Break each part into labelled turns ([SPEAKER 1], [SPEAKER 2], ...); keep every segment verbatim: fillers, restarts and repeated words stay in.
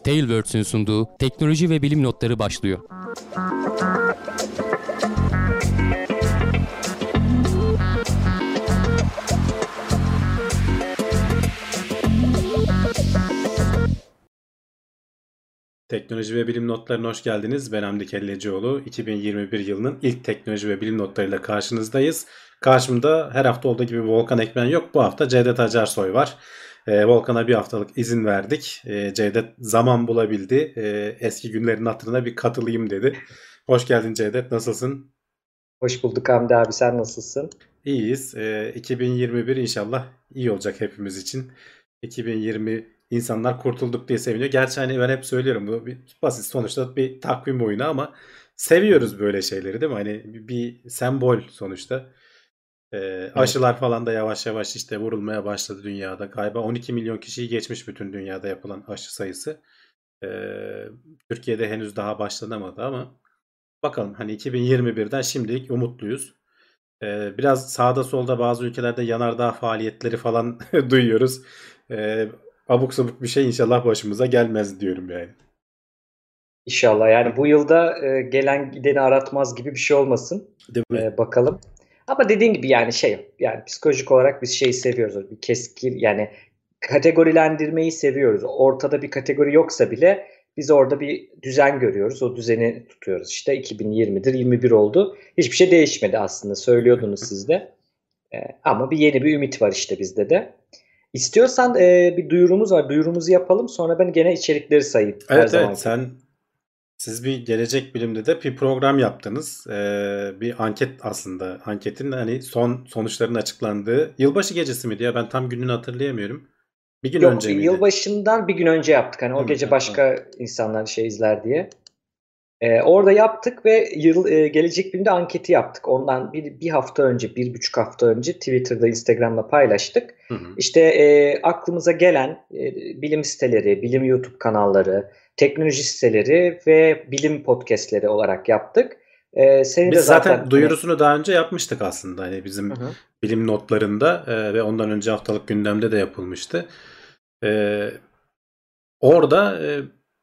[SPEAKER 1] Tailwords'ün sunduğu teknoloji ve bilim notları başlıyor.
[SPEAKER 2] Teknoloji ve bilim notlarına hoş geldiniz. Ben Hamdi Kellecioğlu. iki bin yirmi bir yılının ilk teknoloji ve bilim notlarıyla karşınızdayız. Karşımda her hafta olduğu gibi Volkan Ekmen yok. Bu hafta Cevdet Acarsoy var. Ee, Volkan'a bir haftalık izin verdik. Ee, Cevdet zaman bulabildi. Ee, eski günlerin hatırına bir katılayım dedi. Hoş geldin Cevdet. Nasılsın?
[SPEAKER 3] Hoş bulduk Hamdi abi. Sen nasılsın?
[SPEAKER 2] İyiyiz. Ee, iki bin yirmi bir inşallah iyi olacak hepimiz için. iki bin yirmi insanlar kurtulduk diye seviniyor. Gerçi hani ben hep söylüyorum, bu bir basit, sonuçta bir takvim oyunu ama seviyoruz böyle şeyleri, değil mi? Hani bir, bir sembol sonuçta. Ee,
[SPEAKER 3] Evet.
[SPEAKER 2] aşılar falan da yavaş yavaş işte vurulmaya başladı dünyada. Galiba on iki milyon kişiyi geçmiş bütün dünyada yapılan aşı sayısı. Ee, Türkiye'de henüz daha başlanamadı ama bakalım, hani iki bin yirmi birden şimdilik umutluyuz. Ee, biraz sağda solda bazı ülkelerde yanardağ faaliyetleri falan duyuyoruz. Ee, abuk sabuk bir şey inşallah başımıza gelmez diyorum yani.
[SPEAKER 3] İnşallah. Yani bu yılda e, gelen gideni aratmaz gibi bir şey olmasın.
[SPEAKER 2] Değil mi?
[SPEAKER 3] E, bakalım. Ama dediğin gibi yani şey, yani psikolojik olarak biz şeyi seviyoruz. Bir keskin, yani kategorilendirmeyi seviyoruz. Ortada bir kategori yoksa bile biz orada bir düzen görüyoruz. O düzeni tutuyoruz. İşte iki bin yirmidir, yirmi bir oldu. Hiçbir şey değişmedi aslında. Söylüyordunuz siz de. E, ama bir yeni bir ümit var işte bizde de. İstiyorsan e, bir duyurumuz var. Duyurumuzu yapalım. Sonra ben gene içerikleri sayayım her
[SPEAKER 2] Evet, evet,
[SPEAKER 3] zamanki.
[SPEAKER 2] sen siz bir gelecek bilimde de bir program yaptınız. Ee, bir anket aslında. Anketin hani son sonuçların açıklandığı yılbaşı gecesi miydi ya? Ben tam gününü hatırlayamıyorum. Bir gün
[SPEAKER 3] Yok,
[SPEAKER 2] önce miydi?
[SPEAKER 3] yılbaşından bir gün önce yaptık. Hani o
[SPEAKER 2] Hı,
[SPEAKER 3] gece
[SPEAKER 2] ha, tamam.
[SPEAKER 3] başka insanlar şey izler diye. Ee, orada yaptık ve yıl e, gelecek bilimde anketi yaptık. Ondan bir, bir hafta önce, bir buçuk hafta önce Twitter'da, Instagram'da paylaştık.
[SPEAKER 2] Hı hı.
[SPEAKER 3] İşte e, aklımıza gelen e, bilim siteleri, bilim YouTube kanalları, teknoloji siteleri ve bilim podcastleri olarak yaptık. E, seni de
[SPEAKER 2] Biz zaten
[SPEAKER 3] zaten hani.
[SPEAKER 2] duyurusunu daha önce yapmıştık aslında. Hani
[SPEAKER 3] Hı
[SPEAKER 2] bizim
[SPEAKER 3] hı.
[SPEAKER 2] bilim notlarında e, ve ondan önce haftalık gündemde de yapılmıştı. E, orada e,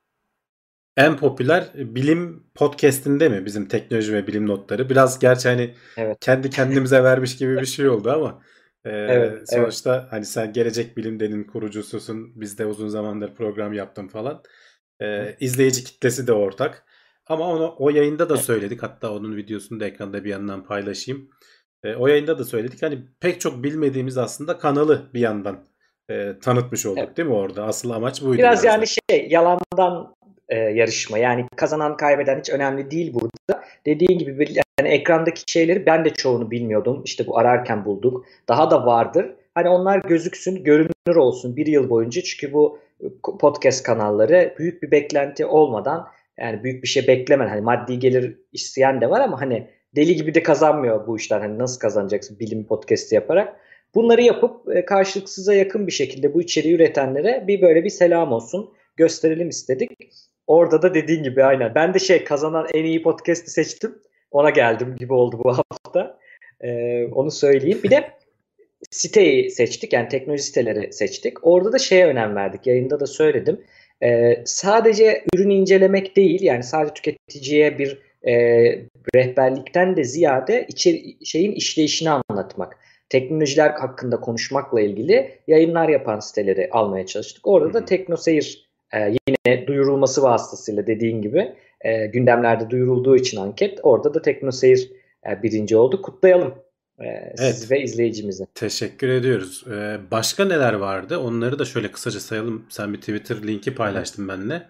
[SPEAKER 2] en popüler bilim podcast'inde mi bizim teknoloji ve bilim notları? Biraz gerçi hani
[SPEAKER 3] Evet,
[SPEAKER 2] kendi kendimize vermiş gibi bir şey oldu ama e,
[SPEAKER 3] evet, evet.
[SPEAKER 2] sonuçta hani sen Gelecek Bilim'denin kurucususun. Biz de uzun zamandır program yaptım falan.
[SPEAKER 3] Hı.
[SPEAKER 2] E, izleyici kitlesi de ortak. Ama onu o yayında da
[SPEAKER 3] Evet.
[SPEAKER 2] söyledik. Hatta onun videosunu da ekranda bir yandan paylaşayım. E, o yayında da söyledik. Hani pek çok bilmediğimiz aslında kanalı bir yandan e, tanıtmış
[SPEAKER 3] Evet.
[SPEAKER 2] olduk, değil mi orada? Asıl amaç buydu
[SPEAKER 3] Biraz
[SPEAKER 2] biraz
[SPEAKER 3] yani
[SPEAKER 2] da.
[SPEAKER 3] şey, yalandan e, yarışma. Yani kazanan kaybeden hiç önemli değil burada. Dediğin gibi bir- yani ekrandaki şeyleri ben de çoğunu bilmiyordum. İşte bu ararken bulduk. Daha da vardır. Hani onlar gözüksün, görünür olsun bir yıl boyunca. Çünkü bu podcast kanalları büyük bir beklenti olmadan, yani büyük bir şey beklemeden, hani maddi gelir isteyen de var ama hani deli gibi de kazanmıyor bu işten. Hani nasıl kazanacaksın bilim podcast'i yaparak? Bunları yapıp e, karşılıksıza yakın bir şekilde bu içeriği üretenlere bir böyle bir selam olsun, gösterelim istedik. Orada da dediğin gibi aynen. Ben de şey, kazanan en iyi podcast'i seçtim. Ona geldim gibi oldu bu hafta. Ee, onu söyleyeyim. Bir de siteyi seçtik. Yani teknoloji siteleri seçtik. Orada da şeye önem verdik. Yayında da söyledim. Ee, sadece ürünü incelemek değil, yani sadece tüketiciye bir e, rehberlikten de ziyade içeri, şeyin işleyişini anlatmak. Teknolojiler hakkında konuşmakla ilgili yayınlar yapan siteleri almaya çalıştık.
[SPEAKER 2] Hı
[SPEAKER 3] Orada da
[SPEAKER 2] hı.
[SPEAKER 3] TeknoSeyir e, yine duyurulması vasıtasıyla, dediğin gibi e, gündemlerde duyurulduğu için anket, orada da TeknoSeyir e, birinci oldu. Kutlayalım e, sizi
[SPEAKER 2] Evet.
[SPEAKER 3] ve izleyicimizi.
[SPEAKER 2] Teşekkür ediyoruz. Ee, başka neler vardı? Onları da şöyle kısaca sayalım. Sen bir Twitter linki
[SPEAKER 3] Hı hı.
[SPEAKER 2] paylaştın benimle.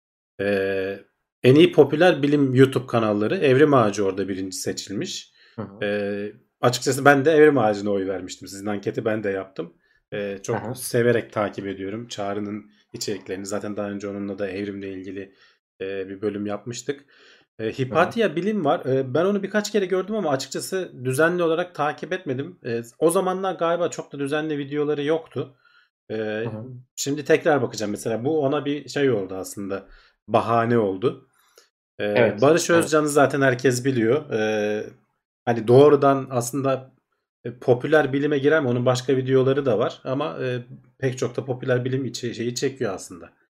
[SPEAKER 2] Ee, en iyi popüler bilim YouTube kanalları, Evrim Ağacı orada birinci seçilmiş.
[SPEAKER 3] Hı hı.
[SPEAKER 2] Ee, açıkçası ben de Evrim Ağacı'na oy vermiştim. Sizin anketi ben de yaptım. Ee,
[SPEAKER 3] Hı
[SPEAKER 2] çok
[SPEAKER 3] hı.
[SPEAKER 2] severek takip ediyorum Çağrı'nın içeriklerini. Zaten daha önce onunla da evrimle ilgili e, bir bölüm yapmıştık. E,
[SPEAKER 3] Hı hı.
[SPEAKER 2] Hipatia Bilim var. E, ben onu birkaç kere gördüm ama açıkçası düzenli olarak takip etmedim. E, o zamanlar galiba çok da düzenli videoları yoktu. E,
[SPEAKER 3] Hı hı.
[SPEAKER 2] şimdi tekrar bakacağım mesela. Bu ona bir şey oldu aslında. Bahane oldu. E,
[SPEAKER 3] Evet,
[SPEAKER 2] Barış
[SPEAKER 3] evet.
[SPEAKER 2] Özcan'ı zaten herkes biliyor. E, hani doğrudan aslında e, popüler bilime girer mi? Onun başka videoları da var ama e, pek çok da popüler bilim içi, şeyi çekiyor aslında.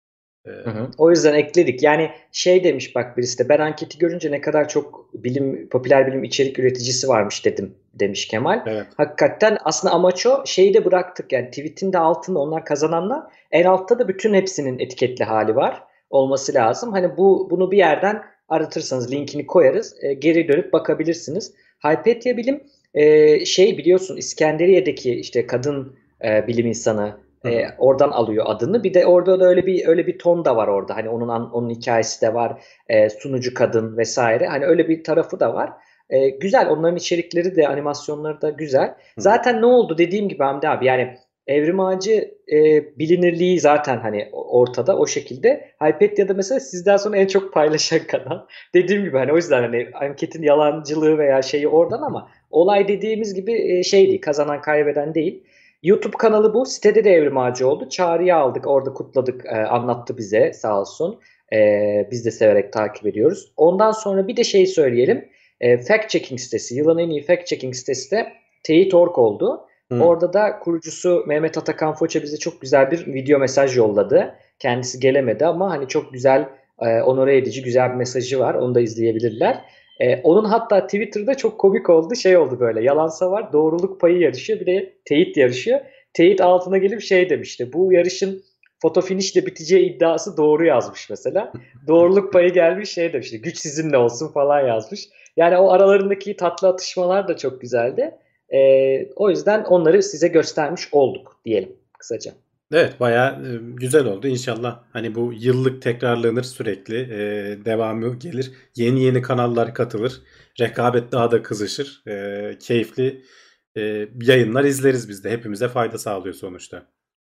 [SPEAKER 2] Ee,
[SPEAKER 3] Hı hı. O yüzden ekledik. Yani şey demiş bak birisi de, ben anketi görünce ne kadar çok bilim, popüler bilim içerik üreticisi varmış dedim demiş Kemal.
[SPEAKER 2] evet.
[SPEAKER 3] Hakikaten aslında amaç o. Şeyi de bıraktık yani, tweet'in de altında onlar kazananlar. En altta da bütün hepsinin etiketli hali var. Olması lazım. Hani bu bunu bir yerden aratırsanız linkini koyarız. E, geri dönüp bakabilirsiniz. Hypatia Bilim e, şey biliyorsun, İskenderiye'deki işte kadın e, bilim insanı
[SPEAKER 2] Hı hı.
[SPEAKER 3] e, oradan alıyor adını. Bir de orada da öyle bir öyle bir ton da var orada. Hani onun onun hikayesi de var. E, sunucu kadın vesaire. Hani öyle bir tarafı da var. E, güzel. Onların içerikleri de, animasyonları da güzel.
[SPEAKER 2] Hı.
[SPEAKER 3] Zaten ne oldu dediğim gibi Hamdi abi, yani Evrim Ağacı e, bilinirliği zaten hani ortada o şekilde. Hypatia'da mesela sizden sonra en çok paylaşan kanal. Dediğim gibi hani o yüzden hani anketin yalancılığı veya şeyi oradan, ama olay dediğimiz gibi e, şey değil. Kazanan kaybeden değil. YouTube kanalı bu. Sitede de Evrim Ağacı oldu. Çağrı'yı aldık. Orada kutladık. E, anlattı bize sağ olsun. E, biz de severek takip ediyoruz. Ondan sonra bir de şey söyleyelim. E, fact checking sitesi. Yılın en iyi fact checking sitesi de Teyit nokta org oldu.
[SPEAKER 2] Hı.
[SPEAKER 3] Orada da kurucusu Mehmet Atakan Foça bize çok güzel bir video mesaj yolladı. Kendisi gelemedi ama hani çok güzel, e, onore edici güzel bir mesajı var. Onu da izleyebilirler. E, onun hatta Twitter'da çok komik oldu. Şey oldu böyle. Yalansa var. Doğruluk payı yarışıyor. Bir de teyit yarışıyor. Teyit altına gelip şey demişti. Bu yarışın foto finişle biteceği iddiası doğru yazmış mesela. Doğruluk payı gelmiş şey demişti. Güç sizinle olsun falan yazmış. Yani o aralarındaki tatlı atışmalar da çok güzeldi. E, o yüzden onları size göstermiş olduk diyelim kısaca.
[SPEAKER 2] Evet, bayağı e, güzel oldu. İnşallah hani bu yıllık tekrarlanır, sürekli e, devamı gelir. Yeni yeni kanallar katılır. Rekabet daha da kızışır. E, keyifli e, yayınlar izleriz biz de. Hepimize fayda sağlıyor sonuçta.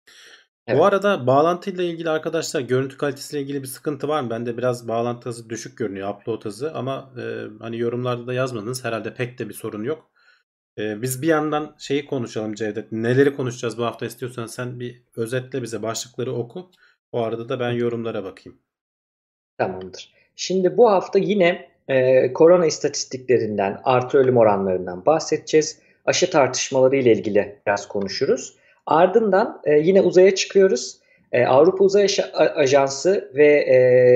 [SPEAKER 2] Bu
[SPEAKER 3] Evet.
[SPEAKER 2] arada bağlantıyla ilgili arkadaşlar, görüntü kalitesiyle ilgili bir sıkıntı var mı? Bende biraz bağlantı hızı düşük görünüyor, upload hızı, ama e, hani yorumlarda da yazmadınız. Herhalde pek de bir sorun yok. E, biz bir yandan şeyi konuşalım Cevdet. Neleri konuşacağız bu hafta, istiyorsan sen bir özetle bize, başlıkları oku. O arada da ben yorumlara bakayım.
[SPEAKER 3] Tamamdır. Şimdi bu hafta yine e, korona istatistiklerinden, artı ölüm oranlarından bahsedeceğiz. Aşı tartışmaları ile ilgili biraz konuşuruz. Ardından e, yine uzaya çıkıyoruz. E, Avrupa Uzay Ajansı ve e,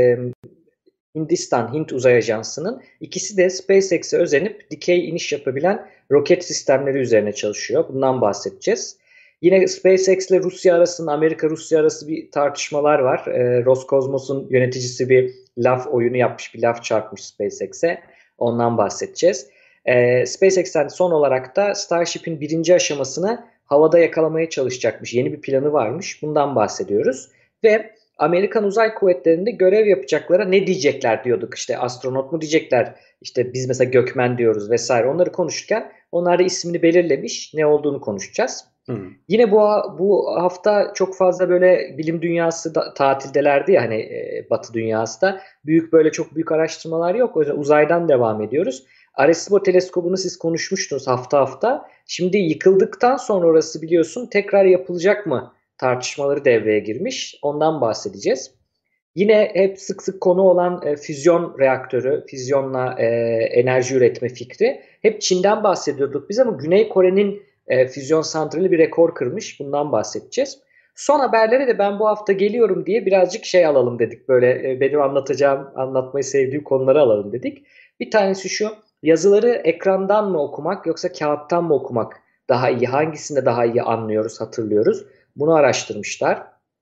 [SPEAKER 3] Hindistan Hint Uzay Ajansı'nın ikisi de SpaceX'e özenip dikey iniş yapabilen roket sistemleri üzerine çalışıyor. Bundan bahsedeceğiz. Yine SpaceX ile Rusya arasında, Amerika-Rusya arası bir tartışmalar var. E, Roskosmos'un yöneticisi bir laf oyunu yapmış, bir laf çarpmış SpaceX'e. Ondan bahsedeceğiz. E, SpaceX'ten son olarak da Starship'in birinci aşamasını havada yakalamaya çalışacakmış. Yeni bir planı varmış. Bundan bahsediyoruz. Ve Amerikan Uzay Kuvvetleri'nde görev yapacaklara ne diyecekler diyorduk. İşte astronot mu diyecekler, işte biz mesela gökmen diyoruz vesaire. Onları konuşurken onlar da ismini belirlemiş, ne olduğunu konuşacağız. Hı. Yine bu bu hafta çok fazla böyle bilim dünyası da, tatildelerdi ya hani e, Batı dünyası da, büyük böyle çok büyük araştırmalar yok. O yüzden uzaydan devam ediyoruz. Arecibo teleskobunu siz konuşmuştunuz hafta hafta. Şimdi yıkıldıktan sonra orası biliyorsun tekrar yapılacak mı tartışmaları devreye girmiş. Ondan bahsedeceğiz. Yine hep sık sık konu olan e, füzyon reaktörü, füzyonla e, enerji üretme fikri. Hep Çin'den bahsediyorduk biz, ama Güney Kore'nin e, füzyon santrali bir rekor kırmış. Bundan bahsedeceğiz. Son haberlere de ben bu hafta geliyorum diye birazcık şey alalım dedik. Böyle e, benim anlatacağım, anlatmayı sevdiğim konuları alalım dedik. Bir tanesi şu: yazıları ekrandan mı okumak yoksa kağıttan mı okumak daha iyi? Hangisinde daha iyi anlıyoruz, hatırlıyoruz? Bunu araştırmışlar.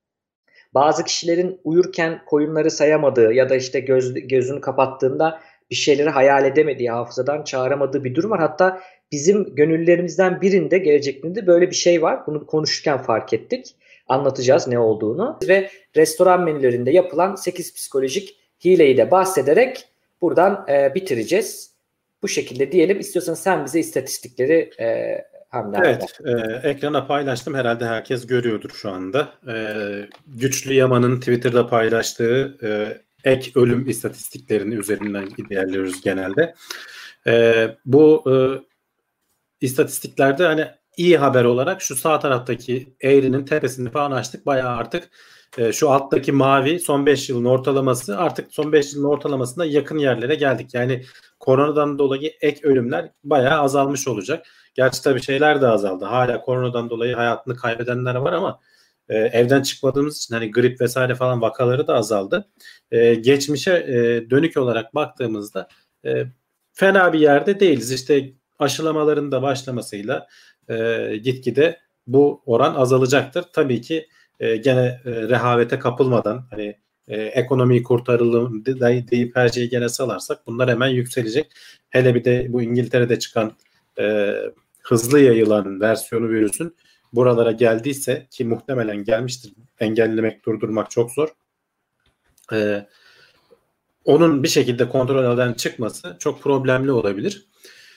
[SPEAKER 3] Bazı kişilerin uyurken koyunları sayamadığı ya da işte göz, gözünü kapattığında bir şeyleri hayal edemediği, hafızadan çağıramadığı bir durum var. Hatta bizim gönüllerimizden birinde, gelecekinde böyle bir şey var. Bunu konuşurken fark ettik. Anlatacağız ne olduğunu. Ve restoran menülerinde yapılan sekiz psikolojik hileyi de bahsederek buradan e, bitireceğiz. Bu şekilde diyelim. İstiyorsan sen bize istatistikleri e, Hamdi
[SPEAKER 2] Evet, e, ekrana paylaştım. Herhalde herkes görüyordur şu anda. E, Güçlü Yaman'ın Twitter'da paylaştığı e, ek ölüm istatistiklerini üzerinden ilerliyoruz genelde. E, bu e, istatistiklerde hani iyi haber olarak şu sağ taraftaki eğrinin tepesini falan açtık. Bayağı artık e, şu alttaki mavi son beş yılın ortalaması, artık son beş yılın ortalamasına yakın yerlere geldik. Yani koronadan dolayı ek ölümler bayağı azalmış olacak. Gerçi tabii şeyler de azaldı. Hala koronadan dolayı hayatını kaybedenler var ama e, evden çıkmadığımız için hani grip vesaire falan vakaları da azaldı. E, geçmişe e, dönük olarak baktığımızda e, fena bir yerde değiliz. İşte aşılamaların da başlamasıyla e, gitgide bu oran azalacaktır. Tabii ki e, gene e, rehavete kapılmadan hani e, ekonomiyi kurtaralım de, deyip her şeyi gene salarsak bunlar hemen yükselecek. Hele bir de bu İngiltere'de çıkan e, hızlı yayılan versiyonu virüsün buralara geldiyse ki muhtemelen gelmiştir. Engellemek, durdurmak çok zor. E, onun bir şekilde kontrolden çıkması çok problemli olabilir.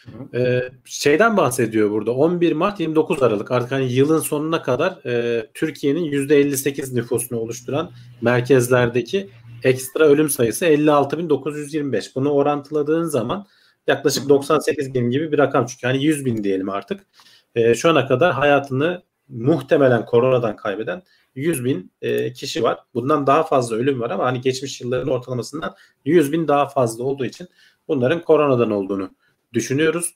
[SPEAKER 2] Ee, şeyden bahsediyor burada on bir Mart yirmi dokuz Aralık artık hani yılın sonuna kadar e, Türkiye'nin yüzde elli sekiz nüfusunu oluşturan merkezlerdeki ekstra ölüm sayısı elli altı bin dokuz yüz yirmi beş. Bunu orantıladığın zaman yaklaşık doksan sekiz bin gibi bir rakam çıkıyor. Yani yüz bin diyelim artık. E, şu ana kadar hayatını muhtemelen koronadan kaybeden yüz bin e, kişi var. Bundan daha fazla ölüm var ama hani geçmiş yılların ortalamasından yüz bin daha fazla olduğu için bunların koronadan olduğunu düşünüyoruz.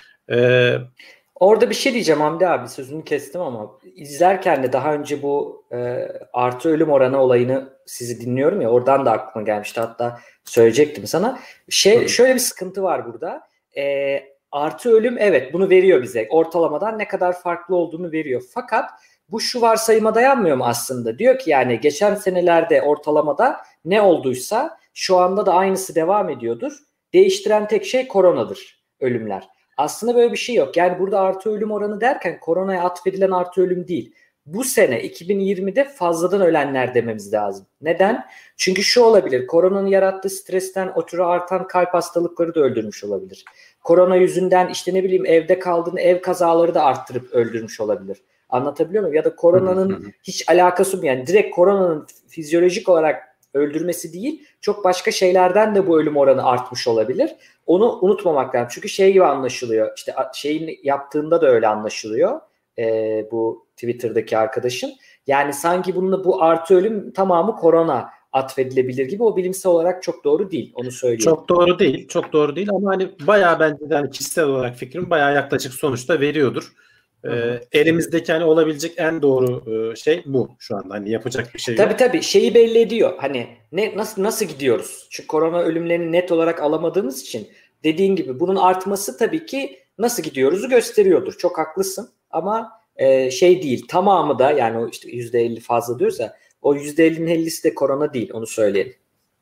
[SPEAKER 2] Ee,
[SPEAKER 3] Orada bir şey diyeceğim Hamdi abi, sözünü kestim ama izlerken de daha önce bu e, artı ölüm oranı olayını sizi dinliyorum ya, oradan da aklıma gelmişti, hatta söyleyecektim sana. Şey, şöyle bir sıkıntı var burada. E, artı ölüm evet bunu veriyor bize. Ortalamadan ne kadar farklı olduğunu veriyor. Fakat bu şu varsayıma dayanmıyor mu aslında? Diyor ki yani geçen senelerde ortalamada ne olduysa şu anda da aynısı devam ediyordur. Değiştiren tek şey koronadır, ölümler. Aslında böyle bir şey yok. Yani burada artı ölüm oranı derken koronaya atfedilen artı ölüm değil. Bu sene iki bin yirmide fazladan ölenler dememiz lazım. Neden? Çünkü şu olabilir. Koronanın yarattığı stresten ötürü artan kalp hastalıkları da öldürmüş olabilir. Korona yüzünden işte ne bileyim evde kaldığın ev kazaları da arttırıp öldürmüş olabilir. Anlatabiliyor muyum? Ya da koronanın hiç alakası yok. Yani direkt koronanın fizyolojik olarak öldürmesi değil, çok başka şeylerden de bu ölüm oranı artmış olabilir. Onu unutmamak lazım. Çünkü şey gibi anlaşılıyor. İşte şeyin yaptığında da öyle anlaşılıyor. Ee, bu Twitter'daki arkadaşın. Yani sanki bununla bu artı ölüm tamamı korona atfedilebilir gibi, o bilimsel olarak çok doğru değil. Onu söyleyeyim.
[SPEAKER 2] Çok doğru değil. Çok doğru değil ama hani bayağı bence de hani kişisel olarak fikrim bayağı yaklaşık sonuçta veriyordur. Ee, elimizdeki hani olabilecek en doğru e, şey bu şu anda. Hani yapacak bir şey
[SPEAKER 3] tabii
[SPEAKER 2] yok.
[SPEAKER 3] Tabii şeyi belli ediyor. Hani ne nasıl nasıl gidiyoruz? Çünkü korona ölümlerini net olarak alamadığımız için dediğin gibi bunun artması tabii ki nasıl gidiyoruzu gösteriyordur. Çok haklısın ama e, şey değil. Tamamı da yani o işte yüzde elli fazla diyoruz ya, o yüzde ellinin ellisi de korona değil. Onu söyleyelim.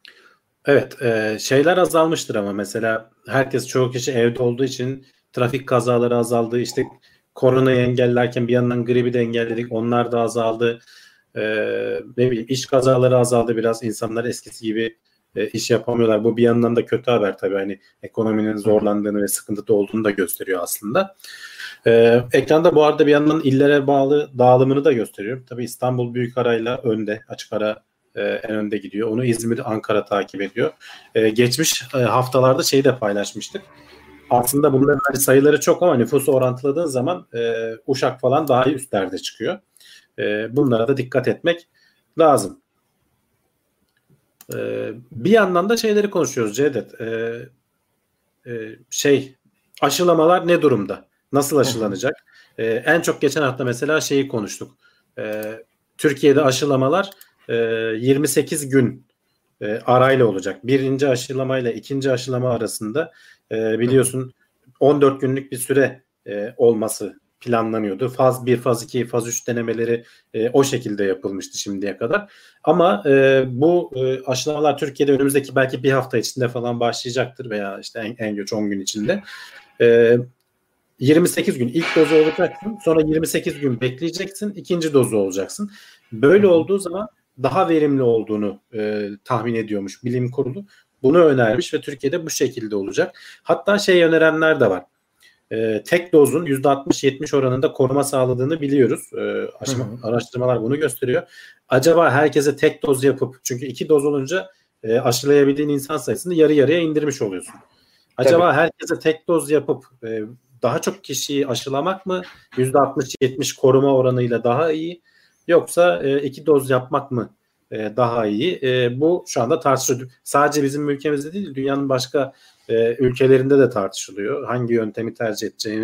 [SPEAKER 2] Evet, e, şeyler azalmıştır ama mesela herkes, çoğu kişi evde olduğu için trafik kazaları azaldı. İşte koronayı engellerken bir yandan gribi de engelledik. Onlar da azaldı. Ee, ne bileyim iş kazaları azaldı biraz. İnsanlar eskisi gibi e, iş yapamıyorlar. Bu bir yandan da kötü haber tabii. Hani ekonominin zorlandığını ve sıkıntıda olduğunu da gösteriyor aslında. Ee, ekranda bu arada bir yandan illere bağlı dağılımını da gösteriyor. Tabii İstanbul büyük arayla önde. Açık ara e, en önde gidiyor. Onu İzmir, Ankara takip ediyor. Ee, geçmiş e, haftalarda şeyi de paylaşmıştık. Aslında bunların hani sayıları çok ama nüfusu orantıladığın zaman e, Uşak falan daha üstlerde çıkıyor. E, bunlara da dikkat etmek lazım. E, bir yandan da şeyleri konuşuyoruz Cevdet. E, e, şey aşılamalar ne durumda? Nasıl aşılanacak? E, en çok geçen hafta mesela şeyi konuştuk. E, Türkiye'de aşılamalar e, yirmi sekiz gün e, arayla olacak. Birinci aşılamayla ikinci aşılama arasında e, biliyorsun on dört günlük bir süre e, olması planlanıyordu. Faz bir, faz iki, faz üç denemeleri e, o şekilde yapılmıştı şimdiye kadar. Ama e, bu e, aşılamalar Türkiye'de önümüzdeki belki bir hafta içinde falan başlayacaktır veya işte en, en geç on gün içinde. E, yirmi sekiz gün ilk dozu olacaksın. Sonra yirmi sekiz gün bekleyeceksin. İkinci dozu olacaksın. Böyle olduğu zaman daha verimli olduğunu e, tahmin ediyormuş bilim kurulu. Bunu önermiş ve Türkiye'de bu şekilde olacak. Hatta şey önerenler de var. E, tek dozun yüzde altmış yetmiş oranında koruma sağladığını biliyoruz. E, aşma, araştırmalar bunu gösteriyor. Acaba herkese tek doz yapıp, çünkü iki doz olunca e, aşılayabildiğin insan sayısını yarı yarıya indirmiş oluyorsun. Acaba Tabii. herkese tek doz yapıp e, daha çok kişiyi aşılamak mı yüzde altmış yetmiş koruma oranıyla daha iyi, yoksa e, iki doz yapmak mı e, daha iyi? E, bu şu anda tartışılıyor. Sadece bizim ülkemizde değil, dünyanın başka e, ülkelerinde de tartışılıyor. Hangi yöntemi tercih edeceğini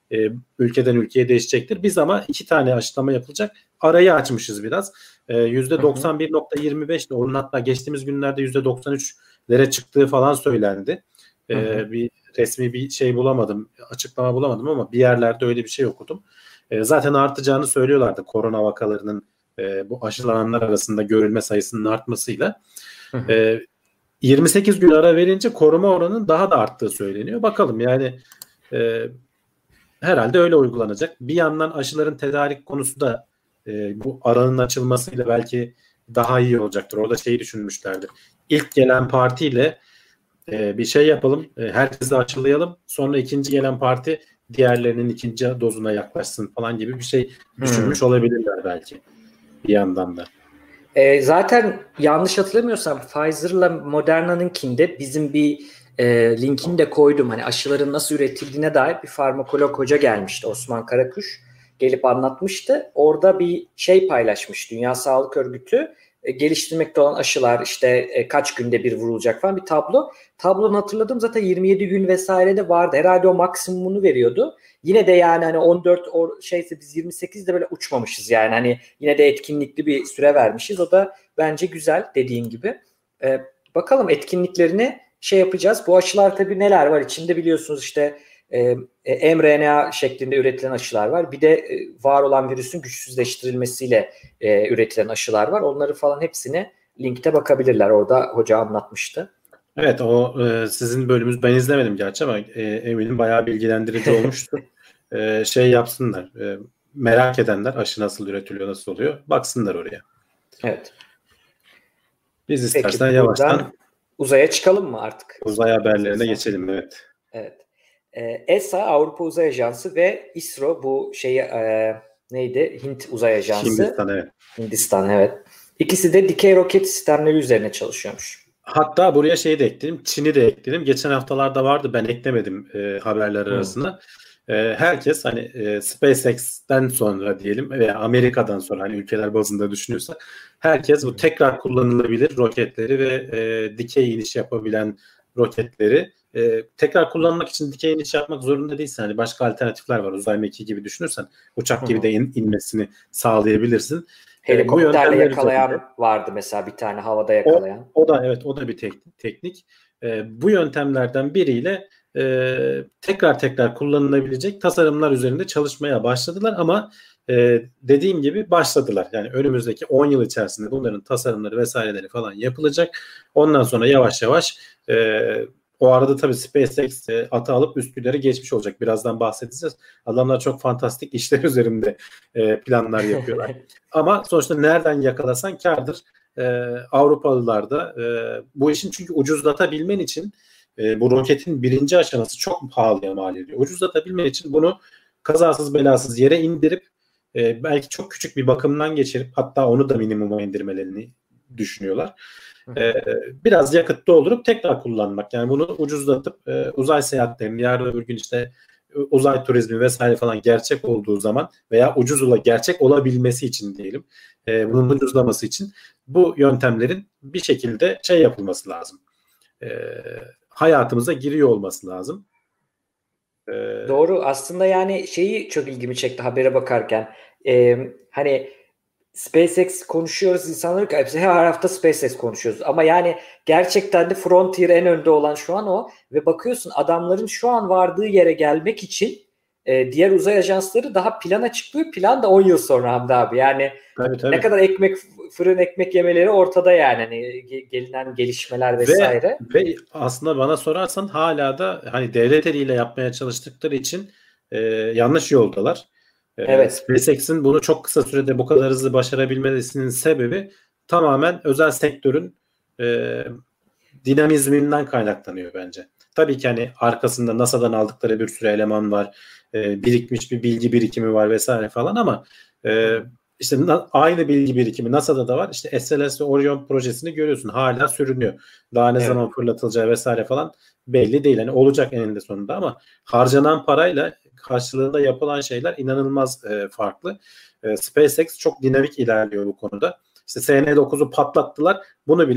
[SPEAKER 2] e, ülkeden ülkeye değişecektir. Biz ama iki tane aşılama yapılacak. Arayı açmışız biraz. E, yüzde doksan bir nokta yirmi beş ile onun hatta geçtiğimiz günlerde yüzde doksan üçlere çıktığı falan söylendi. E,
[SPEAKER 3] hı hı.
[SPEAKER 2] bir resmi bir şey bulamadım, açıklama bulamadım ama bir yerlerde öyle bir şey okudum. E, zaten artacağını söylüyorlardı korona vakalarının e, bu aşılananlar arasında görülme sayısının artmasıyla.
[SPEAKER 3] Hı hı.
[SPEAKER 2] E, yirmi sekiz gün ara verince koruma oranının daha da arttığı söyleniyor. Bakalım yani e, herhalde öyle uygulanacak. Bir yandan aşıların tedarik konusu da e, bu aranın açılmasıyla belki daha iyi olacaktır. Orada şeyi düşünmüşlerdir. İlk gelen partiyle e, bir şey yapalım. E, herkesi aşılayalım. Sonra ikinci gelen parti diğerlerinin ikinci dozuna yaklaşsın falan gibi bir şey düşünmüş
[SPEAKER 3] Hmm.
[SPEAKER 2] olabilirler belki. Bir yandan da.
[SPEAKER 3] E, zaten yanlış hatırlamıyorsam Pfizer'la Moderna'nınkinde bizim bir e, linkini de koydum. Hani aşıların nasıl üretildiğine dair bir farmakolog hoca gelmişti, Osman Karakuş. Gelip anlatmıştı. Orada bir şey paylaşmış. Dünya Sağlık Örgütü e, geliştirmekte olan aşılar işte e, kaç günde bir vurulacak falan bir tablo. Tablonu hatırladım, zaten yirmi yedi gün vesaire de vardı. Herhalde o maksimumunu veriyordu. Yine de yani hani on dört or, şeyse biz yirmi sekizde böyle uçmamışız yani hani yine de etkinlikli bir süre vermişiz. O da bence güzel, dediğin gibi. Ee, bakalım etkinliklerini şey yapacağız. Bu aşılar tabii neler var içinde biliyorsunuz, işte e, mRNA şeklinde üretilen aşılar var. Bir de e, var olan virüsün güçsüzleştirilmesiyle e, üretilen aşılar var. Onları falan hepsini linkte bakabilirler. Orada hoca anlatmıştı.
[SPEAKER 2] Evet, o e, sizin bölümünüz ben izlemedim gerçi ama e, eminim bayağı bilgilendirici olmuştu. e, şey yapsınlar. E, merak edenler aşı nasıl üretiliyor, nasıl oluyor baksınlar oraya.
[SPEAKER 3] Evet.
[SPEAKER 2] Biz
[SPEAKER 3] Peki
[SPEAKER 2] istersen
[SPEAKER 3] buradan
[SPEAKER 2] yavaştan
[SPEAKER 3] uzaya çıkalım mı artık?
[SPEAKER 2] uzay haberlerine
[SPEAKER 3] İstersen.
[SPEAKER 2] geçelim. Evet.
[SPEAKER 3] Evet. E, E S A Avrupa Uzay Ajansı ve İSRO bu şeyi e, neydi? Hint Uzay Ajansı.
[SPEAKER 2] Hindistan, evet.
[SPEAKER 3] Hindistan, evet. İkisi de dikey roket sistemleri üzerine çalışıyormuş.
[SPEAKER 2] Hatta buraya şeyi de ekledim. Çin'i de ekledim. Geçen haftalarda vardı. Ben eklemedim e, haberler
[SPEAKER 3] Hmm.
[SPEAKER 2] arasına. E, herkes hani e, SpaceX'ten sonra diyelim veya Amerika'dan sonra hani ülkeler bazında düşünüyorsak herkes bu tekrar kullanılabilir roketleri ve e, dikey iniş yapabilen roketleri e, tekrar kullanmak için dikey iniş yapmak zorunda değilsin. Hani başka alternatifler var. Uzay mekiği gibi düşünürsen uçak gibi de in, inmesini sağlayabilirsin.
[SPEAKER 3] Helikopterle
[SPEAKER 2] Bu
[SPEAKER 3] yakalayan
[SPEAKER 2] üzerinde
[SPEAKER 3] vardı mesela, bir tane havada yakalayan.
[SPEAKER 2] O, o da evet, o da bir tek, teknik. E, bu yöntemlerden biriyle e, tekrar tekrar kullanılabilecek tasarımlar üzerinde çalışmaya başladılar ama e, dediğim gibi başladılar. Yani önümüzdeki on yıl içerisinde bunların tasarımları vesaireleri falan yapılacak. Ondan sonra yavaş yavaş e, o arada tabii SpaceX e, atı alıp üstleri geçmiş olacak. Birazdan bahsedeceğiz. Adamlar çok fantastik işler üzerinde e, planlar yapıyorlar. Ama sonuçta nereden yakalasan kârdır. Ee, Avrupalılar da e, bu işin çünkü ucuzlatabilmen için e, bu roketin birinci aşaması çok pahalıya mal ediyor. Ucuzlatabilmen için bunu kazasız belasız yere indirip e, belki çok küçük bir bakımdan geçirip hatta onu da minimuma indirmelerini düşünüyorlar. E, biraz yakıt doldurup tekrar kullanmak. Yani bunu ucuzlatıp e, uzay seyahatlerini yarın öbür gün işte uzay turizmi vesaire falan gerçek olduğu zaman veya ucuz ola gerçek olabilmesi için diyelim, e, bunun ucuzlaması için bu yöntemlerin bir şekilde şey yapılması lazım. E, hayatımıza giriyor olması lazım. E,
[SPEAKER 3] Doğru. Aslında yani şeyi çok ilgimi çekti habere bakarken. Ee, hani SpaceX konuşuyoruz, insanlar hepsi her hafta SpaceX konuşuyoruz. Ama yani gerçekten de Frontier en önde olan şu an o. Ve bakıyorsun adamların şu an vardığı yere gelmek için e, diğer uzay ajansları daha plan açıklıyor. Plan da on yıl sonra Hamdi abi. Yani
[SPEAKER 2] tabii, tabii.
[SPEAKER 3] ne kadar ekmek, fırın ekmek yemeleri ortada yani. Hani gelinen gelişmeler vesaire.
[SPEAKER 2] Ve, ve aslında bana sorarsan hala da hani devlet eliyle yapmaya çalıştıkları için e, yanlış yoldalar.
[SPEAKER 3] Evet.
[SPEAKER 2] SpaceX'in bunu çok kısa sürede bu kadar hızlı başarabilmesinin sebebi tamamen özel sektörün e, dinamizminden kaynaklanıyor bence. Tabii ki hani arkasında NASA'dan aldıkları bir sürü eleman var. E, birikmiş bir bilgi birikimi var vesaire falan ama e, işte aynı bilgi birikimi NASA'da da var. İşte S L S ve Orion projesini görüyorsun. Hala sürünüyor. Daha ne evet. zaman fırlatılacağı vesaire falan belli değil. Hani olacak eninde sonunda ama harcanan parayla karşılığında yapılan şeyler inanılmaz e, farklı. E, SpaceX çok dinamik ilerliyor bu konuda. İşte S N dokuzu patlattılar. Bunu bile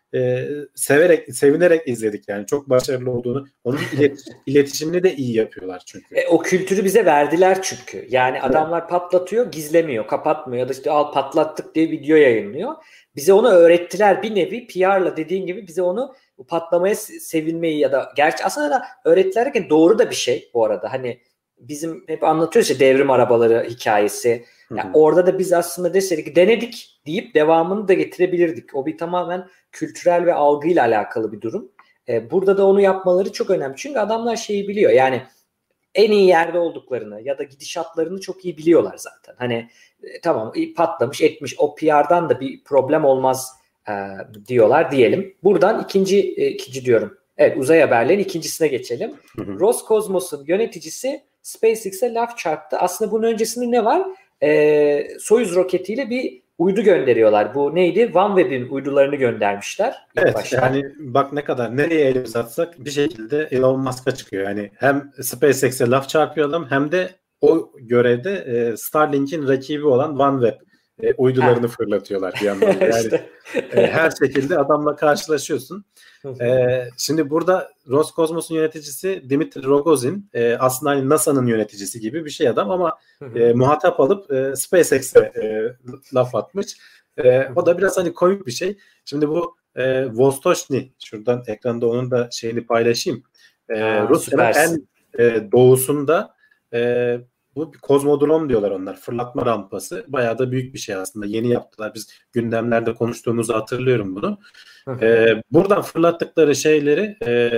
[SPEAKER 2] e, severek, sevinerek izledik yani. Çok başarılı olduğunu. Onun ilet, iletişimini de iyi yapıyorlar çünkü.
[SPEAKER 3] E, o kültürü bize verdiler çünkü. Yani adamlar patlatıyor, gizlemiyor, kapatmıyor ya da işte al patlattık diye video yayınlıyor. Bize onu öğrettiler bir nevi P R'la dediğin gibi bize onu patlamaya sevinmeyi ya da gerçi aslında da öğrettiler derken doğru da bir şey bu arada. Hani bizim hep anlatıyoruz ya devrim arabaları hikayesi. Yani orada da biz aslında deseydik ki denedik deyip devamını da getirebilirdik. O bir tamamen kültürel ve algıyla alakalı bir durum. Ee, burada da onu yapmaları çok önemli. Çünkü adamlar şeyi biliyor. Yani en iyi yerde olduklarını ya da gidişatlarını çok iyi biliyorlar zaten. Hani e, tamam patlamış etmiş o P R'dan da bir problem olmaz e, diyorlar diyelim. Buradan ikinci e, ikinci diyorum. Evet uzay haberlerinin ikincisine geçelim. Hı hı. Roscosmos'un yöneticisi SpaceX'e laf çarptı. Aslında bunun öncesinde ne var? Ee, Soyuz roketiyle bir uydu gönderiyorlar. Bu neydi? OneWeb'in uydularını göndermişler.
[SPEAKER 2] Evet
[SPEAKER 3] başta.
[SPEAKER 2] Yani bak ne kadar nereye elimizi atsak bir şekilde Elon Musk'a çıkıyor. Yani hem SpaceX'e laf çarpıyor adam hem de o görevde e, Starlink'in rakibi olan OneWeb e, uydularını ha. fırlatıyorlar bir yandan. Yani işte. e, her şekilde adamla karşılaşıyorsun. e, şimdi burada Roscosmos'un yöneticisi Dmitry Rogozin e, aslında hani NASA'nın yöneticisi gibi bir şey adam ama e, muhatap alıp e, SpaceX'e e, laf atmış. E, o da biraz hani komik bir şey. Şimdi bu e, Vostochny, şuradan ekranda onun da şeyini paylaşayım. E, Rusya'nın en e, doğusunda e, bu bir kozmodrom diyorlar onlar. Fırlatma rampası. Bayağı da büyük bir şey aslında. Yeni yaptılar. Biz gündemlerde konuştuğumuzu hatırlıyorum bunu. e, buradan fırlattıkları şeyleri e,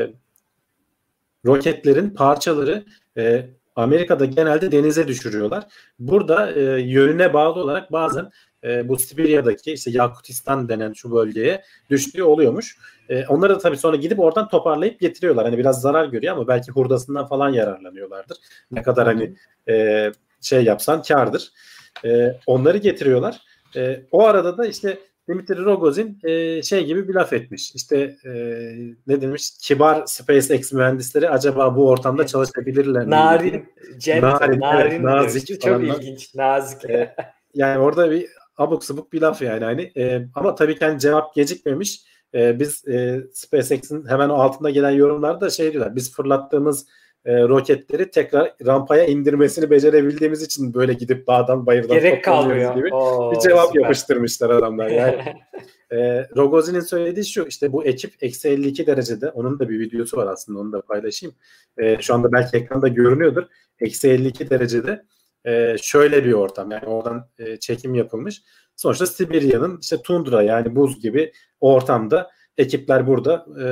[SPEAKER 2] roketlerin parçaları e, Amerika'da genelde denize düşürüyorlar. Burada e, yönüne bağlı olarak bazen e, bu Sibirya'daki işte Yakutistan denen şu bölgeye düştüğü oluyormuş. E, onları da tabii sonra gidip oradan toparlayıp getiriyorlar. Hani biraz zarar görüyor ama belki hurdasından falan yararlanıyorlardır. Ne kadar hani e, şey yapsan kârdır. E, onları getiriyorlar. E, o arada da işte Dmitry Rogozin e, şey gibi bir laf etmiş. İşte e, ne demiş? Kibar SpaceX mühendisleri acaba bu ortamda çalışabilirler mi?
[SPEAKER 3] Narin, gentle, narin, narin
[SPEAKER 2] evet, nazik.
[SPEAKER 3] Çok ilginç, nazik.
[SPEAKER 2] E, yani orada bir abuk sabuk bir laf yani. Hani, e, ama tabii ki hani cevap gecikmemiş. E, biz e, SpaceX'in hemen altında gelen yorumlarda şey diyorlar. Biz fırlattığımız e, roketleri tekrar rampaya indirmesini becerebildiğimiz için böyle gidip dağdan bayırdan
[SPEAKER 3] gerek kalmıyor
[SPEAKER 2] gibi
[SPEAKER 3] Oo,
[SPEAKER 2] bir cevap
[SPEAKER 3] süper.
[SPEAKER 2] yapıştırmışlar adamlar. Yani e, Rogozin'in söylediği şu, işte bu ekip eksi elli iki derecede, onun da bir videosu var aslında, onu da paylaşayım. E, şu anda belki ekranda görünüyordur. Eksi elli iki derecede e, şöyle bir ortam, yani oradan e, çekim yapılmış. Sonuçta Sibirya'nın işte tundra, yani buz gibi ortamda ekipler burada e,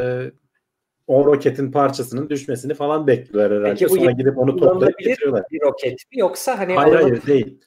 [SPEAKER 2] o roketin parçasının düşmesini falan bekliyorlar herhalde.
[SPEAKER 3] Peki bu
[SPEAKER 2] sonra gidip onu toplayıp getiriyorlar.
[SPEAKER 3] Bir roket mi yoksa hani
[SPEAKER 2] hayır
[SPEAKER 3] alıp...
[SPEAKER 2] hayır değil.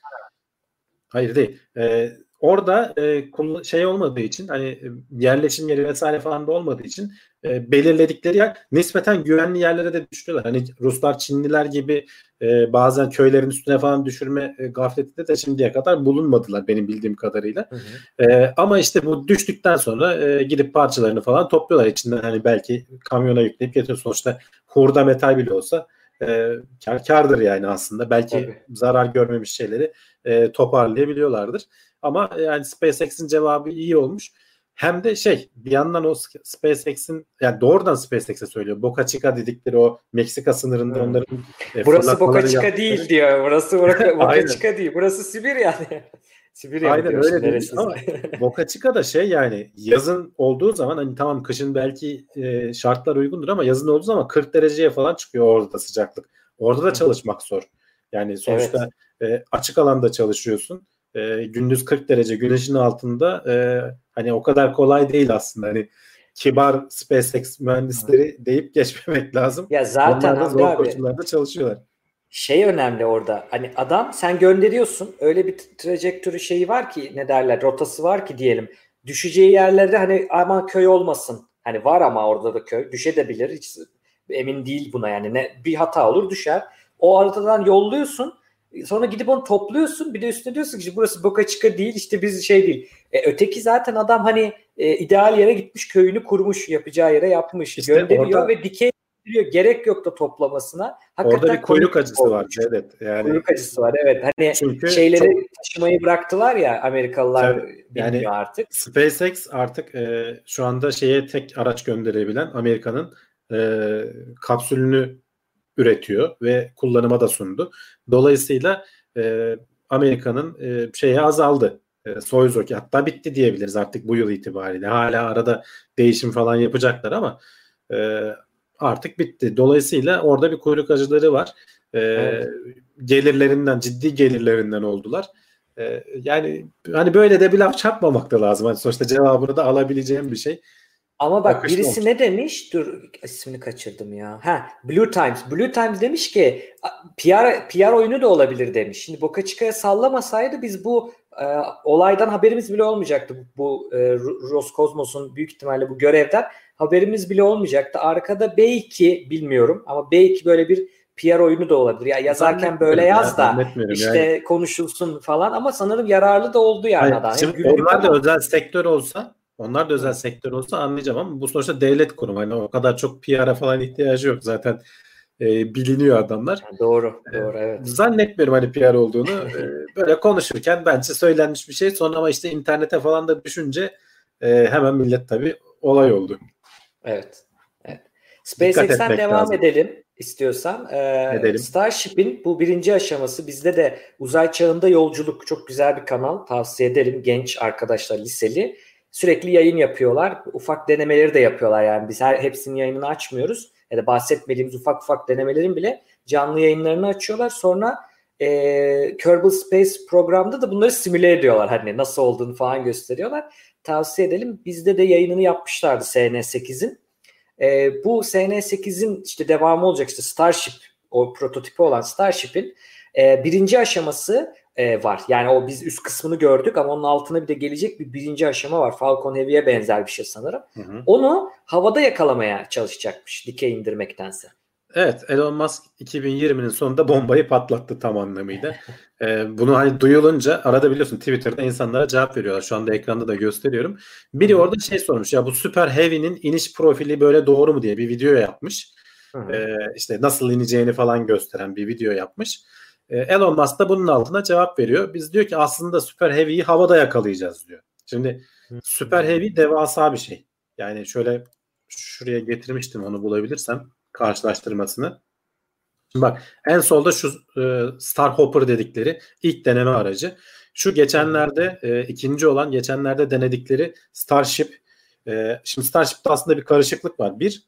[SPEAKER 2] Hayır değil. Ee, orada e, şey olmadığı için, hani yerleşim yeri vesaire falan da olmadığı için e, belirledikleri yer nispeten güvenli yerlere de düşürüyorlar. Hani Ruslar, Çinliler gibi e, bazen köylerin üstüne falan düşürme e, gafletinde de şimdiye kadar bulunmadılar benim bildiğim kadarıyla. Hı hı. E, ama işte bu düştükten sonra e, gidip parçalarını falan topluyorlar içinden, hani belki kamyona yükleyip getiriyor. Sonuçta hurda metal bile olsa e, kar, kardır yani aslında. Belki Tabii. zarar görmemiş şeyleri e, toparlayabiliyorlardır. Ama yani SpaceX'in cevabı iyi olmuş. Hem de şey, bir yandan o SpaceX'in, yani doğrudan SpaceX'e söylüyor. Boca Chica dedikleri o Meksika sınırında hmm. onların
[SPEAKER 3] e, burası Boca Chica yaptı. Değil diyor. Burası Boca, Boca Chica değil. Burası Sibirya. Sibirya
[SPEAKER 2] Aynen öyle değil. Ama Boca Chica da şey, yani yazın olduğu zaman, hani tamam kışın belki e, şartlar uygundur ama yazın olduğu zaman kırk dereceye falan çıkıyor orada sıcaklık. Orada da çalışmak zor. Yani sonuçta evet. e, açık alanda çalışıyorsun. E, gündüz kırk derece güneşin altında, e, hani o kadar kolay değil aslında. Hani kibar SpaceX mühendisleri Hı. deyip geçmemek lazım.
[SPEAKER 3] Ya zaten
[SPEAKER 2] onlar da zor koşullarda çalışıyorlar.
[SPEAKER 3] Şey önemli orada. Hani adam sen gönderiyorsun. Öyle bir trajektörü şeyi var ki, ne derler, rotası var ki diyelim. Düşeceği yerlerde hani aman köy olmasın. Hani var ama orada da köy. Düşebilir. Hiç emin değil buna yani. Ne, bir hata olur düşer. O aradadan yolluyorsun. Sonra gidip onu topluyorsun. Bir de üstüne diyorsun ki burası Boca Chica değil, işte biz şey değil. E, öteki zaten adam hani e, ideal yere gitmiş, köyünü kurmuş, yapacağı yere yapmış. İşte gönderiyor orada... ve dikey getiriyor. Gerek yok da toplamasına. Hakikaten
[SPEAKER 2] Orada bir kuyruk
[SPEAKER 3] komik
[SPEAKER 2] acısı
[SPEAKER 3] olmuş.
[SPEAKER 2] var. Evet. Yani
[SPEAKER 3] Kuyruk acısı var. Evet. Hani
[SPEAKER 2] çünkü
[SPEAKER 3] şeyleri
[SPEAKER 2] çok
[SPEAKER 3] taşımayı bıraktılar ya, Amerikalılar
[SPEAKER 2] tabii,
[SPEAKER 3] bilmiyor
[SPEAKER 2] yani
[SPEAKER 3] artık.
[SPEAKER 2] SpaceX artık e, şu anda şeye tek araç gönderebilen Amerika'nın e, kapsülünü üretiyor ve kullanıma da sundu. Dolayısıyla e, Amerika'nın e, şeyi azaldı. E, Soyuz roketi hatta bitti diyebiliriz artık bu yıl itibariyle. Hala arada değişim falan yapacaklar ama e, artık bitti. Dolayısıyla orada bir kuyruk acıları var. E,
[SPEAKER 3] Evet.
[SPEAKER 2] Gelirlerinden, ciddi gelirlerinden oldular. E, yani hani böyle de bir laf çarpmamak da lazım. Hani sonuçta cevabını da alabileceğim bir şey.
[SPEAKER 3] Ama bak
[SPEAKER 2] Akışlı
[SPEAKER 3] birisi
[SPEAKER 2] olmuş.
[SPEAKER 3] ne demiş? Dur, ismini kaçırdım ya. Ha, Blue Times. Blue Times demiş ki P R P R oyunu da olabilir demiş. Şimdi Boca Chica'ya sallamasaydı biz bu e, olaydan haberimiz bile olmayacaktı. Bu, bu e, Roskosmos'un büyük ihtimalle bu görevden haberimiz bile olmayacaktı. Arkada belki, bilmiyorum ama belki böyle bir P R oyunu da olabilir. Ya yazarken böyle
[SPEAKER 2] Zannetmiyorum ya,
[SPEAKER 3] yaz da
[SPEAKER 2] zannetmiyorum
[SPEAKER 3] işte
[SPEAKER 2] yani.
[SPEAKER 3] konuşulsun falan, ama sanırım yararlı da oldu yani
[SPEAKER 2] Hayır,
[SPEAKER 3] adam. Hem
[SPEAKER 2] şimdi
[SPEAKER 3] güldük
[SPEAKER 2] onlar da
[SPEAKER 3] ama.
[SPEAKER 2] özel sektör olsa, onlar da özel
[SPEAKER 3] Hı,
[SPEAKER 2] sektör olsa anlayacağım ama bu sonuçta devlet kurumu. Hani o kadar çok P R'a falan ihtiyacı yok. Zaten e, biliniyor adamlar.
[SPEAKER 3] yani doğru,
[SPEAKER 2] E,
[SPEAKER 3] doğru, evet.
[SPEAKER 2] Zannetmiyorum hani P R olduğunu. E, böyle konuşurken bence söylenmiş bir şey. Sonra ama işte internete falan da düşünce e, hemen millet tabii olay oldu.
[SPEAKER 3] Evet. Evet.
[SPEAKER 2] Dikkat
[SPEAKER 3] SpaceX'ten
[SPEAKER 2] etmek
[SPEAKER 3] devam
[SPEAKER 2] lazım.
[SPEAKER 3] edelim istiyorsan. Ee,
[SPEAKER 2] Edelim.
[SPEAKER 3] Starship'in bu birinci aşaması, bizde de uzay çağında yolculuk, çok güzel bir kanal, tavsiye ederim. Genç arkadaşlar, liseli sürekli yayın yapıyorlar. Ufak denemeleri de yapıyorlar, yani biz her hepsinin yayınını açmıyoruz. Ya da bahsetmediğimiz ufak ufak denemelerin bile canlı yayınlarını açıyorlar. Sonra e, Kerbal Space programda da bunları simüle ediyorlar. Hani nasıl olduğunu falan gösteriyorlar. Tavsiye edelim. Bizde de yayınını yapmışlardı S N sekizin. E, bu S N sekizin işte devamı olacak, işte Starship, o prototipi olan Starship'in e, birinci aşaması e, var. Yani o biz üst kısmını gördük ama onun altına bir de gelecek bir birinci aşama var. Falcon Heavy'ye benzer bir şey sanırım.
[SPEAKER 2] Hı hı.
[SPEAKER 3] Onu havada yakalamaya çalışacakmış, dikey indirmektense.
[SPEAKER 2] Evet, Elon Musk iki bin yirminin sonunda bombayı patlattı tam anlamıyla. Ee, bunu hani duyulunca arada biliyorsun Twitter'da insanlara cevap veriyorlar. Şu anda ekranda da gösteriyorum.
[SPEAKER 3] Hı
[SPEAKER 2] Biri
[SPEAKER 3] hı.
[SPEAKER 2] orada şey sormuş ya bu Super Heavy'nin iniş profili böyle doğru mu diye bir video yapmış.
[SPEAKER 3] Hı hı.
[SPEAKER 2] Ee, işte nasıl ineceğini falan gösteren bir video yapmış. Ee, Elon Musk da bunun altına cevap veriyor. Biz diyor ki aslında Super Heavy'yi havada yakalayacağız diyor. Şimdi Super Heavy devasa bir şey. Yani şöyle şuraya getirmiştim onu bulabilirsem karşılaştırmasını. Şimdi bak en solda şu e, Starhopper dedikleri ilk deneme aracı. Şu
[SPEAKER 3] Hı hı.
[SPEAKER 2] geçenlerde e, ikinci olan geçenlerde denedikleri Starship. E, şimdi Starship'te aslında bir karışıklık var. Bir,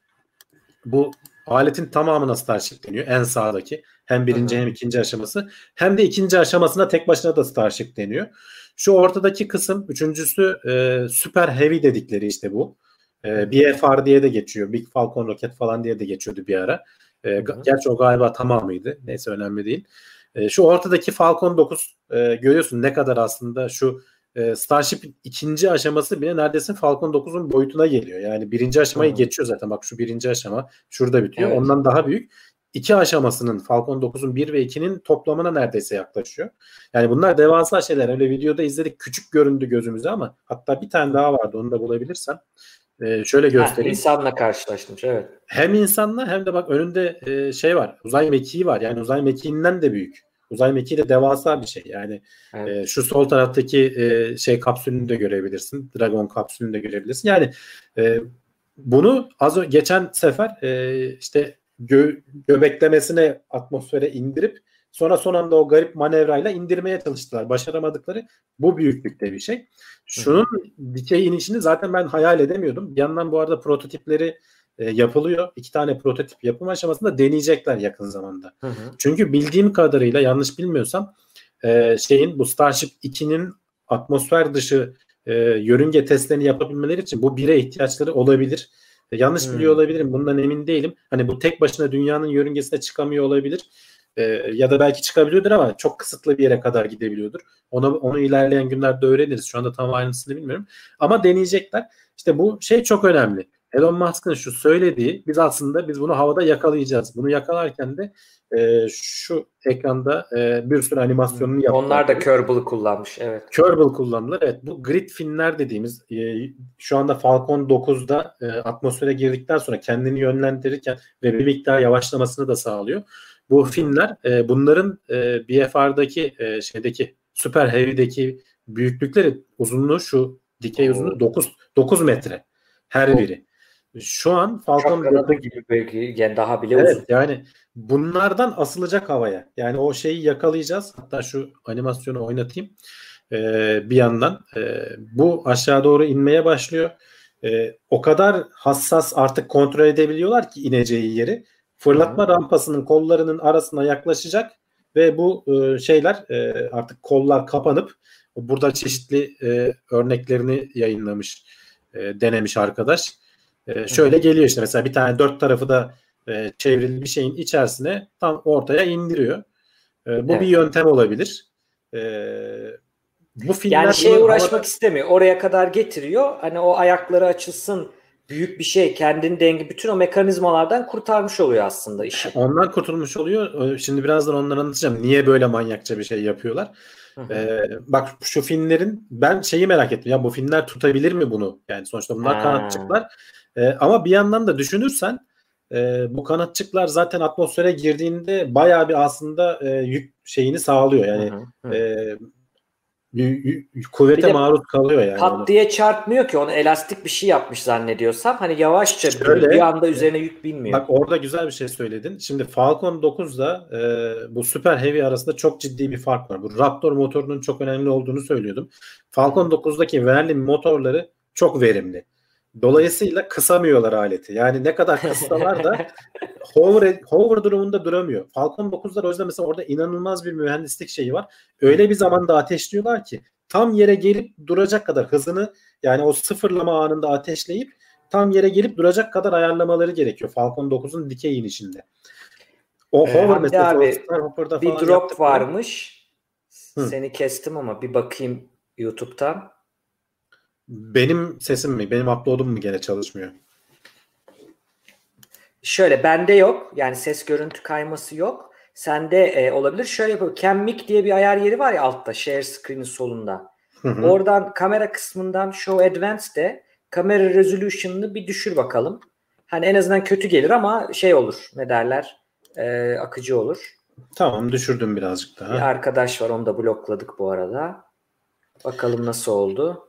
[SPEAKER 2] bu aletin tamamına Starship deniyor. En sağdaki. Hem
[SPEAKER 3] Hı
[SPEAKER 2] birinci
[SPEAKER 3] hı.
[SPEAKER 2] hem ikinci aşaması. Hem de ikinci aşamasına tek başına da Starship deniyor. Şu ortadaki kısım üçüncüsü e, Super Heavy dedikleri işte bu.
[SPEAKER 3] Hı
[SPEAKER 2] E,
[SPEAKER 3] hı.
[SPEAKER 2] B F R diye de geçiyor. Big Falcon Rocket falan diye de geçiyordu bir ara. E,
[SPEAKER 3] Hı
[SPEAKER 2] ga-
[SPEAKER 3] hı.
[SPEAKER 2] gerçi o galiba tamamıydı. Neyse önemli değil. E, şu ortadaki Falcon dokuz e, görüyorsun ne kadar aslında şu e, Starship'in ikinci aşaması bile neredeyse Falcon dokuzun boyutuna geliyor. Yani birinci
[SPEAKER 3] Hı
[SPEAKER 2] aşamayı
[SPEAKER 3] hı.
[SPEAKER 2] geçiyor zaten. Bak şu birinci aşama şurada bitiyor.
[SPEAKER 3] Evet.
[SPEAKER 2] Ondan daha büyük. İki aşamasının Falcon dokuzun bir ve ikinin toplamına neredeyse yaklaşıyor. Yani bunlar devasa şeyler. Öyle videoda izledik. Küçük göründü gözümüze ama hatta bir tane daha vardı. Onu da bulabilirsem. Ee, şöyle
[SPEAKER 3] Ha,
[SPEAKER 2] göstereyim.
[SPEAKER 3] insanla karşılaştım. Evet.
[SPEAKER 2] Hem insanla hem de bak önünde e, şey var. Uzay mekiği var. Yani uzay mekiğinden de büyük. Uzay mekiği de devasa bir şey. Yani
[SPEAKER 3] Evet.
[SPEAKER 2] e, şu sol taraftaki e, şey kapsülünü de görebilirsin. Dragon kapsülünü de görebilirsin. Yani e, bunu az ö- geçen sefer e, işte gö- göbeklemesine atmosfere indirip sonra son anda o garip manevrayla indirmeye çalıştılar. Başaramadıkları bu büyüklükte bir şey.
[SPEAKER 3] Hı hı.
[SPEAKER 2] Şunun dikey inişini zaten ben hayal edemiyordum. Bir yandan bu arada prototipleri e, yapılıyor. İki tane prototip yapım aşamasında deneyecekler yakın zamanda.
[SPEAKER 3] Hı hı.
[SPEAKER 2] Çünkü bildiğim kadarıyla yanlış bilmiyorsam e, şeyin bu Starship ikinin atmosfer dışı e, yörünge testlerini yapabilmeleri için bu bire ihtiyaçları olabilir. E, yanlış biliyor
[SPEAKER 3] Hı.
[SPEAKER 2] olabilirim. Bundan emin değilim. Hani bu tek başına dünyanın yörüngesine çıkamıyor olabilir. E, ya da belki çıkabiliyordur ama çok kısıtlı bir yere kadar gidebiliyordur. Onu, onu ilerleyen günlerde öğreniriz. Şu anda tam ayrıntısını bilmiyorum. Ama deneyecekler. İşte bu şey çok önemli. Elon Musk'ın şu söylediği, biz aslında biz bunu havada yakalayacağız. Bunu yakalarken de e, şu ekranda e, bir sürü animasyonunu yaptılar.
[SPEAKER 3] Onlar da Kerbal'ı kullanmış. Evet.
[SPEAKER 2] Kerbal kullandılar. Evet, bu grid finler dediğimiz e, şu anda Falcon dokuzda e, atmosfere girdikten sonra kendini yönlendirirken ve bir miktar yavaşlamasını da sağlıyor. Bu finler e, bunların e, B F R'daki e, şeydeki Super Heavy'deki büyüklükleri, uzunluğu, şu dikey uzunluğu dokuz dokuz metre her biri. Şu an Falcon
[SPEAKER 3] kanadı gibi belki yani daha bile
[SPEAKER 2] evet,
[SPEAKER 3] uzun.
[SPEAKER 2] yani bunlardan asılacak havaya. Yani o şeyi yakalayacağız. Hatta şu animasyonu oynatayım. Ee, bir yandan e, bu aşağı doğru inmeye başlıyor. Ee, o kadar hassas artık kontrol edebiliyorlar ki ineceği yeri. Fırlatma Hı. rampasının kollarının arasına yaklaşacak ve bu e, şeyler e, artık kollar kapanıp, burada çeşitli e, örneklerini yayınlamış, e, denemiş arkadaş. E, şöyle Hı. geliyor işte, mesela bir tane dört tarafı da e, çevrili bir şeyin içerisine tam ortaya indiriyor. E, bu evet. bir yöntem olabilir. E, bu filmler
[SPEAKER 3] yani şeye uğraşmak havada... istemiyor. Oraya kadar getiriyor. Hani o ayakları açılsın, büyük bir şey, kendini denge, bütün o mekanizmalardan kurtarmış oluyor aslında işi.
[SPEAKER 2] Ondan kurtulmuş oluyor. Şimdi birazdan onları anlatacağım. Niye böyle manyakça bir şey yapıyorlar? Ee, bak şu filmlerin, ben şeyi merak ettim. Ya bu filmler tutabilir mi bunu? Yani sonuçta bunlar ha. kanatçıklar. Ee, ama bir yandan da düşünürsen e, bu kanatçıklar zaten atmosfere girdiğinde bayağı bir aslında e, yük şeyini sağlıyor. Yani hı hı. E, kuvvete maruz kalıyor yani.
[SPEAKER 3] Pat onu. diye çarpmıyor ki, onu elastik bir şey yapmış zannediyorsam. Hani yavaşça Şöyle, bir anda üzerine yük binmiyor.
[SPEAKER 2] Bak orada güzel bir şey söyledin. Şimdi Falcon dokuzda e, bu Super Heavy arasında çok ciddi bir fark var. Bu Raptor motorunun çok önemli olduğunu söylüyordum. Falcon dokuzdaki Merlin motorları çok verimli. Dolayısıyla kısamıyorlar aleti. Yani ne kadar kıssalar da hover, hover durumunda duramıyor. Falcon dokuzlar o yüzden mesela orada inanılmaz bir mühendislik şeyi var. Öyle bir zamanda ateşliyorlar ki tam yere gelip duracak kadar hızını, yani o sıfırlama anında ateşleyip tam yere gelip duracak kadar ayarlamaları gerekiyor Falcon dokuzun dikey inişinde. O
[SPEAKER 3] ee,
[SPEAKER 2] hover mesela
[SPEAKER 3] abi,
[SPEAKER 2] o
[SPEAKER 3] bir drop varmış. Hı. Seni kestim ama bir bakayım YouTube'dan.
[SPEAKER 2] Benim sesim mi? Benim upload'um mu gene çalışmıyor?
[SPEAKER 3] Şöyle, bende yok. Yani ses görüntü kayması yok. Sende e, olabilir. Şöyle yapalım. CamMic diye bir ayar yeri var ya altta. Share screen'in solunda. Hı hı. Oradan kamera kısmından Show Advanced'de kamera resolution'ını bir düşür bakalım. Hani en azından kötü gelir ama şey olur. Ne derler? E, akıcı olur.
[SPEAKER 2] Tamam, düşürdüm birazcık daha.
[SPEAKER 3] Bir arkadaş var. Onu da blokladık bu arada. Bakalım nasıl oldu.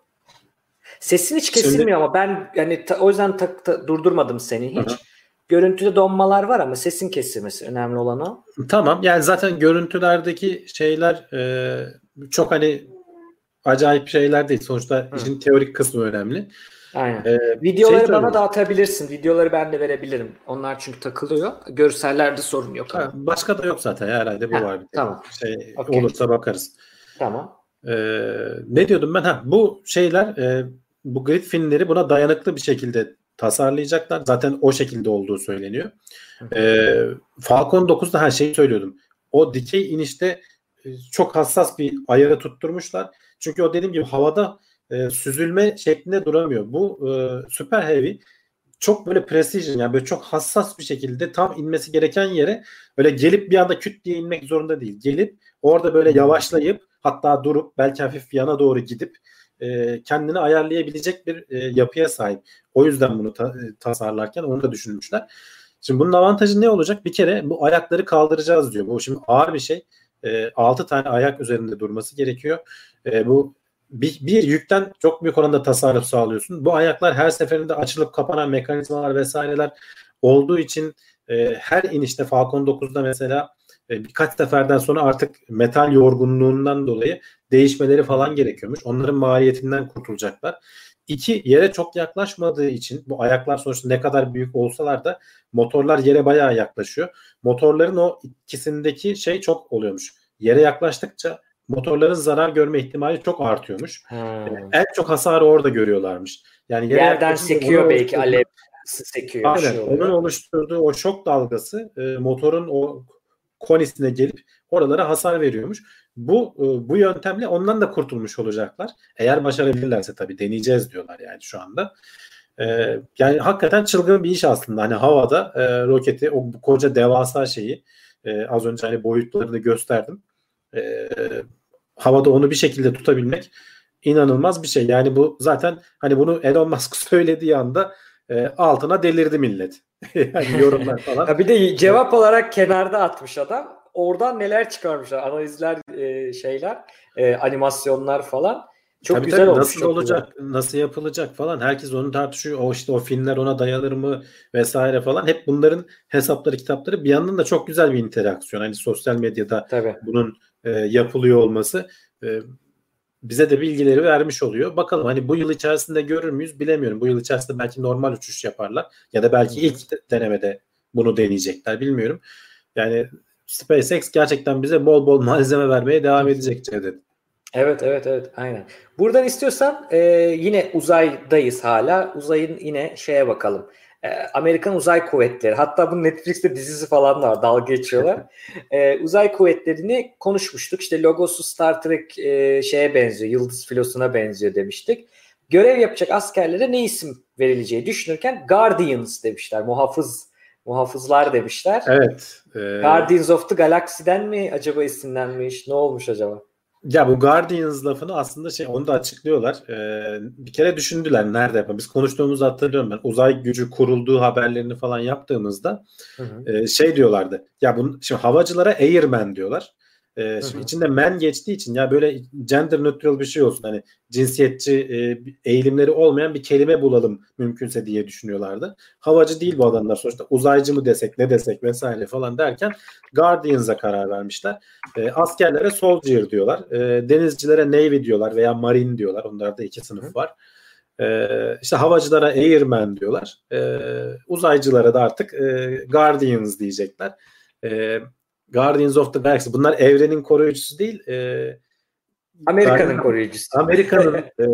[SPEAKER 3] Sesin hiç kesilmiyor. Şimdi, ama ben yani ta, o yüzden ta, ta, durdurmadım seni hiç. Hı. Görüntüde donmalar var ama sesin kesilmesi önemli olan o.
[SPEAKER 2] Tamam, yani zaten görüntülerdeki şeyler e, çok hani acayip şeyler değil. Sonuçta Hı. işin teorik kısmı önemli.
[SPEAKER 3] Aynen. Ee, Videoları şey bana da atabilirsin. Videoları ben de verebilirim. Onlar çünkü takılıyor. Görsellerde sorun yok.
[SPEAKER 2] Ha, başka da yok zaten herhalde, bu ha, var. Bir
[SPEAKER 3] tamam.
[SPEAKER 2] Şey
[SPEAKER 3] okay.
[SPEAKER 2] olursa bakarız.
[SPEAKER 3] Tamam.
[SPEAKER 2] Ee, ne diyordum ben? Ha, bu şeyler e, bu grid filmleri buna dayanıklı bir şekilde tasarlayacaklar. Zaten o şekilde olduğu söyleniyor. Ee, Falcon dokuzda her şeyi söylüyordum. O dikey inişte çok hassas bir ayarı tutturmuşlar. Çünkü o dediğim gibi havada e, süzülme şeklinde duramıyor. Bu e, Super Heavy çok böyle precision, yani böyle çok hassas bir şekilde tam inmesi gereken yere öyle gelip bir anda küt diye inmek zorunda değil. Gelip orada böyle yavaşlayıp, hatta durup belki hafif yana doğru gidip e, kendini ayarlayabilecek bir e, yapıya sahip. O yüzden bunu ta- tasarlarken onu da düşünmüşler. Şimdi bunun avantajı ne olacak? Bir kere bu ayakları kaldıracağız diyor. Bu şimdi ağır bir şey. E, altı tane ayak üzerinde durması gerekiyor. E, bu bir, bir yükten çok büyük oranda tasarruf sağlıyorsun. Bu ayaklar her seferinde açılıp kapanan mekanizmalar vesaireler olduğu için e, her inişte Falcon dokuzda mesela e, birkaç seferden sonra artık metal yorgunluğundan dolayı değişmeleri falan gerekiyormuş. Onların maliyetinden kurtulacaklar. İki, yere çok yaklaşmadığı için bu ayaklar sonuçta ne kadar büyük olsalar da motorlar yere bayağı yaklaşıyor. Motorların o ikisindeki şey çok oluyormuş. Yere yaklaştıkça motorların zarar görme ihtimali çok artıyormuş. Hmm. En çok hasarı orada görüyorlarmış. Yani yere
[SPEAKER 3] yerden sekiyor belki, alev sekiyor.
[SPEAKER 2] Aynen. Onun oluşturduğu o şok dalgası e, motorun o konisine gelip oralara hasar veriyormuş. Bu e, bu yöntemle ondan da kurtulmuş olacaklar. Eğer başarabilirlerse tabii, deneyeceğiz diyorlar yani şu anda. Ee, yani hakikaten çılgın bir iş aslında. Hani havada e, roketi, o koca devasa şeyi e, az önce hani boyutlarını gösterdim. E, havada onu bir şekilde tutabilmek inanılmaz bir şey. Yani bu zaten hani bunu Elon Musk söylediği anda e, altına delirdi millet. Yani yorumlar falan.
[SPEAKER 3] Ha bir de cevap olarak kenarda atmış adam. Oradan neler çıkarmışlar. Analizler, e, şeyler, e, animasyonlar falan. Çok
[SPEAKER 2] Tabii
[SPEAKER 3] güzel
[SPEAKER 2] tabii,
[SPEAKER 3] olmuş.
[SPEAKER 2] nasıl
[SPEAKER 3] Çok güzel.
[SPEAKER 2] olacak, nasıl yapılacak falan. Herkes onu tartışıyor. O işte o filmler ona dayanır mı vesaire falan. Hep bunların hesapları, kitapları. Bir yandan da çok güzel bir interaksiyon. Hani sosyal medyada
[SPEAKER 3] Tabii.
[SPEAKER 2] bunun e, yapılıyor olması e, bize de bilgileri vermiş oluyor. Bakalım hani bu yıl içerisinde görür müyüz bilemiyorum. Bu yıl içerisinde belki normal uçuş yaparlar ya da belki
[SPEAKER 3] Hı hı.
[SPEAKER 2] ilk de- denemede bunu deneyecekler, bilmiyorum. Yani SpaceX gerçekten bize bol bol malzeme vermeye devam edecek Cevdet.
[SPEAKER 3] Evet, evet, evet, aynen. Buradan istiyorsan e, yine uzaydayız hala. Uzayın yine şeye bakalım. E, Amerikan Uzay Kuvvetleri. Hatta bu Netflix'te dizisi falan da var. Dalga geçiyorlar. E, uzay kuvvetlerini konuşmuştuk. İşte logosu Star Trek e, şeye benziyor. Yıldız filosuna benziyor demiştik. Görev yapacak askerlere ne isim verileceği düşünürken Guardians demişler. Muhafız, muhafızlar demişler.
[SPEAKER 2] Evet. E,
[SPEAKER 3] Guardians of the Galaxy'den mi acaba isimlenmiş? Ne olmuş acaba?
[SPEAKER 2] Ya bu Guardians lafını aslında şey, onu da açıklıyorlar. Ee, bir kere düşündüler nerede yapalım. Biz konuştuğumuzu hatırlıyorum ben. Uzay gücü kurulduğu haberlerini falan yaptığımızda
[SPEAKER 3] Hı hı.
[SPEAKER 2] e, şey diyorlardı. Ya bunu şimdi havacılara Airman diyorlar. Ee,
[SPEAKER 3] Hı
[SPEAKER 2] şimdi
[SPEAKER 3] hı.
[SPEAKER 2] içinde man geçtiği için ya böyle gender neutral bir şey olsun. Hani cinsiyetçi e, eğilimleri olmayan bir kelime bulalım mümkünse diye düşünüyorlardı. Havacı değil bu adamlar sonuçta. Uzaycı mı desek ne desek vesaire falan derken Guardians'a karar vermişler. E, askerlere soldier diyorlar. E, denizcilere navy diyorlar veya marine diyorlar. Onlarda iki
[SPEAKER 3] Hı hı.
[SPEAKER 2] sınıf var. E, işte havacılara airman diyorlar. E, uzaycılara da artık e, Guardians diyecekler. E, Guardians of the Galaxy. Bunlar evrenin koruyucusu değil. E,
[SPEAKER 3] Amerika'nın koruyucusu.
[SPEAKER 2] Amerika'nın e,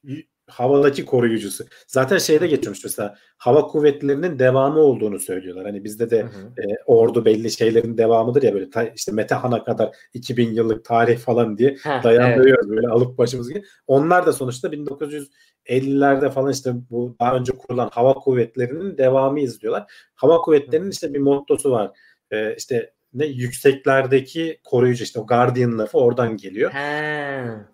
[SPEAKER 2] havadaki koruyucusu. Zaten şeyde geçiyormuş mesela, hava kuvvetlerinin devamı olduğunu söylüyorlar. Hani bizde de
[SPEAKER 3] Hı hı.
[SPEAKER 2] e, ordu belli şeylerin devamıdır ya, böyle ta, işte Metehan'a kadar iki bin yıllık tarih falan diye
[SPEAKER 3] Ha, evet.
[SPEAKER 2] dayandırıyoruz böyle alıp başımız gibi. Onlar da sonuçta bin dokuz yüz ellilerde falan işte bu daha önce kurulan hava kuvvetlerinin devamı izliyorlar. Hava
[SPEAKER 3] Hı
[SPEAKER 2] kuvvetlerinin
[SPEAKER 3] hı.
[SPEAKER 2] işte bir mottosu var. E, işte ne yükseklerdeki koruyucu, işte o Guardian lafı oradan geliyor.
[SPEAKER 3] Ha.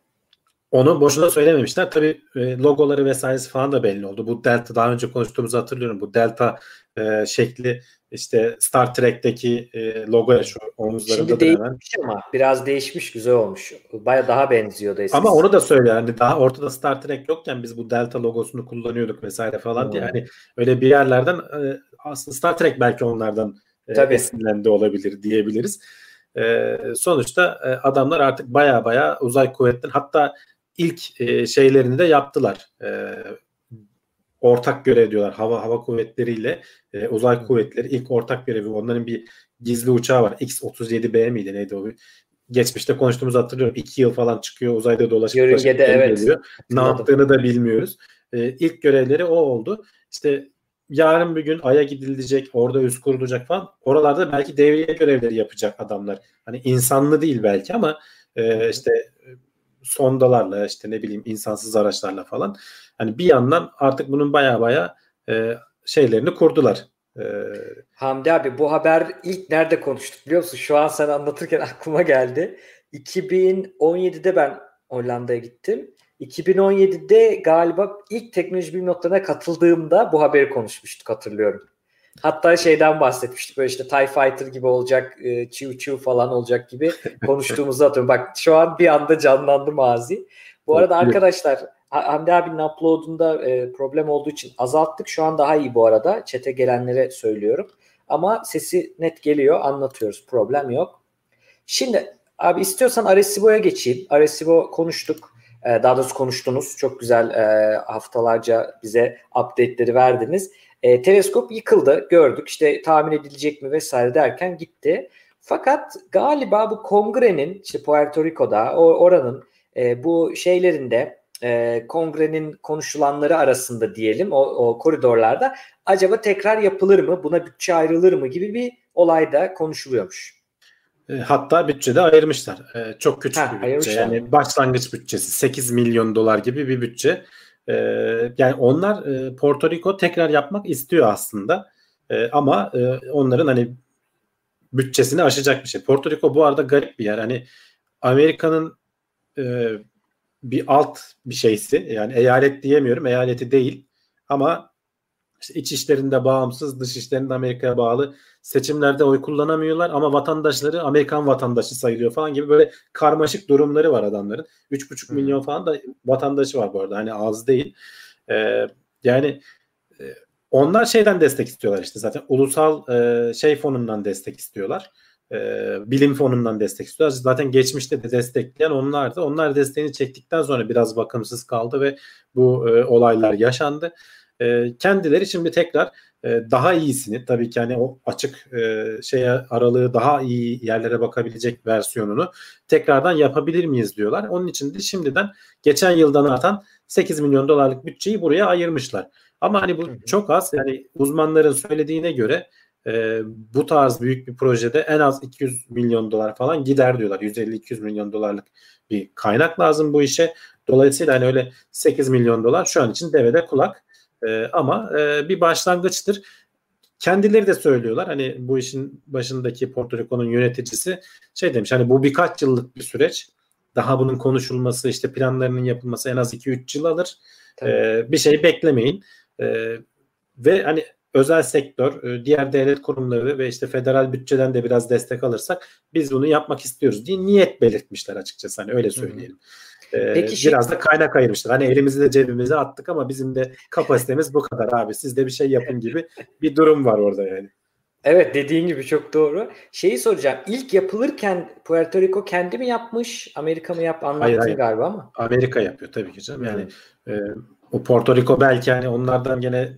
[SPEAKER 2] Onu boşuna söylememişler. Tabii e, logoları vesairesi falan da belli oldu. Bu Delta, daha önce konuştuğumuzu hatırlıyorum. Bu Delta e, şekli işte Star Trek'teki e, logoya şu
[SPEAKER 3] Şimdi
[SPEAKER 2] omuzlarındadır hemen.
[SPEAKER 3] değişmiş ama biraz değişmiş, güzel olmuş. Baya daha benziyordu
[SPEAKER 2] Ama
[SPEAKER 3] eskisi.
[SPEAKER 2] onu da söyle, hani daha ortada Star Trek yokken biz bu Delta logosunu kullanıyorduk vesaire falan diye.
[SPEAKER 3] Hmm.
[SPEAKER 2] Hani öyle bir yerlerden e, aslında Star Trek belki onlardan e,
[SPEAKER 3] Tabii.
[SPEAKER 2] esinlendi olabilir diyebiliriz. E, sonuçta e, adamlar artık baya baya uzay kuvvetleri, hatta ilk e, şeylerini de yaptılar. E, ortak görev diyorlar. Hava hava kuvvetleriyle e, uzay
[SPEAKER 3] Hı hı.
[SPEAKER 2] kuvvetleri ilk ortak görevi. Onların bir gizli uçağı var. X otuz yedi B miydi neydi o? Geçmişte konuştuğumuzu hatırlıyorum. İki yıl falan çıkıyor. Uzayda dolaşıp dolaşıp
[SPEAKER 3] Yörüngede,
[SPEAKER 2] geri
[SPEAKER 3] evet.
[SPEAKER 2] geliyor. Ne
[SPEAKER 3] Hatırladım.
[SPEAKER 2] yaptığını da bilmiyoruz. E, ilk görevleri o oldu. İşte yarın bir gün Ay'a gidilecek. Orada üs kurulacak falan. Oralarda belki devriye görevleri yapacak adamlar. Hani insanlı değil belki ama
[SPEAKER 3] Hı
[SPEAKER 2] e,
[SPEAKER 3] hı.
[SPEAKER 2] işte sondalarla, işte ne bileyim insansız araçlarla falan. Hani bir yandan artık bunun baya baya e, şeylerini kurdular. E,
[SPEAKER 3] Hamdi abi, bu haber ilk nerede konuştuk biliyor musun? Şu an sen anlatırken aklıma geldi. iki bin on yedide ben Hollanda'ya gittim. iki bin on yedide galiba ilk teknoloji bilim notlarına katıldığımda bu haberi konuşmuştuk, hatırlıyorum. Hatta şeyden bahsetmiştik, böyle işte TIE Fighter gibi olacak, e, çiu çiu falan olacak gibi konuştuğumuzu hatırlıyorum. Bak şu an bir anda canlandı mazi. Bu arada arkadaşlar, Hamdi abinin upload'unda e, problem olduğu için azalttık. Şu an daha iyi bu arada. Chat'e gelenlere söylüyorum. Ama sesi net geliyor. Anlatıyoruz. Problem yok. Şimdi abi istiyorsan Arecibo'ya geçeyim. Arecibo konuştuk. Ee, daha doğrusu konuştunuz. Çok güzel e, haftalarca bize update'leri verdiniz. E, teleskop yıkıldı. Gördük. İşte tamir edilecek mi vesaire derken gitti. Fakat galiba bu kongrenin işte Puerto Rico'da o oranın e, bu şeylerinde e, kongrenin konuşulanları arasında diyelim o, o koridorlarda acaba tekrar yapılır mı? Buna bütçe ayrılır mı gibi bir olay da konuşuluyormuş.
[SPEAKER 2] E, hatta bütçede ayırmışlar. E, çok küçük
[SPEAKER 3] Ha,
[SPEAKER 2] bir bütçe.
[SPEAKER 3] ayırmışlar mı?
[SPEAKER 2] Yani başlangıç bütçesi sekiz milyon dolar gibi bir bütçe. E, yani onlar e, Porto Rico tekrar yapmak istiyor aslında. E, ama e, onların hani bütçesini aşacak bir şey. Porto Rico bu arada garip bir yer. Hani Amerika'nın e, bir alt bir şeysi. Yani eyalet diyemiyorum. Eyaleti değil. Ama işte iç işlerinde bağımsız, dış işlerinde Amerika'ya bağlı. Seçimlerde oy kullanamıyorlar ama vatandaşları Amerikan vatandaşı sayılıyor falan gibi böyle karmaşık durumları var adamların. üç buçuk milyon falan da vatandaşı var bu arada. Hani az değil. Ee, yani e, onlar şeyden destek istiyorlar işte zaten. Ulusal e, şey fonundan destek istiyorlar. E, bilim fonundan destek istiyorlar. Zaten geçmişte de destekleyen onlardı. Onlar desteğini çektikten sonra biraz bakımsız kaldı ve bu e, olaylar yaşandı. E, kendileri şimdi tekrar e, daha iyisini tabii ki hani o açık e, şeye aralığı daha iyi yerlere bakabilecek versiyonunu tekrardan yapabilir miyiz diyorlar. Onun için de şimdiden geçen yıldan artan sekiz milyon dolarlık bütçeyi buraya ayırmışlar. Ama hani bu hı hı. çok az. Yani uzmanların söylediğine göre e, bu tarz büyük bir projede en az iki yüz milyon dolar falan gider diyorlar. yüz elli iki yüz milyon dolarlık bir kaynak lazım bu işe. Dolayısıyla hani öyle sekiz milyon dolar şu an için devede kulak. E, ama e, bir başlangıçtır. Kendileri de söylüyorlar. Hani bu işin başındaki Porto Rico'nun yöneticisi şey demiş. Hani bu birkaç yıllık bir süreç. Daha bunun konuşulması, işte planlarının yapılması en az iki üç yıl alır. E, bir şey beklemeyin. Ee, ve hani özel sektör, diğer devlet kurumları ve işte federal bütçeden de biraz destek alırsak biz bunu yapmak istiyoruz diye niyet belirtmişler açıkçası. Hani öyle söyleyelim. Ee, Peki biraz şey... da kaynak ayırmışlar. Hani elimizi de cebimize attık ama bizim de kapasitemiz bu kadar abi. Siz de bir şey yapın gibi bir durum var orada yani.
[SPEAKER 3] Evet, dediğin gibi çok doğru. Şeyi soracağım. İlk yapılırken Puerto Rico kendi mi yapmış? Amerika mı yaptı? Anlattın hayır, hayır. galiba ama.
[SPEAKER 2] Amerika yapıyor tabii ki canım. Yani hmm. e, o Porto Rico belki hani onlardan gene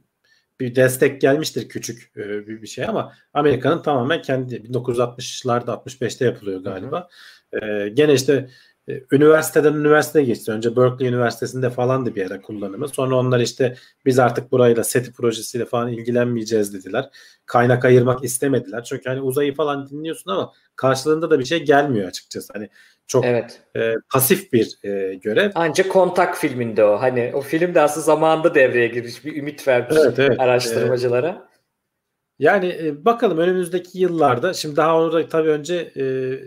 [SPEAKER 2] bir destek gelmiştir küçük e, bir, bir şey ama Amerika'nın tamamen kendi bin dokuz yüz altmışlarda altmış beşte yapılıyor galiba. Hı hı. E, gene işte e, üniversiteden üniversiteye geçti. Önce Berkeley Üniversitesi'nde falandı bir ara kullanımı. Sonra onlar işte biz artık burayla SETI projesiyle falan ilgilenmeyeceğiz dediler. Kaynak ayırmak istemediler. Çünkü hani uzayı falan dinliyorsun ama karşılığında da bir şey gelmiyor açıkçası. Hani çok evet. e, pasif bir e, görev.
[SPEAKER 3] Ancak Kontak filminde o. Hani o film de aslında zamanında devreye girmiş, bir ümit vermiş evet, evet. araştırmacılara.
[SPEAKER 2] E, yani e, bakalım önümüzdeki yıllarda, şimdi daha orada tabii önce e,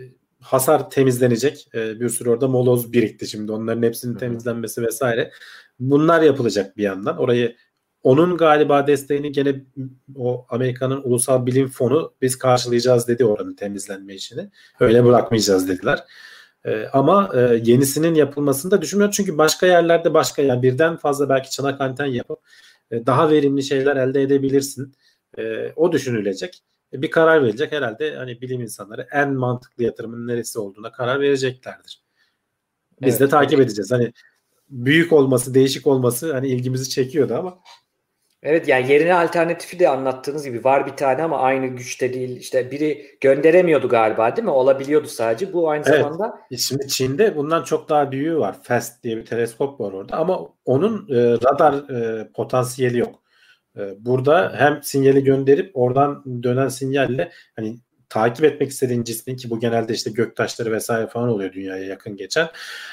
[SPEAKER 2] hasar temizlenecek. E, bir sürü orada moloz birikti şimdi. Onların hepsinin Hı-hı. temizlenmesi vesaire. Bunlar yapılacak bir yandan. Orayı onun galiba desteğini gene o Amerika'nın Ulusal Bilim Fonu biz karşılayacağız dedi oranın temizlenme işini. Öyle bırakmayacağız dediler. Ee, ama e, yenisinin yapılmasını da düşünmüyorum. Çünkü başka yerlerde başka yani birden fazla belki çanak anten yapıp e, daha verimli şeyler elde edebilirsin. E, o düşünülecek. E, bir karar verilecek. Herhalde hani bilim insanları en mantıklı yatırımın neresi olduğuna karar vereceklerdir. Biz evet, de takip evet. edeceğiz. Hani büyük olması, değişik olması hani ilgimizi çekiyordu ama
[SPEAKER 3] evet, yani yerine alternatifi de anlattığınız gibi var bir tane ama aynı güçte değil. İşte biri gönderemiyordu galiba değil mi? Olabiliyordu sadece. Bu aynı evet. zamanda.
[SPEAKER 2] Şimdi Çin'de bundan çok daha büyüğü var. FAST diye bir teleskop var orada ama onun e, radar e, potansiyeli yok. E, burada hem sinyali gönderip oradan dönen sinyalle hani takip etmek istediğin cismin, ki bu genelde işte göktaşları vesaire falan oluyor dünyaya yakın geçen.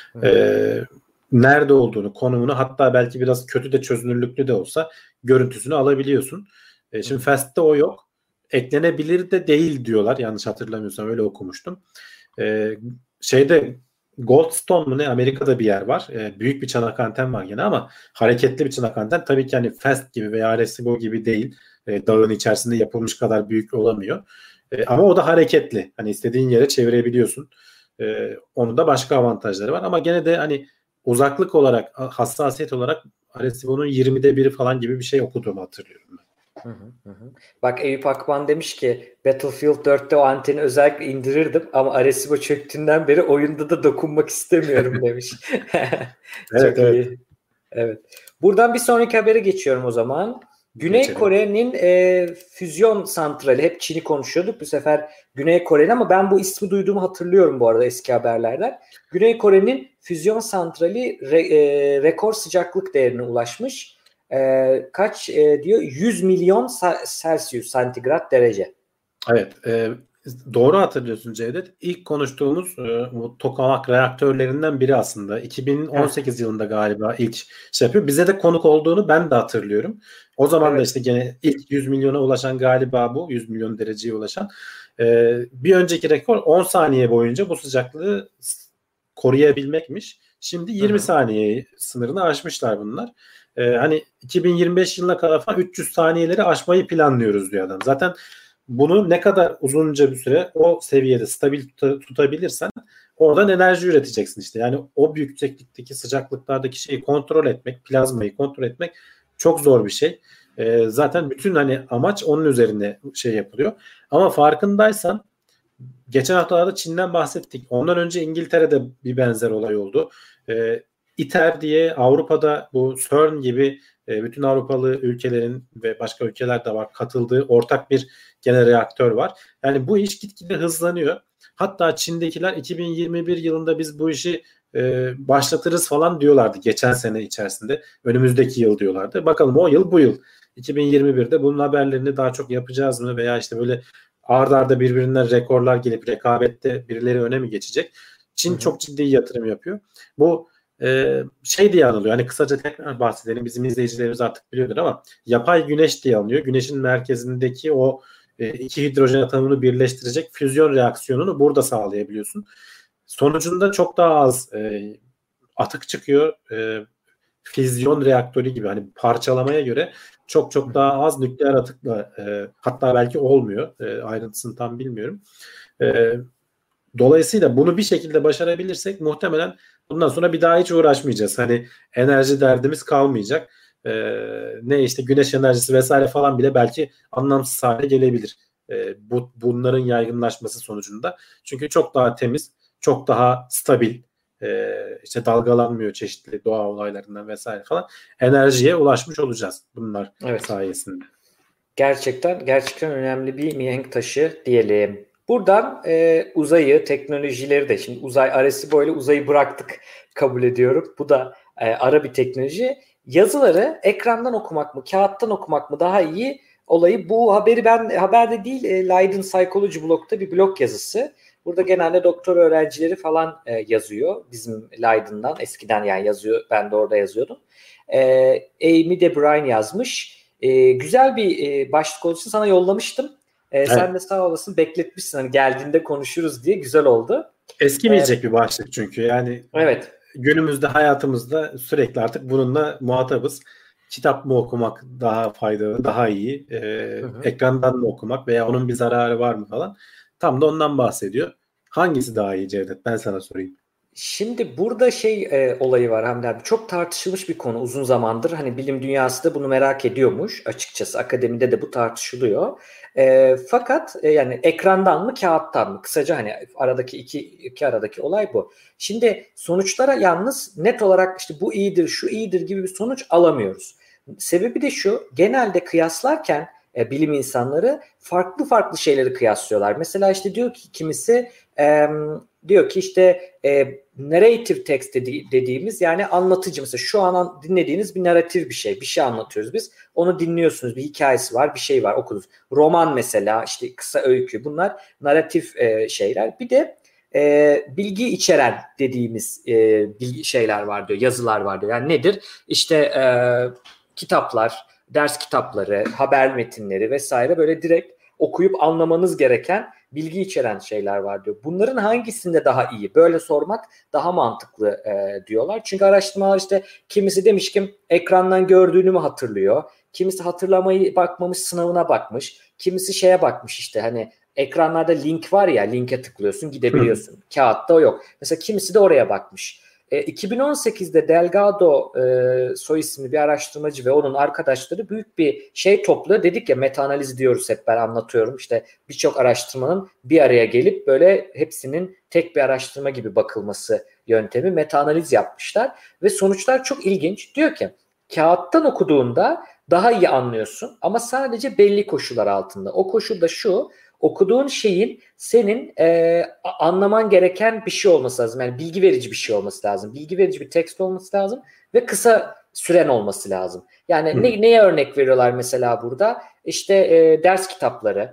[SPEAKER 2] E, nerede olduğunu, konumunu, hatta belki biraz kötü de çözünürlüklü de olsa görüntüsünü alabiliyorsun. E, şimdi FAST'te o yok. Eklenebilir de değil diyorlar. Yanlış hatırlamıyorsam öyle okumuştum. E, şeyde Goldstone mu ne, Amerika'da bir yer var. E, büyük bir çanak anten var yine ama hareketli bir çanak anten. Tabii ki hani FAST gibi veya Arecibo gibi değil. E, dağın içerisinde yapılmış kadar büyük olamıyor. E, ama o da hareketli. Hani istediğin yere çevirebiliyorsun. E, onun da başka avantajları var. Ama gene de hani uzaklık olarak, hassasiyet olarak Arecibo'nun yirmide biri falan gibi bir şey okuduğumu hatırlıyorum ben.
[SPEAKER 3] Hı hı hı. Bak Eyüp Akban demiş ki Battlefield dörtte o anteni özellikle indirirdim ama Arecibo çöktüğünden beri oyunda da dokunmak istemiyorum demiş. Çok
[SPEAKER 2] evet,
[SPEAKER 3] iyi.
[SPEAKER 2] Evet.
[SPEAKER 3] evet. Buradan bir sonraki habere geçiyorum o zaman. Güney Geçelim. Kore'nin e, füzyon santrali, hep Çin'i konuşuyorduk. Bu sefer Güney Kore'nin, ama ben bu ismi duyduğumu hatırlıyorum bu arada eski haberlerden. Güney Kore'nin füzyon santrali re, e, rekor sıcaklık değerine ulaşmış. E, kaç e, diyor? yüz milyon Celsius santigrat derece.
[SPEAKER 2] Evet. E, Doğru hatırlıyorsun Cevdet. İlk konuştuğumuz e, bu tokamak reaktörlerinden biri aslında. iki bin on sekiz evet. yılında galiba ilk şey yapıyor. Bize de konuk olduğunu ben de hatırlıyorum. O zaman evet. da işte gene ilk yüz milyona ulaşan galiba bu. yüz milyon dereceye ulaşan. E, bir önceki rekor on saniye boyunca bu sıcaklığı koruyabilmekmiş. Şimdi yirmi Hı-hı. saniye sınırını aşmışlar bunlar. E, hani iki bin yirmi beş yılına kadar falan üç yüz saniyeleri aşmayı planlıyoruz diyor adam. Zaten bunu ne kadar uzunca bir süre o seviyede stabil tut- tutabilirsen oradan enerji üreteceksin işte. Yani o yükseklikteki sıcaklıklardaki şeyi kontrol etmek, plazmayı kontrol etmek çok zor bir şey. Ee, zaten bütün hani amaç onun üzerine şey yapılıyor. Ama farkındaysan geçen haftalarda Çin'den bahsettik. Ondan önce İngiltere'de bir benzer olay oldu. Ee, ITER diye Avrupa'da bu CERN gibi e, bütün Avrupalı ülkelerin ve başka ülkeler de var katıldığı ortak bir gene reaktör var. Yani bu iş gitgide hızlanıyor. Hatta Çin'dekiler iki bin yirmi bir yılında biz bu işi e, başlatırız falan diyorlardı geçen sene içerisinde. Önümüzdeki yıl diyorlardı. Bakalım o yıl bu yıl. iki bin yirmi birde bunun haberlerini daha çok yapacağız mı veya işte böyle ard arda birbirinden rekorlar gelip rekabette birileri öne mi geçecek? Çin Hı-hı. çok ciddi yatırım yapıyor. Bu e, şey diye anılıyor. Hani kısaca tekrar bahsedelim. Bizim izleyicilerimiz artık biliyordur ama yapay güneş diye anılıyor. Güneşin merkezindeki o e, iki hidrojen atomunu birleştirecek füzyon reaksiyonunu burada sağlayabiliyorsun. Sonucunda çok daha az e, atık çıkıyor. E, füzyon reaktörü gibi hani parçalamaya göre çok çok daha az nükleer atıkla e, hatta belki olmuyor. E, ayrıntısını tam bilmiyorum. E, dolayısıyla bunu bir şekilde başarabilirsek muhtemelen bundan sonra bir daha hiç uğraşmayacağız. Hani enerji derdimiz kalmayacak. E, ne işte güneş enerjisi vesaire falan bile belki anlamsız hale gelebilir. E, bu bunların yaygınlaşması sonucunda. Çünkü çok daha temiz, çok daha stabil, Ee, işte dalgalanmıyor çeşitli doğa olaylarından vesaire falan enerjiye ulaşmış olacağız bunlar evet. sayesinde.
[SPEAKER 3] Gerçekten gerçekten önemli bir mihenk taşı diyelim. Buradan e, uzayı, teknolojileri de şimdi uzay arası böyle uzayı bıraktık kabul ediyorum. Bu da e, ara bir teknoloji. Yazıları ekrandan okumak mı, kağıttan okumak mı daha iyi? Olayı bu haberi ben haberde değil e, Leiden Psychology blog'ta bir blog yazısı. Burada genelde doktor öğrencileri falan e, yazıyor. Bizim Leiden'dan eskiden yani yazıyor. Ben de orada yazıyordum. E, Amy De Bruyne yazmış. E, güzel bir e, başlık olduğu için sana yollamıştım. E, evet. Sen de sağ olasın bekletmişsin. Hani geldiğinde konuşuruz diye güzel oldu.
[SPEAKER 2] Eskimeyecek ee, bir başlık çünkü. Yani
[SPEAKER 3] evet.
[SPEAKER 2] günümüzde hayatımızda sürekli artık bununla muhatabız. Kitap mı okumak daha faydalı, daha iyi? E, hı hı. Ekrandan mı okumak veya onun bir zararı var mı falan? Tam da ondan bahsediyor. Hangisi daha iyi Cevdet? Ben sana sorayım.
[SPEAKER 3] Şimdi burada şey e, olayı var Hamdi abi. Çok tartışılmış bir konu uzun zamandır. Hani bilim dünyası da bunu merak ediyormuş açıkçası. Akademide de bu tartışılıyor. E, fakat e, yani ekrandan mı kağıttan mı? Kısaca hani aradaki iki, iki aradaki olay bu. Şimdi sonuçlara yalnız net olarak işte bu iyidir, şu iyidir gibi bir sonuç alamıyoruz. Sebebi de şu. Genelde kıyaslarken e, bilim insanları farklı farklı şeyleri kıyaslıyorlar. Mesela işte diyor ki kimisi e, diyor ki işte e, narrative text dedi, dediğimiz yani anlatıcı mesela şu an dinlediğiniz bir narratif bir şey. Bir şey anlatıyoruz biz. Onu dinliyorsunuz. Bir hikayesi var. Bir şey var okudunuz. Roman mesela işte kısa öykü. Bunlar narratif e, şeyler. Bir de e, bilgi içeren dediğimiz e, bilgi şeyler var diyor. Yazılar var diyor. Yani nedir? İşte e, kitaplar, ders kitapları, haber metinleri vesaire böyle direkt okuyup anlamanız gereken bilgi içeren şeyler var diyor. Bunların hangisinde daha iyi? Böyle sormak daha mantıklı e, diyorlar. Çünkü araştırmalar işte kimisi demiş ki ekrandan gördüğünü mü hatırlıyor? Kimisi hatırlamayı bakmamış sınavına bakmış. Kimisi şeye bakmış işte hani ekranlarda link var ya linke tıklıyorsun gidebiliyorsun. Hı. Kağıtta o yok. Mesela kimisi de oraya bakmış. E, iki bin on sekizde Delgado e, soy isimli bir araştırmacı ve onun arkadaşları büyük bir şey topluyor. Dedik ya meta analiz diyoruz hep ben anlatıyorum. İşte birçok araştırmanın bir araya gelip böyle hepsinin tek bir araştırma gibi bakılması yöntemi meta analiz yapmışlar. Ve sonuçlar çok ilginç. Diyor ki kağıttan okuduğunda daha iyi anlıyorsun ama sadece belli koşullar altında. O koşul da şu: okuduğun şeyin senin e, anlaman gereken bir şey olması lazım. Yani bilgi verici bir şey olması lazım. Bilgi verici bir tekst olması lazım ve kısa süren olması lazım. Yani ne, neye örnek veriyorlar mesela burada? İşte e, ders kitapları,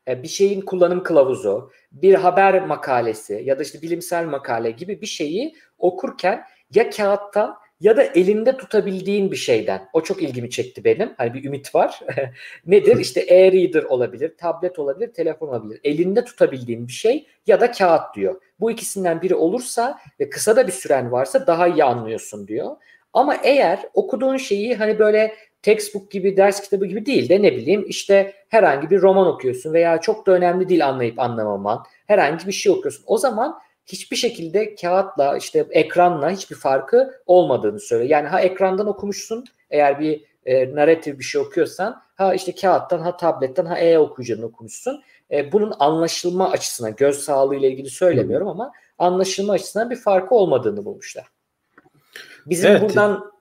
[SPEAKER 3] bir şeyin kullanım kılavuzu, bir haber makalesi ya da işte bilimsel makale gibi bir şeyi okurken ya kağıttan ya da elinde tutabildiğin bir şeyden. O çok ilgimi çekti benim. Hani bir ümit var. Nedir? İşte e-reader olabilir, tablet olabilir, telefon olabilir. Elinde tutabildiğin bir şey ya da kağıt diyor. Bu ikisinden biri olursa ve kısa da bir süren varsa daha iyi anlıyorsun diyor. Ama eğer okuduğun şeyi hani böyle textbook gibi, ders kitabı gibi değil de ne bileyim işte herhangi bir roman okuyorsun veya çok da önemli değil anlayıp anlamaman. Herhangi bir şey okuyorsun. O zaman hiçbir şekilde kağıtla işte ekranla hiçbir farkı olmadığını söylüyor. Yani ha ekrandan okumuşsun eğer bir e, narratif bir şey okuyorsan, ha işte kağıttan, ha tabletten, ha e-okuyucudan okumuşsun. E, bunun anlaşılma açısından, göz sağlığı ile ilgili söylemiyorum ama anlaşılma açısından bir farkı olmadığını bulmuşlar. Bizim
[SPEAKER 2] Evet.
[SPEAKER 3] buradan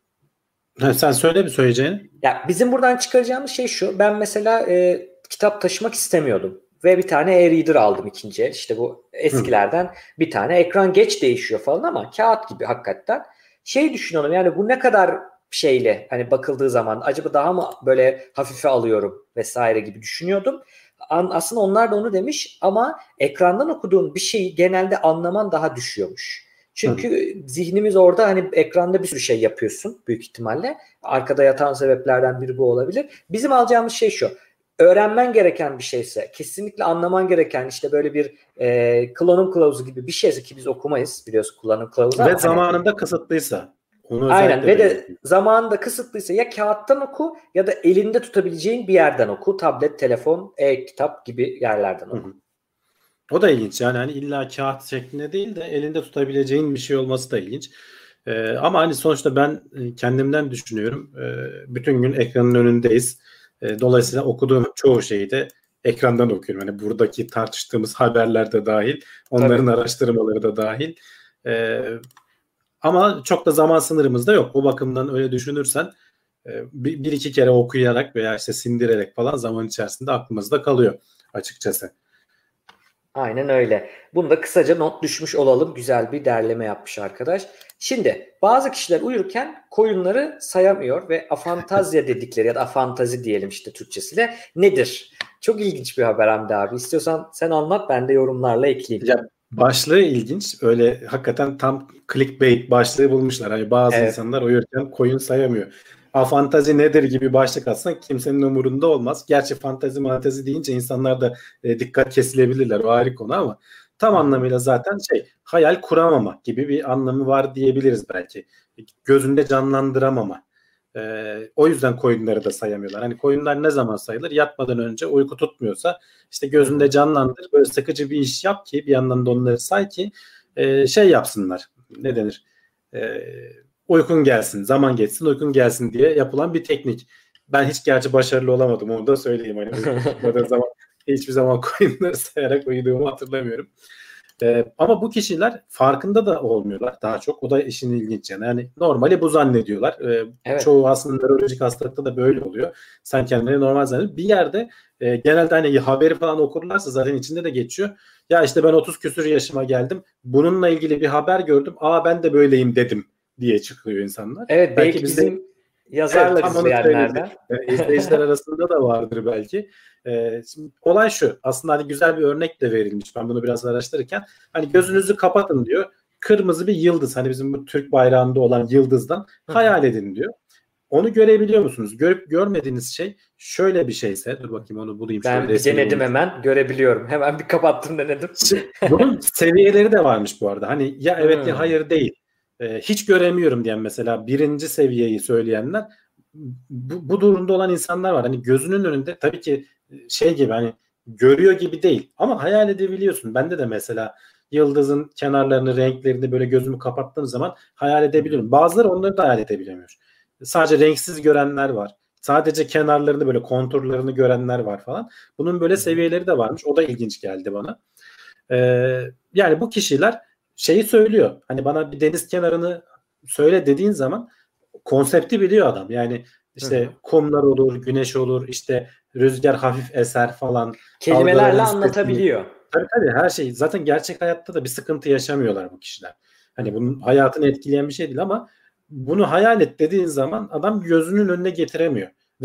[SPEAKER 2] Ha, sen söyle bir söyleyeceğini.
[SPEAKER 3] Ya bizim buradan çıkaracağımız şey şu. Ben mesela e, kitap taşımak istemiyordum. Ve bir tane e-reader aldım ikinci el. İşte bu eskilerden Hı. bir tane. Ekran geç değişiyor falan ama kağıt gibi hakikaten. Şey düşünüyorum yani bu ne kadar şeyle hani bakıldığı zaman acaba daha mı böyle hafife alıyorum vesaire gibi düşünüyordum. Aslında onlar da onu demiş ama ekrandan okuduğun bir şeyi genelde anlaman daha düşüyormuş. Çünkü Hı. zihnimiz orada hani ekranda bir sürü şey yapıyorsun büyük ihtimalle. Arkada yatan sebeplerden biri bu olabilir. Bizim alacağımız şey şu. Öğrenmen gereken bir şeyse, kesinlikle anlaman gereken işte böyle bir e, kullanım kılavuzu gibi bir şeyse ki biz okumayız biliyorsun kullanım kılavuzu.
[SPEAKER 2] Ve
[SPEAKER 3] ama
[SPEAKER 2] zamanında
[SPEAKER 3] hani,
[SPEAKER 2] kısıtlıysa. Onu
[SPEAKER 3] aynen ve de
[SPEAKER 2] belirteyim.
[SPEAKER 3] zamanında kısıtlıysa ya kağıttan oku ya da elinde tutabileceğin bir yerden oku. Tablet, telefon, e-kitap gibi yerlerden oku.
[SPEAKER 2] Hı hı. O da ilginç yani hani illa kağıt şeklinde değil de elinde tutabileceğin bir şey olması da ilginç. Ee, ama hani sonuçta ben kendimden düşünüyorum. Ee, bütün gün ekranın önündeyiz. Ee, dolayısıyla okuduğum çoğu şeyi de ekrandan okuyorum. Hani buradaki tartıştığımız haberler de dahil, onların Tabii. araştırmaları da dahil. Ee, ama çok da zaman sınırımız da yok. O bakımdan öyle düşünürsen bir, bir iki kere okuyarak veya işte sindirerek falan zaman içerisinde aklımızda kalıyor açıkçası.
[SPEAKER 3] Aynen öyle. Bunu da kısaca not düşmüş olalım. Güzel bir derleme yapmış arkadaş. Şimdi bazı kişiler uyurken koyunları sayamıyor ve afantazya dedikleri ya da afantazi diyelim işte Türkçesiyle nedir? Çok ilginç bir haber Hamdi abi. İstiyorsan sen anlat ben de yorumlarla ekleyeyim.
[SPEAKER 2] Ya başlığı ilginç. Öyle hakikaten tam clickbait başlığı bulmuşlar. Hani bazı evet. insanlar uyurken koyun sayamıyor. Afantazi nedir gibi başlık atsan kimsenin umurunda olmaz. Gerçi fantazi mantezi deyince insanlar da e, dikkat kesilebilirler. O ayrı konu ama tam hmm. anlamıyla zaten şey hayal kuramama gibi bir anlamı var diyebiliriz belki. Gözünde canlandıramama. Ee, o yüzden koyunları da sayamıyorlar. Hani koyunlar ne zaman sayılır? Yatmadan önce uyku tutmuyorsa işte gözünde canlandır. Böyle sıkıcı bir iş yap ki bir yandan da onları say ki e, şey yapsınlar. Ne denir? E, uykun gelsin, zaman geçsin, uykun gelsin diye yapılan bir teknik. Ben hiç gerçi başarılı olamadım. Onu da söyleyeyim. Hani uyku tutmadığı zaman hiçbir zaman koyunları sayarak uyuduğumu hatırlamıyorum. Ee, ama bu kişiler farkında da olmuyorlar daha çok. O da işin ilginç yanı. Yani normali bu zannediyorlar. Ee, evet. Çoğu aslında nörolojik hastalıkta da böyle oluyor. Sen kendini normal zannediyorsun. Bir yerde e, genelde hani haberi falan okurlarsa zaten içinde de geçiyor. Ya işte ben otuz küsur yaşıma geldim. Bununla ilgili bir haber gördüm. Aa ben de böyleyim dedim diye çıkıyor insanlar.
[SPEAKER 3] Evet belki, belki bizim de, yazarlar evet, izleyenlerden.
[SPEAKER 2] İzleyiciler arasında da vardır belki. Ee, şimdi olay şu. Aslında hani güzel bir örnek de verilmiş. Ben bunu biraz araştırırken. Hani gözünüzü kapatın diyor. Kırmızı bir yıldız. Hani bizim bu Türk bayrağında olan yıldızdan hayal edin diyor. Onu görebiliyor musunuz? Görüp görmediğiniz şey şöyle bir şeyse. Dur bakayım onu bulayım.
[SPEAKER 3] Ben bir denedim hemen. Görebiliyorum. Hemen bir kapattım denedim.
[SPEAKER 2] Bunun seviyeleri de varmış bu arada. Hani ya evet hmm. ya hayır değil. Ee, hiç göremiyorum diyen mesela birinci seviyeyi söyleyenler bu, bu durumda olan insanlar var. Hani gözünün önünde tabii ki şey gibi hani görüyor gibi değil ama hayal edebiliyorsun. Bende de mesela yıldızın kenarlarını, renklerini böyle gözümü kapattığım zaman hayal edebiliyorum. Bazıları onları da hayal edebilemiyor. Sadece renksiz görenler var. Sadece kenarlarını böyle konturlarını görenler var falan. Bunun böyle seviyeleri de varmış. O da ilginç geldi bana. Ee, yani bu kişiler şeyi söylüyor. Hani bana bir deniz kenarını söyle dediğin zaman konsepti biliyor adam. Yani işte Hı-hı. kumlar olur, güneş olur, işte rüzgar hafif eser falan.
[SPEAKER 3] Kelimelerle anlatabiliyor.
[SPEAKER 2] Tabii tabii her şey. Zaten gerçek hayatta da bir sıkıntı yaşamıyorlar bu kişiler. Hani bunun hayatını etkileyen bir şey değil ama bunu hayal et dediğin zaman adam gözünün önüne getiremiyor. Ve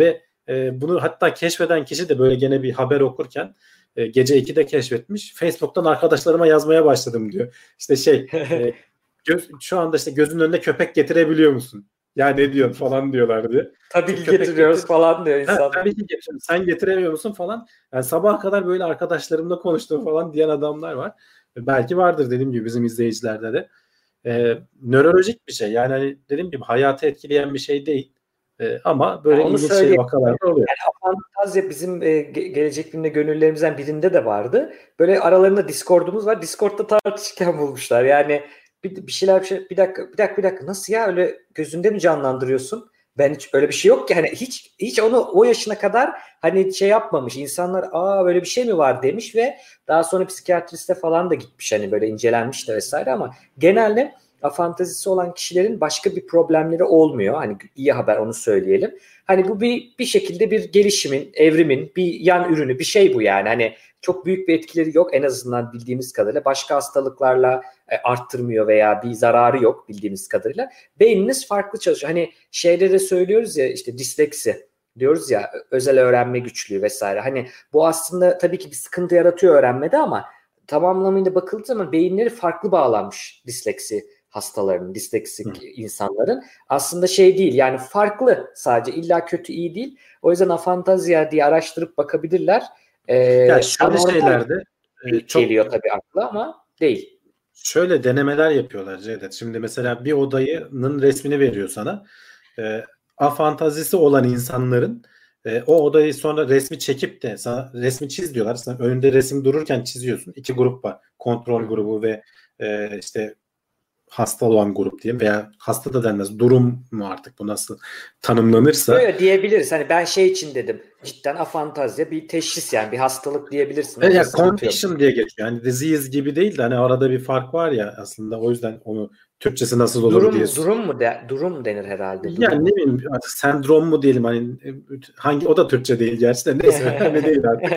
[SPEAKER 2] E, bunu hatta keşfeden kişi de böyle gene bir haber okurken e, gece ikide keşfetmiş. Facebook'tan arkadaşlarıma yazmaya başladım diyor. İşte şey e, göz, şu anda işte gözünün önüne köpek getirebiliyor musun? Ya ne diyorsun falan diyorlar diye.
[SPEAKER 3] Tabii ki
[SPEAKER 2] Köpek
[SPEAKER 3] getiriyoruz
[SPEAKER 2] getir-
[SPEAKER 3] falan diyor
[SPEAKER 2] Ha,
[SPEAKER 3] insan.
[SPEAKER 2] tabii ki getiriyorum. Sen getiremiyor musun falan. Yani sabaha kadar böyle arkadaşlarımla konuştum falan diyen adamlar var. E, Belki vardır dediğim gibi bizim izleyicilerde de. E, nörolojik bir şey. Yani hani dediğim gibi hayatı etkileyen bir şey değil. E, ama böyle
[SPEAKER 3] Yani onu
[SPEAKER 2] ilginç şey
[SPEAKER 3] söyleyeyim.
[SPEAKER 2] vakalar da oluyor.
[SPEAKER 3] Fantazya bizim e, ge- gelecek filmde gönüllerimizden birinde de vardı. Böyle aralarında Discord'umuz var. Discord'da tartışırken bulmuşlar. Yani bir, bir şeyler bir, şey, bir dakika bir dakika bir dakika nasıl ya öyle gözünde mi canlandırıyorsun? Ben hiç öyle bir şey yok ki hani hiç hiç onu o yaşına kadar hani şey yapmamış. İnsanlar aa böyle bir şey mi var demiş ve daha sonra psikiyatriste falan da gitmiş hani böyle incelenmiş de vesaire ama genelde afantazisi olan kişilerin başka bir problemleri olmuyor. Hani iyi haber onu söyleyelim. Hani bu bir bir şekilde bir gelişimin, evrimin bir yan ürünü, bir şey bu yani. Hani çok büyük bir etkileri yok en azından bildiğimiz kadarıyla. Başka hastalıklarla e, arttırmıyor veya bir zararı yok bildiğimiz kadarıyla. Beyniniz farklı çalışıyor. Hani şeyde de söylüyoruz ya işte disleksi diyoruz ya özel öğrenme güçlüğü vesaire. Hani bu aslında tabii ki bir sıkıntı yaratıyor öğrenmede ama tam anlamıyla bakıldığı zaman beyinleri farklı bağlanmış disleksi hastaların, disleksik
[SPEAKER 2] Hı.
[SPEAKER 3] insanların. Aslında şey değil yani farklı sadece illa kötü iyi değil. O yüzden afantazya diye araştırıp bakabilirler. Ee,
[SPEAKER 2] Ya şöyle
[SPEAKER 3] anormal
[SPEAKER 2] şeylerde e, çok
[SPEAKER 3] geliyor tabii akla ama değil.
[SPEAKER 2] şöyle denemeler yapıyorlar Cevdet. Şimdi mesela bir odayının resmini veriyor sana. E, afantazisi olan insanların e, o odayı sonra resmi çekip de sana resmi çiz diyorlar. Sen önünde resim dururken çiziyorsun. İki grup var. Kontrol grubu ve e, işte hasta olan grup diye veya hasta da denmez. Durum mu artık bu nasıl tanımlanırsa.
[SPEAKER 3] Böyle diyebiliriz. Hani ben şey için dedim. Cidden afantazya bir teşhis yani bir hastalık diyebilirsin.
[SPEAKER 2] Evet,
[SPEAKER 3] Onda
[SPEAKER 2] ya
[SPEAKER 3] sıkıntı yok.
[SPEAKER 2] condition diye geçiyor. Yani disease gibi değil de hani arada bir fark var ya aslında o yüzden onu Türkçesi nasıl olur diye.
[SPEAKER 3] Durum durum mu de, durum denir herhalde. Durum
[SPEAKER 2] Yani ne
[SPEAKER 3] mu?
[SPEAKER 2] bileyim artık sendrom mu diyelim hani hangi o da Türkçe değil gerçi de neyse önemli değil artık.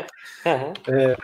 [SPEAKER 2] Ee,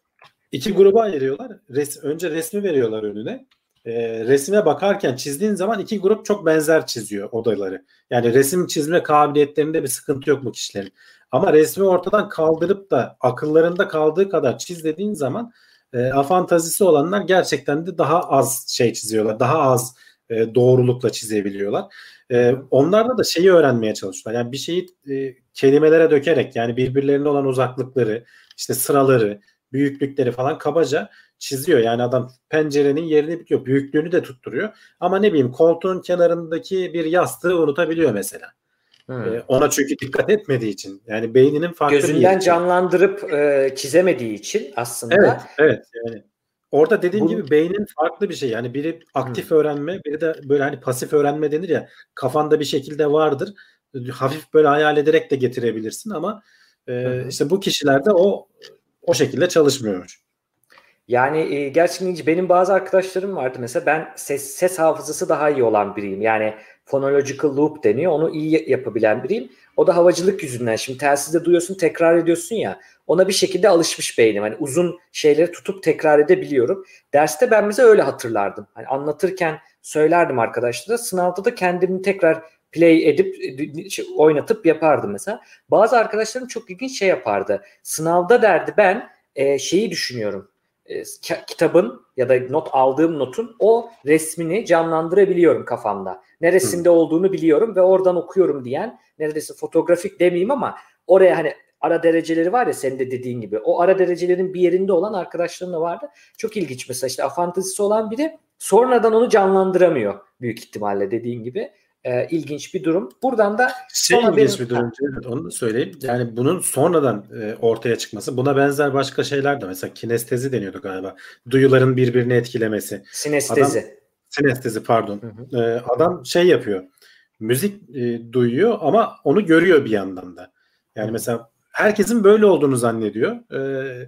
[SPEAKER 2] iki gruba ayırıyorlar. Res, önce resmi veriyorlar önüne. Ee, resme bakarken çizdiğin zaman iki grup çok benzer çiziyor odaları. Yani resim çizme kabiliyetlerinde bir sıkıntı yok bu kişilerin. Ama resmi ortadan kaldırıp da akıllarında kaldığı kadar çiz dediğin zaman e, afantazisi olanlar gerçekten de daha az şey çiziyorlar. Daha az e, doğrulukla çizebiliyorlar. E, onlarda da şeyi öğrenmeye çalışıyorlar. Yani bir şeyi e, kelimelere dökerek yani birbirlerine olan uzaklıkları, işte sıraları, büyüklükleri falan kabaca çiziyor. Yani adam pencerenin yerini biliyor. Büyüklüğünü de tutturuyor. Ama ne bileyim koltuğun kenarındaki bir yastığı unutabiliyor mesela.
[SPEAKER 3] Hmm.
[SPEAKER 2] Ee, ona çünkü dikkat etmediği için. Yani beyninin farklı bir
[SPEAKER 3] Gözünden
[SPEAKER 2] yeri.
[SPEAKER 3] canlandırıp e, çizemediği için aslında
[SPEAKER 2] Evet, evet. Yani orada dediğim
[SPEAKER 3] bu
[SPEAKER 2] gibi beynin farklı bir şey. Yani biri aktif
[SPEAKER 3] hmm.
[SPEAKER 2] öğrenme, biri de böyle hani pasif öğrenme denir ya. Kafanda bir şekilde vardır. Hafif böyle hayal ederek de getirebilirsin ama e, işte bu kişilerde o o şekilde çalışmıyormuş.
[SPEAKER 3] Yani e, gerçekten benim bazı arkadaşlarım vardı mesela ben ses, ses hafızası daha iyi olan biriyim. Yani phonological loop deniyor. Onu iyi yapabilen biriyim. O da havacılık yüzünden. Şimdi telsizde duyuyorsun, tekrar ediyorsun ya. Ona bir şekilde alışmış beynim. Hani uzun şeyleri tutup tekrar edebiliyorum. Derste ben mesela öyle hatırlardım. Hani anlatırken söylerdim arkadaşlara. Sınavda da kendimi tekrar play edip oynatıp yapardım mesela. Bazı arkadaşlarım çok ilginç şey yapardı. Sınavda derdi ben e, şeyi düşünüyorum. E, kitabın ya da not aldığım notun o resmini canlandırabiliyorum kafamda. Neresinde hmm. olduğunu biliyorum ve oradan okuyorum diyen neredeyse fotoğrafik demeyeyim ama oraya hani ara dereceleri var ya senin de dediğin gibi o ara derecelerin bir yerinde olan arkadaşlarım da vardı. Çok ilginç mesela işte afantazisi olan biri sonradan onu canlandıramıyor büyük ihtimalle dediğin gibi. E, ilginç bir durum. Buradan da
[SPEAKER 2] şey
[SPEAKER 3] son
[SPEAKER 2] ilginç
[SPEAKER 3] haberim...
[SPEAKER 2] bir durum. Evet, onu da söyleyeyim. Yani bunun sonradan e, ortaya çıkması. Buna benzer başka şeyler de mesela kinestezi deniyordu galiba. Duyuların birbirini etkilemesi.
[SPEAKER 3] Sinestezi.
[SPEAKER 2] Adam sinestezi pardon.
[SPEAKER 3] Hı hı.
[SPEAKER 2] E, adam şey yapıyor. Müzik e, duyuyor ama onu görüyor bir yandan da. Yani hı. Mesela herkesin böyle olduğunu zannediyor. E,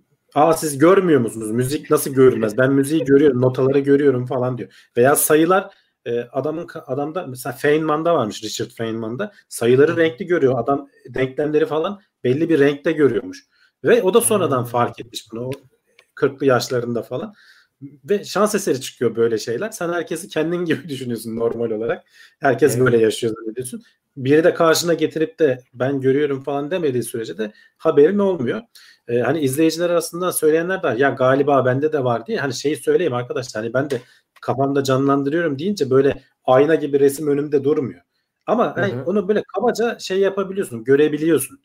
[SPEAKER 2] Aa siz görmüyor musunuz? Müzik nasıl görünmez? Ben müziği görüyorum, notaları görüyorum falan diyor. Veya sayılar e, adamın adamda mesela Feynman'da varmış Richard Feynman'da sayıları renkli görüyor. Adam denklemleri falan belli bir renkte görüyormuş. Ve o da sonradan hmm. fark etmiş bunu. O kırklı yaşlarında falan. Ve şans eseri çıkıyor böyle şeyler. Sen herkesi kendin gibi düşünüyorsun normal olarak. Herkes evet. böyle yaşıyor zannediyorsun. biri de karşına getirip de ben görüyorum falan demediği sürece de haberin olmuyor. Ee, hani izleyiciler arasında söyleyenler de var. Ya galiba bende de var diye. Hani şeyi söyleyeyim arkadaşlar. Hani ben de kafamda canlandırıyorum deyince böyle ayna gibi resim önümde durmuyor. Ama
[SPEAKER 3] Hı
[SPEAKER 2] hani
[SPEAKER 3] hı.
[SPEAKER 2] onu böyle kabaca şey yapabiliyorsun, görebiliyorsun.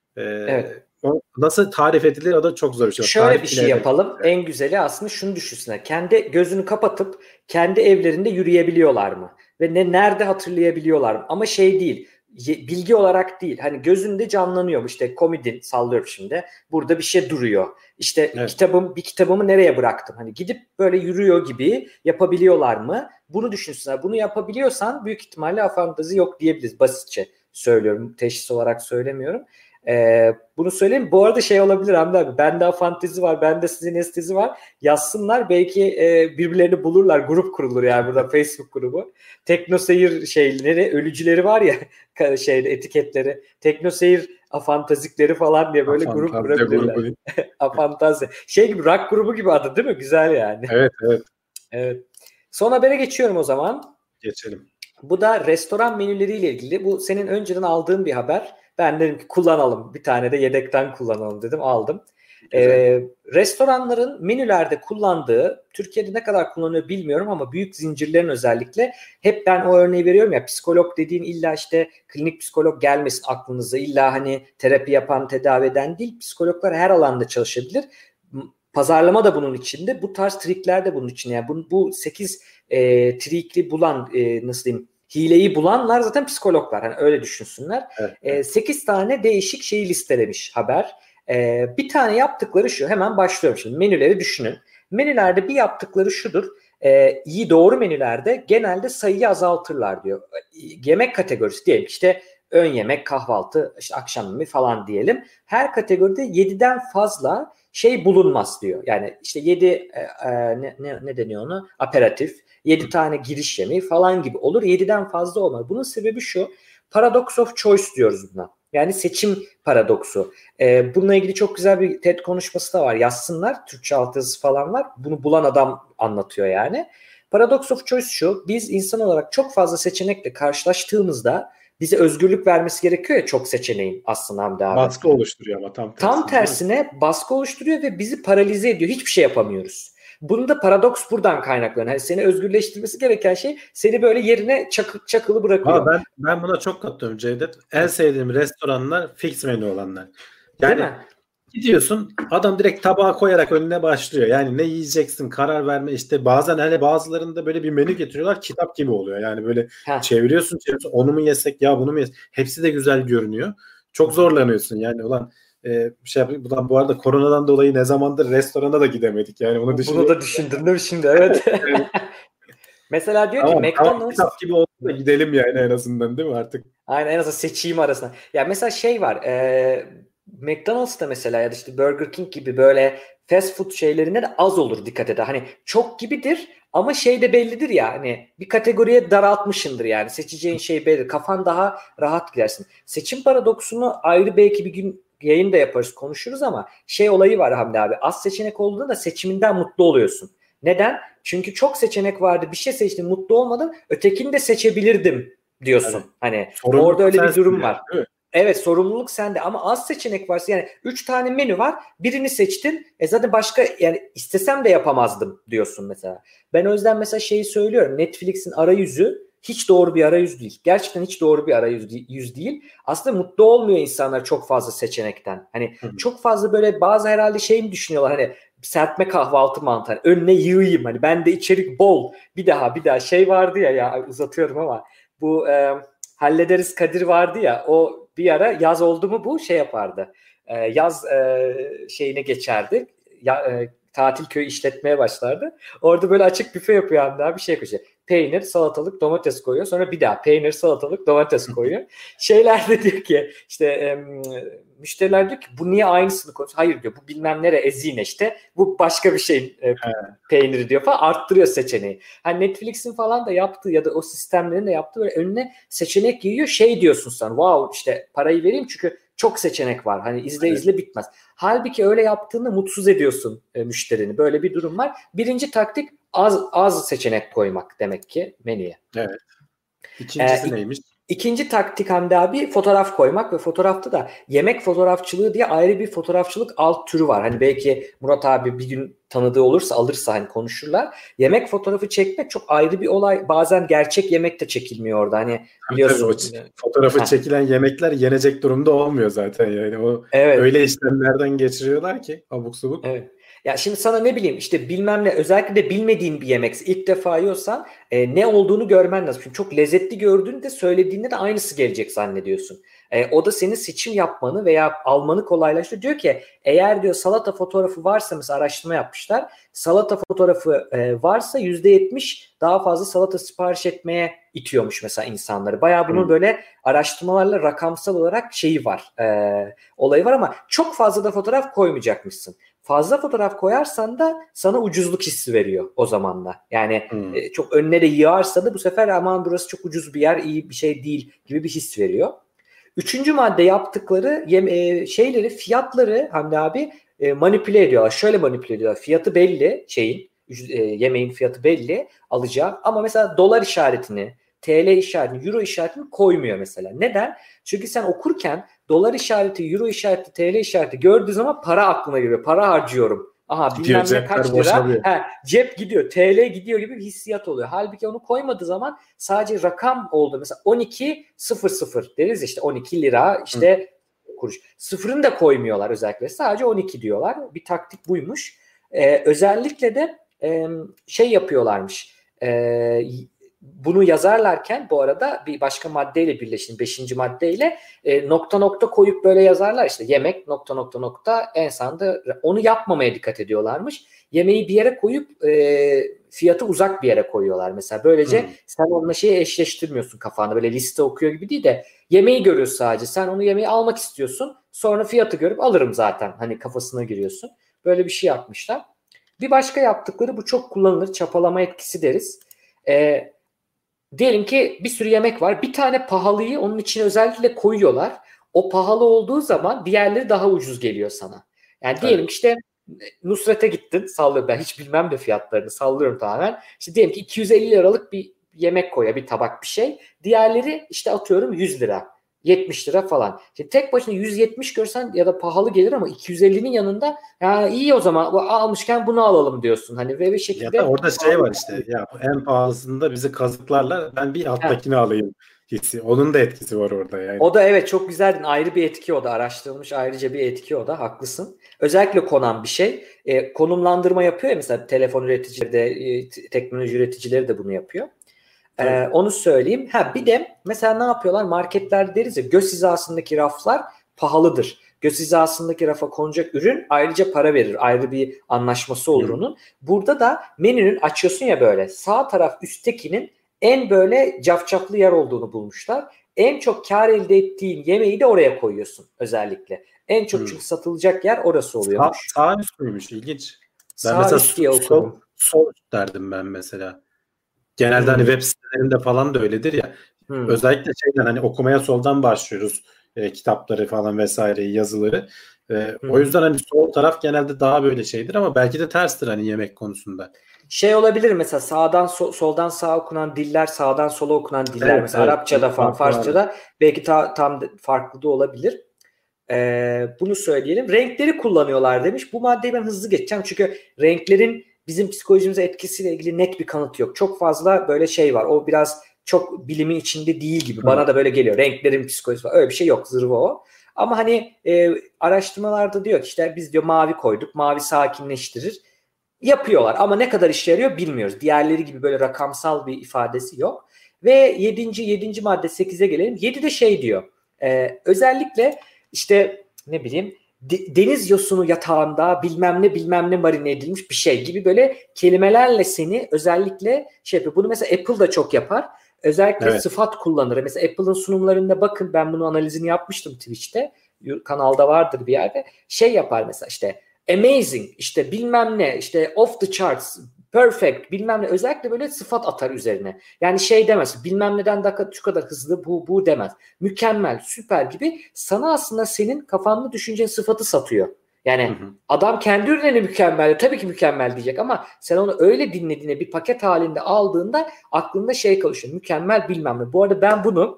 [SPEAKER 2] Ee,
[SPEAKER 3] Evet.
[SPEAKER 2] o nasıl tarif edilir o da çok zor bir şey.
[SPEAKER 3] Şöyle
[SPEAKER 2] Tarif
[SPEAKER 3] bir
[SPEAKER 2] bile
[SPEAKER 3] şey
[SPEAKER 2] edemiyorum.
[SPEAKER 3] yapalım. En güzeli aslında şunu düşünsünler. Kendi gözünü kapatıp kendi evlerinde yürüyebiliyorlar mı? Ve ne nerede hatırlayabiliyorlar mı? Ama şey değil. ye- Bilgi olarak değil. Hani gözünde canlanıyor. İşte komodin sallıyorum şimdi. Burada bir şey duruyor. İşte
[SPEAKER 2] Evet.
[SPEAKER 3] kitabım bir kitabımı nereye bıraktım? Hani gidip böyle yürüyor gibi yapabiliyorlar mı? Bunu düşünsünler. Bunu yapabiliyorsan büyük ihtimalle afantazi yok diyebiliriz. Basitçe söylüyorum. Teşhis olarak söylemiyorum. Ee, bunu söyleyeyim. Bu arada şey olabilir Hamdi abi. Bende fantezi var. Bende sizin estezi var. Yazsınlar. Belki e, birbirlerini bulurlar. Grup kurulur yani burada Facebook grubu. Teknoseyir şeyleri, ölücüleri var ya şeyde etiketleri. Teknoseyir afantazikleri falan diye böyle grup
[SPEAKER 2] Fantazya
[SPEAKER 3] kurabilirler.
[SPEAKER 2] grubu.
[SPEAKER 3] Afantazi. Şey gibi rock grubu gibi adı değil mi? Güzel yani.
[SPEAKER 2] Evet, evet.
[SPEAKER 3] Evet. Son habere geçiyorum o zaman.
[SPEAKER 2] Geçelim.
[SPEAKER 3] Bu da restoran menüleriyle ilgili. Bu senin önceden aldığın bir haber. Ben dedim ki kullanalım. Bir tane de yedekten kullanalım dedim. Aldım.
[SPEAKER 2] Güzel.
[SPEAKER 3] Ee, restoranların menülerde kullandığı, Türkiye'de ne kadar kullanıyor bilmiyorum ama büyük zincirlerin özellikle hep ben o örneği veriyorum ya, psikolog dediğin illa işte klinik psikolog gelmesin aklınıza, illa hani terapi yapan, tedavi eden değil, psikologlar her alanda çalışabilir. Pazarlama da bunun içinde, bu tarz trikler de bunun içinde. Yani bu, bu sekiz e, trikli bulan, e, nasıl diyeyim, hileyi bulanlar zaten psikologlar. Hani öyle düşünsünler.
[SPEAKER 2] Evet,
[SPEAKER 3] E,
[SPEAKER 2] evet.
[SPEAKER 3] sekiz tane değişik şeyi listelemiş haber. E, bir tane yaptıkları şu. Hemen başlıyorum şimdi. Menüleri düşünün. Menülerde bir yaptıkları şudur. E, iyi doğru menülerde genelde sayıyı azaltırlar diyor. Yemek kategorisi diyelim işte ön yemek, kahvaltı, işte akşam yemeği falan diyelim. Her kategoride yediden fazla şey bulunmaz diyor. Yani işte yedi e, e, ne, ne, ne deniyor onu? Aperatif, yedi tane giriş yemeği falan gibi olur. yediden fazla olmaz. Bunun sebebi şu. Paradox of choice diyoruz buna. Yani seçim paradoksu. Ee, bununla ilgili çok güzel bir TED konuşması da var. Yazsınlar. Türkçe altyazısı falan var. Bunu bulan adam anlatıyor yani. Paradox of choice şu. Biz insan olarak çok fazla seçenekle karşılaştığımızda bize özgürlük vermesi gerekiyor ya, çok seçeneğin aslında Hamdi abi.
[SPEAKER 2] Baskı oluşturuyor ama tam
[SPEAKER 3] Tam
[SPEAKER 2] tersine, değil mi?
[SPEAKER 3] tersine baskı oluşturuyor ve bizi paralize ediyor. Hiçbir şey yapamıyoruz. Bunun da paradoks buradan kaynaklanıyor. Yani seni özgürleştirmesi gereken şey seni böyle yerine çakı, çakılı
[SPEAKER 2] Ama
[SPEAKER 3] bırakıyor.
[SPEAKER 2] ben ben buna çok katılıyorum Cevdet. En sevdiğim restoranlar fix menü olanlar.
[SPEAKER 3] Değil
[SPEAKER 2] Yani
[SPEAKER 3] mi?
[SPEAKER 2] gidiyorsun adam direkt tabağa koyarak önüne başlıyor. Yani ne yiyeceksin, karar verme, işte bazen hele bazılarında böyle bir menü getiriyorlar, kitap gibi oluyor. Yani böyle
[SPEAKER 3] Heh.
[SPEAKER 2] çeviriyorsun, çeviriyorsun, onu mu yesek ya bunu mu yesek? Hepsi de güzel görünüyor. Çok zorlanıyorsun yani ulan e, şey yap- ulan bu arada koronadan dolayı ne zamandır restorana da gidemedik. Yani bunu
[SPEAKER 3] Bunu da
[SPEAKER 2] düşünüyorum.
[SPEAKER 3] düşündün değil mi şimdi? Evet.
[SPEAKER 2] Yani,
[SPEAKER 3] Mesela diyor ki
[SPEAKER 2] tamam tamam
[SPEAKER 3] McDonald's,
[SPEAKER 2] kitap gibi olsa da gidelim yani en azından, değil mi artık?
[SPEAKER 3] aynen, en azından seçeyim arasında. Ya mesela şey var. E, McDonald's'ta mesela ya da işte Burger King gibi böyle fast food şeylerinde de az olur, dikkat eder. Hani çok gibidir ama şey de bellidir ya, hani bir kategoriye daraltmışındır yani. Seçeceğin şey belli. Kafan daha rahat gidersin. Seçim paradoksunu ayrı belki bir gün yayın da yaparız, konuşuruz ama şey olayı var Hamdi abi. Az seçenek olduğunda da seçiminden mutlu oluyorsun. Neden? Çünkü çok seçenek vardı. Bir şey seçtim, mutlu olmadım. Ötekini de seçebilirdim diyorsun.
[SPEAKER 2] Yani
[SPEAKER 3] Hani orada
[SPEAKER 2] sorumluluk
[SPEAKER 3] öyle bir
[SPEAKER 2] sensin
[SPEAKER 3] durum
[SPEAKER 2] yani,
[SPEAKER 3] var.
[SPEAKER 2] değil mi?
[SPEAKER 3] Evet, sorumluluk sende ama az seçenek varsa, yani üç tane menü var, birini seçtin, e zaten başka, yani istesem de yapamazdım diyorsun mesela. Ben o yüzden mesela şeyi söylüyorum, Netflix'in arayüzü hiç doğru bir arayüz değil. Gerçekten hiç doğru bir arayüz yüz değil. Aslında mutlu olmuyor insanlar çok fazla seçenekten. Hani
[SPEAKER 2] Hı hı.
[SPEAKER 3] çok fazla böyle bazı herhalde şey mi düşünüyorlar, hani serpme kahvaltı mantığı. Hani önüne yığayım, hani bende içerik bol. Bir daha bir daha şey vardı ya, ya uzatıyorum ama bu e, hallederiz Kadir vardı ya, o bir ara yaz oldu mu bu şey yapardı. E, yaz e, şeyine geçerdi. Ya, e, tatil köyü işletmeye başlardı. Orada böyle açık büfe yapıyor hem daha bir şey koyuyor. Peynir, salatalık, domates koyuyor. Sonra bir daha peynir, salatalık, domates koyuyor. Şeyler de diyor ki işte e, müşteriler diyor ki bu niye aynısını koyuyorsun? Hayır diyor, bu bilmem nere ezine işte. Bu başka bir şeyin e, peyniri diyor falan, arttırıyor seçeneği. Hani Netflix'in falan da yaptığı ya da o sistemlerin de yaptığı, böyle önüne seçenek yiyor. Şey diyorsun sen, wow işte parayı vereyim çünkü çok seçenek var. Hani izle
[SPEAKER 2] Evet.
[SPEAKER 3] izle bitmez. Halbuki öyle yaptığında mutsuz ediyorsun e, müşterini. Böyle bir durum var. Birinci taktik az az seçenek koymak demek ki menüye.
[SPEAKER 2] Evet. İkincisi
[SPEAKER 3] Ee,
[SPEAKER 2] neymiş?
[SPEAKER 3] İkinci taktik Hamdi abi fotoğraf koymak ve fotoğrafta da yemek fotoğrafçılığı diye ayrı bir fotoğrafçılık alt türü var. Hani belki Murat abi bir gün tanıdığı olursa alırsa hani konuşurlar. Yemek fotoğrafı çekmek çok ayrı bir olay. Bazen gerçek yemek de çekilmiyor orada. Hani biliyorsun.
[SPEAKER 2] Tabii, o fotoğrafı
[SPEAKER 3] Heh.
[SPEAKER 2] çekilen yemekler yenecek durumda olmuyor zaten yani. O
[SPEAKER 3] Evet.
[SPEAKER 2] öyle işlemlerden geçiriyorlar ki abuk subuk.
[SPEAKER 3] Evet. Ya şimdi sana ne bileyim işte bilmem ne özellikle de bilmediğin bir yemek ilk defa yiyorsan e, ne olduğunu görmen lazım. Çünkü çok lezzetli gördüğünde söylediğinde de aynısı gelecek zannediyorsun. E, o da senin seçim yapmanı veya almanı kolaylaştırıyor. Diyor ki eğer diyor salata fotoğrafı varsa mesela araştırma yapmışlar. Salata fotoğrafı e, varsa yüzde yetmiş daha fazla salata sipariş etmeye itiyormuş mesela insanları. Bayağı bunun
[SPEAKER 2] Hmm.
[SPEAKER 3] böyle araştırmalarla rakamsal olarak şeyi var. E, olayı var ama çok fazla da fotoğraf koymayacakmışsın. Fazla fotoğraf koyarsan da sana ucuzluk hissi veriyor o zaman da. Yani
[SPEAKER 2] Hmm.
[SPEAKER 3] e, çok önüne de yığarsa da bu sefer aman burası çok ucuz bir yer, iyi bir şey değil gibi bir his veriyor. Üçüncü madde yaptıkları yem- e, şeyleri, fiyatları Hamdi abi e, manipüle ediyorlar. Şöyle manipüle ediyorlar. Fiyatı belli şeyin, e, yemeğin fiyatı belli alacağım ama mesela dolar işaretini, T L işaretini, euro işaretini koymuyor mesela. Neden? Çünkü sen okurken dolar işareti, euro işareti, T L işareti gördüğü zaman para aklına geliyor. Para harcıyorum. Aha
[SPEAKER 2] Gidiyor,
[SPEAKER 3] bilmem ne kaç
[SPEAKER 2] cepler
[SPEAKER 3] lira.
[SPEAKER 2] boşalıyor.
[SPEAKER 3] He, cep gidiyor, T L gidiyor gibi bir hissiyat oluyor. Halbuki onu koymadığı zaman sadece rakam oldu. Mesela on iki sıfır sıfır deriz işte on iki lira işte Hı. kuruş. Sıfırını da koymuyorlar özellikle. Sadece on iki diyorlar. Bir taktik buymuş. Ee, özellikle de e, şey yapıyorlarmış. Ee, bunu yazarlarken bu arada bir başka maddeyle birleşin. Beşinci maddeyle e, nokta nokta koyup böyle yazarlar işte yemek nokta nokta nokta en sonunda onu yapmamaya dikkat ediyorlarmış. Yemeği bir yere koyup e, fiyatı uzak bir yere koyuyorlar mesela. Böylece hmm. sen onunla şeyi eşleştirmiyorsun kafanda. Böyle liste okuyor gibi değil de yemeği görüyorsun sadece. Sen onu yemeği almak istiyorsun. Sonra fiyatı görüp alırım zaten. Hani kafasına giriyorsun. Böyle bir şey yapmışlar. Bir başka yaptıkları bu çok kullanılır. Çapalama etkisi deriz. Eee Diyelim ki bir sürü yemek var. Bir tane pahalıyı onun içine özellikle koyuyorlar. O pahalı olduğu zaman diğerleri daha ucuz geliyor sana. Yani diyelim ki işte Nusret'e gittin. Sallıyorum ben hiç bilmem de fiyatlarını sallıyorum tamamen. İşte diyelim ki iki yüz elli liralık bir yemek koya bir tabak bir şey. Diğerleri işte atıyorum yüz lira. yetmiş lira falan. Şimdi tek başına yüz yetmiş görsen ya da pahalı gelir ama iki yüz ellinin yanında ya iyi o zaman almışken bunu alalım diyorsun. Hani ve bir şekilde
[SPEAKER 2] ya da orada şey var işte ya en pahalısında bizi kazıklarlar ben bir alttakini ha. alayım hissi. Onun da etkisi var orada yani.
[SPEAKER 3] O da evet çok güzel ayrı bir etki o da araştırılmış ayrıca bir etki o da haklısın. Özellikle konan bir şey. E, konumlandırma yapıyor ya mesela telefon üreticileri de e, teknoloji üreticileri de bunu yapıyor. Ee, onu söyleyeyim. Ha bir de mesela ne yapıyorlar? Marketler deriz ya göz hizasındaki raflar pahalıdır. Göz hizasındaki rafa konacak ürün ayrıca para verir. Ayrı bir anlaşması olur onun. Burada da menünün açıyorsun ya böyle sağ taraf üsttekinin en böyle cafcaflı yer olduğunu bulmuşlar. En çok kar elde ettiğin yemeği de oraya koyuyorsun özellikle. En çok çünkü satılacak yer orası oluyormuş.
[SPEAKER 2] Sağ, sağ üst müymüş? İlginç. Ben
[SPEAKER 3] sağ
[SPEAKER 2] mesela
[SPEAKER 3] üst diye
[SPEAKER 2] sol, sol, sol derdim ben mesela. Genelde hmm. hani web sitelerinde falan da öyledir ya. Hmm. Özellikle şeyden hani okumaya soldan başlıyoruz. E, kitapları falan vesaireyi, yazıları. E, hmm. O yüzden hani sol taraf genelde daha böyle şeydir ama belki de terstir hani yemek konusunda.
[SPEAKER 3] Şey olabilir mesela sağdan so- soldan sağa okunan diller, sağdan sola okunan diller evet, mesela evet, Arapçada evet, falan, Farsçada var. Belki ta- tam farklı da olabilir. Ee, bunu söyleyelim. Renkleri kullanıyorlar demiş. Bu maddeyi ben hızlı geçeceğim çünkü renklerin bizim psikolojimize etkisiyle ilgili net bir kanıt yok. Çok fazla böyle şey var. O biraz çok bilimin içinde değil gibi. Bana da böyle geliyor. Renklerin psikolojisi var. Öyle bir şey yok. Zırva o. Ama hani e, araştırmalarda diyor ki işte biz diyor mavi koyduk. Mavi sakinleştirir. Yapıyorlar ama ne kadar işe yarıyor bilmiyoruz. Diğerleri gibi böyle rakamsal bir ifadesi yok. Ve yedinci, yedinci madde sekize gelelim. yedide şey diyor. E, özellikle işte ne bileyim de, deniz yosunu yatağında bilmem ne bilmem ne marine edilmiş bir şey gibi böyle kelimelerle seni özellikle şey yapıyor. Bunu mesela Apple da çok yapar. Özellikle evet. sıfat kullanır. Mesela Apple'ın sunumlarında bakın ben bunun analizini yapmıştım Twitch'te. Kanalda vardır bir yerde. Şey yapar mesela işte amazing işte bilmem ne işte off the charts perfect bilmem ne özellikle böyle sıfat atar üzerine. Yani şey demez bilmem neden dakika şu kadar hızlı bu bu demez. Mükemmel süper gibi sana aslında senin kafanda düşüneceğin sıfatı satıyor. Yani hı hı. adam kendi ürününe mükemmel tabii ki mükemmel diyecek ama sen onu öyle dinlediğinde bir paket halinde aldığında aklında şey kalıyor mükemmel bilmem ne. Bu arada ben bunu